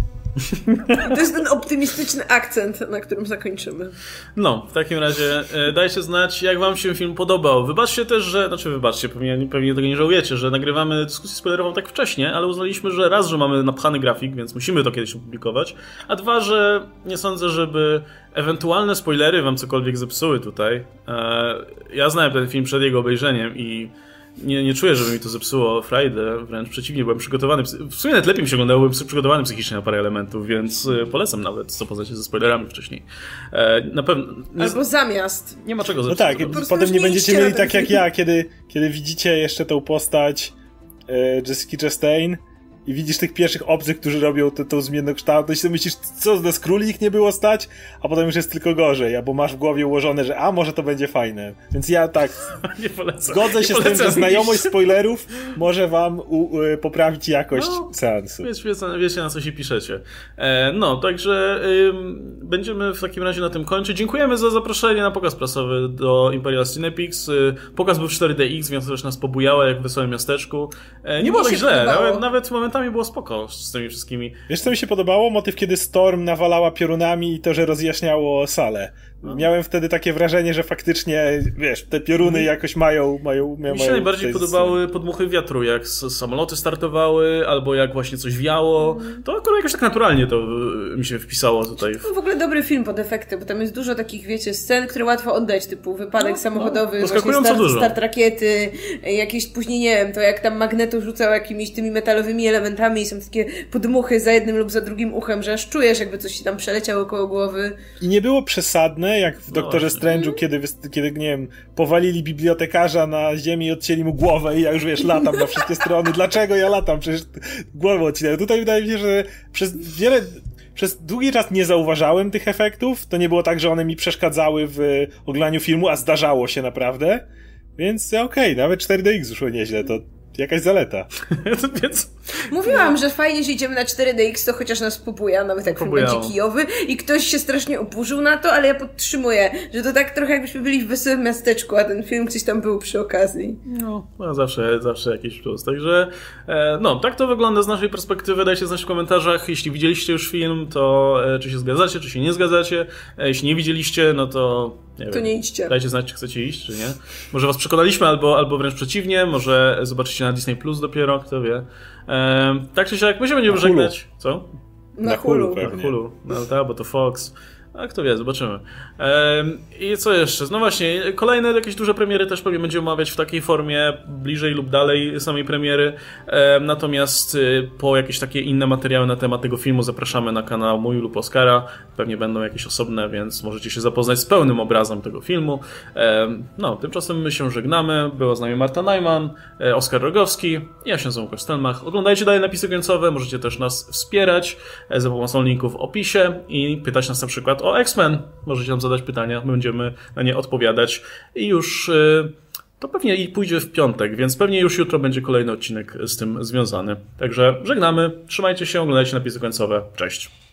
To jest ten optymistyczny akcent, na którym zakończymy. No, w takim razie e, dajcie znać, jak wam się film podobał. Wybaczcie też, że... Znaczy wybaczcie, pewnie, pewnie tego nie żałujecie, że nagrywamy dyskusję spoilerową tak wcześnie, ale uznaliśmy, że raz, że mamy napchany grafik, więc musimy to kiedyś opublikować, a dwa, że nie sądzę, żeby ewentualne spoilery wam cokolwiek zepsuły tutaj. E, ja znałem ten film przed jego obejrzeniem i Nie, nie czuję, żeby mi to zepsuło Friday, wręcz przeciwnie, byłem przygotowany, w sumie nawet lepiej mi się oglądało, byłem przygotowany psychicznie na parę elementów, więc polecam nawet zapoznać się ze spoilerami wcześniej. E, na pewno... Nie, Albo zamiast. Nie ma czego No zepsuć. tak, potem nie będziecie mieli tak jak ja, kiedy, kiedy widzicie jeszcze tą postać e, Jessica Chastain i widzisz tych pierwszych obcych, którzy robią tę, tą zmiennokształtność, i sobie myślisz, co, na skróli ich nie było stać? A potem już jest tylko gorzej, albo masz w głowie ułożone, że a, może to będzie fajne. Więc ja tak nie polecam, zgodzę nie się z tym, że znajomość spoilerów może wam u, u, poprawić jakość no, seansu. Wiecie, wiecie, na co się piszecie. E, no, także ym, będziemy w takim razie na tym kończyć. Dziękujemy za zaproszenie na pokaz prasowy do Imperial Cinepix. Y, pokaz był w cztery D X, więc też nas pobujało jak w Wesołym Miasteczku. E, nie było tak źle, nawet, nawet momentami było spoko z tymi wszystkimi. Wiesz, co mi się podobało? Motyw, kiedy Storm nawalała piorunami i to, że rozjaśniało salę. No. Miałem wtedy takie wrażenie, że faktycznie, wiesz, te pioruny jakoś mają... mają, mają mi się najbardziej podobały podmuchy wiatru, jak samoloty startowały, albo jak właśnie coś wiało. To akurat jakoś tak naturalnie to mi się wpisało tutaj. To w ogóle dobry film pod efekty, bo tam jest dużo takich, wiecie, scen, które łatwo oddać, typu wypadek no, samochodowy, no, właśnie start, dużo. start rakiety, jakieś później, nie wiem, to jak tam Magneto rzucał jakimiś tymi metalowymi elementami i są takie podmuchy za jednym lub za drugim uchem, że aż czujesz, jakby coś ci tam przeleciało koło głowy. I nie było przesadne, jak w Doktorze no, Strange'u, kiedy, kiedy, nie wiem, powalili bibliotekarza na ziemię i odcięli mu głowę i ja już, wiesz, latam na wszystkie strony. Dlaczego ja latam? Przecież głowę odcinają. Tutaj wydaje mi się, że przez wiele... Przez długi czas nie zauważałem tych efektów. To nie było tak, że one mi przeszkadzały w oglądaniu filmu, a zdarzało się naprawdę. Więc okej, okay, nawet cztery D X już nieźle, to jakaś zaleta. Więc... Mówiłam, że fajnie, że idziemy na cztery D X, to chociaż nas pobuja, nawet jak film będzie kijowy i ktoś się strasznie oburzył na to, ale ja podtrzymuję, że to tak trochę jakbyśmy byli w Wesołym Miasteczku, a ten film gdzieś tam był przy okazji. No, no zawsze, zawsze jakiś plus, także e, no, tak to wygląda z naszej perspektywy, dajcie znać w komentarzach, jeśli widzieliście już film, to e, czy się zgadzacie, czy się nie zgadzacie, e, jeśli nie widzieliście, no to nie to wiem, nie idźcie. Dajcie znać, czy chcecie iść, czy nie. Może was przekonaliśmy, albo, albo wręcz przeciwnie, może zobaczycie na Disney Plus dopiero, kto wie. E, tak czy siak, my się będziemy żegnać. Co? Na Hulu. pewnie. Na Hulu, no tak, bo to Fox. A kto wie, zobaczymy. Ehm, I co jeszcze? No właśnie, kolejne jakieś duże premiery też pewnie będziemy omawiać w takiej formie, bliżej lub dalej samej premiery. Ehm, natomiast y, po jakieś takie inne materiały na temat tego filmu zapraszamy na kanał mój lub Oskara. Pewnie będą jakieś osobne, więc możecie się zapoznać z pełnym obrazem tego filmu. Ehm, no, tymczasem my się żegnamy. Była z nami Marta Najman, e, Oskar Rogowski i ja się nazywam Łukasz Stelmach. Oglądajcie dalej napisy końcowe, możecie też nas wspierać e, za pomocą linków w opisie i pytać nas na przykład o X-Men. Możecie nam zadać pytania, my będziemy na nie odpowiadać. I już yy, to pewnie i pójdzie w piątek, więc pewnie już jutro będzie kolejny odcinek z tym związany. Także żegnamy, trzymajcie się, oglądajcie napisy końcowe. Cześć!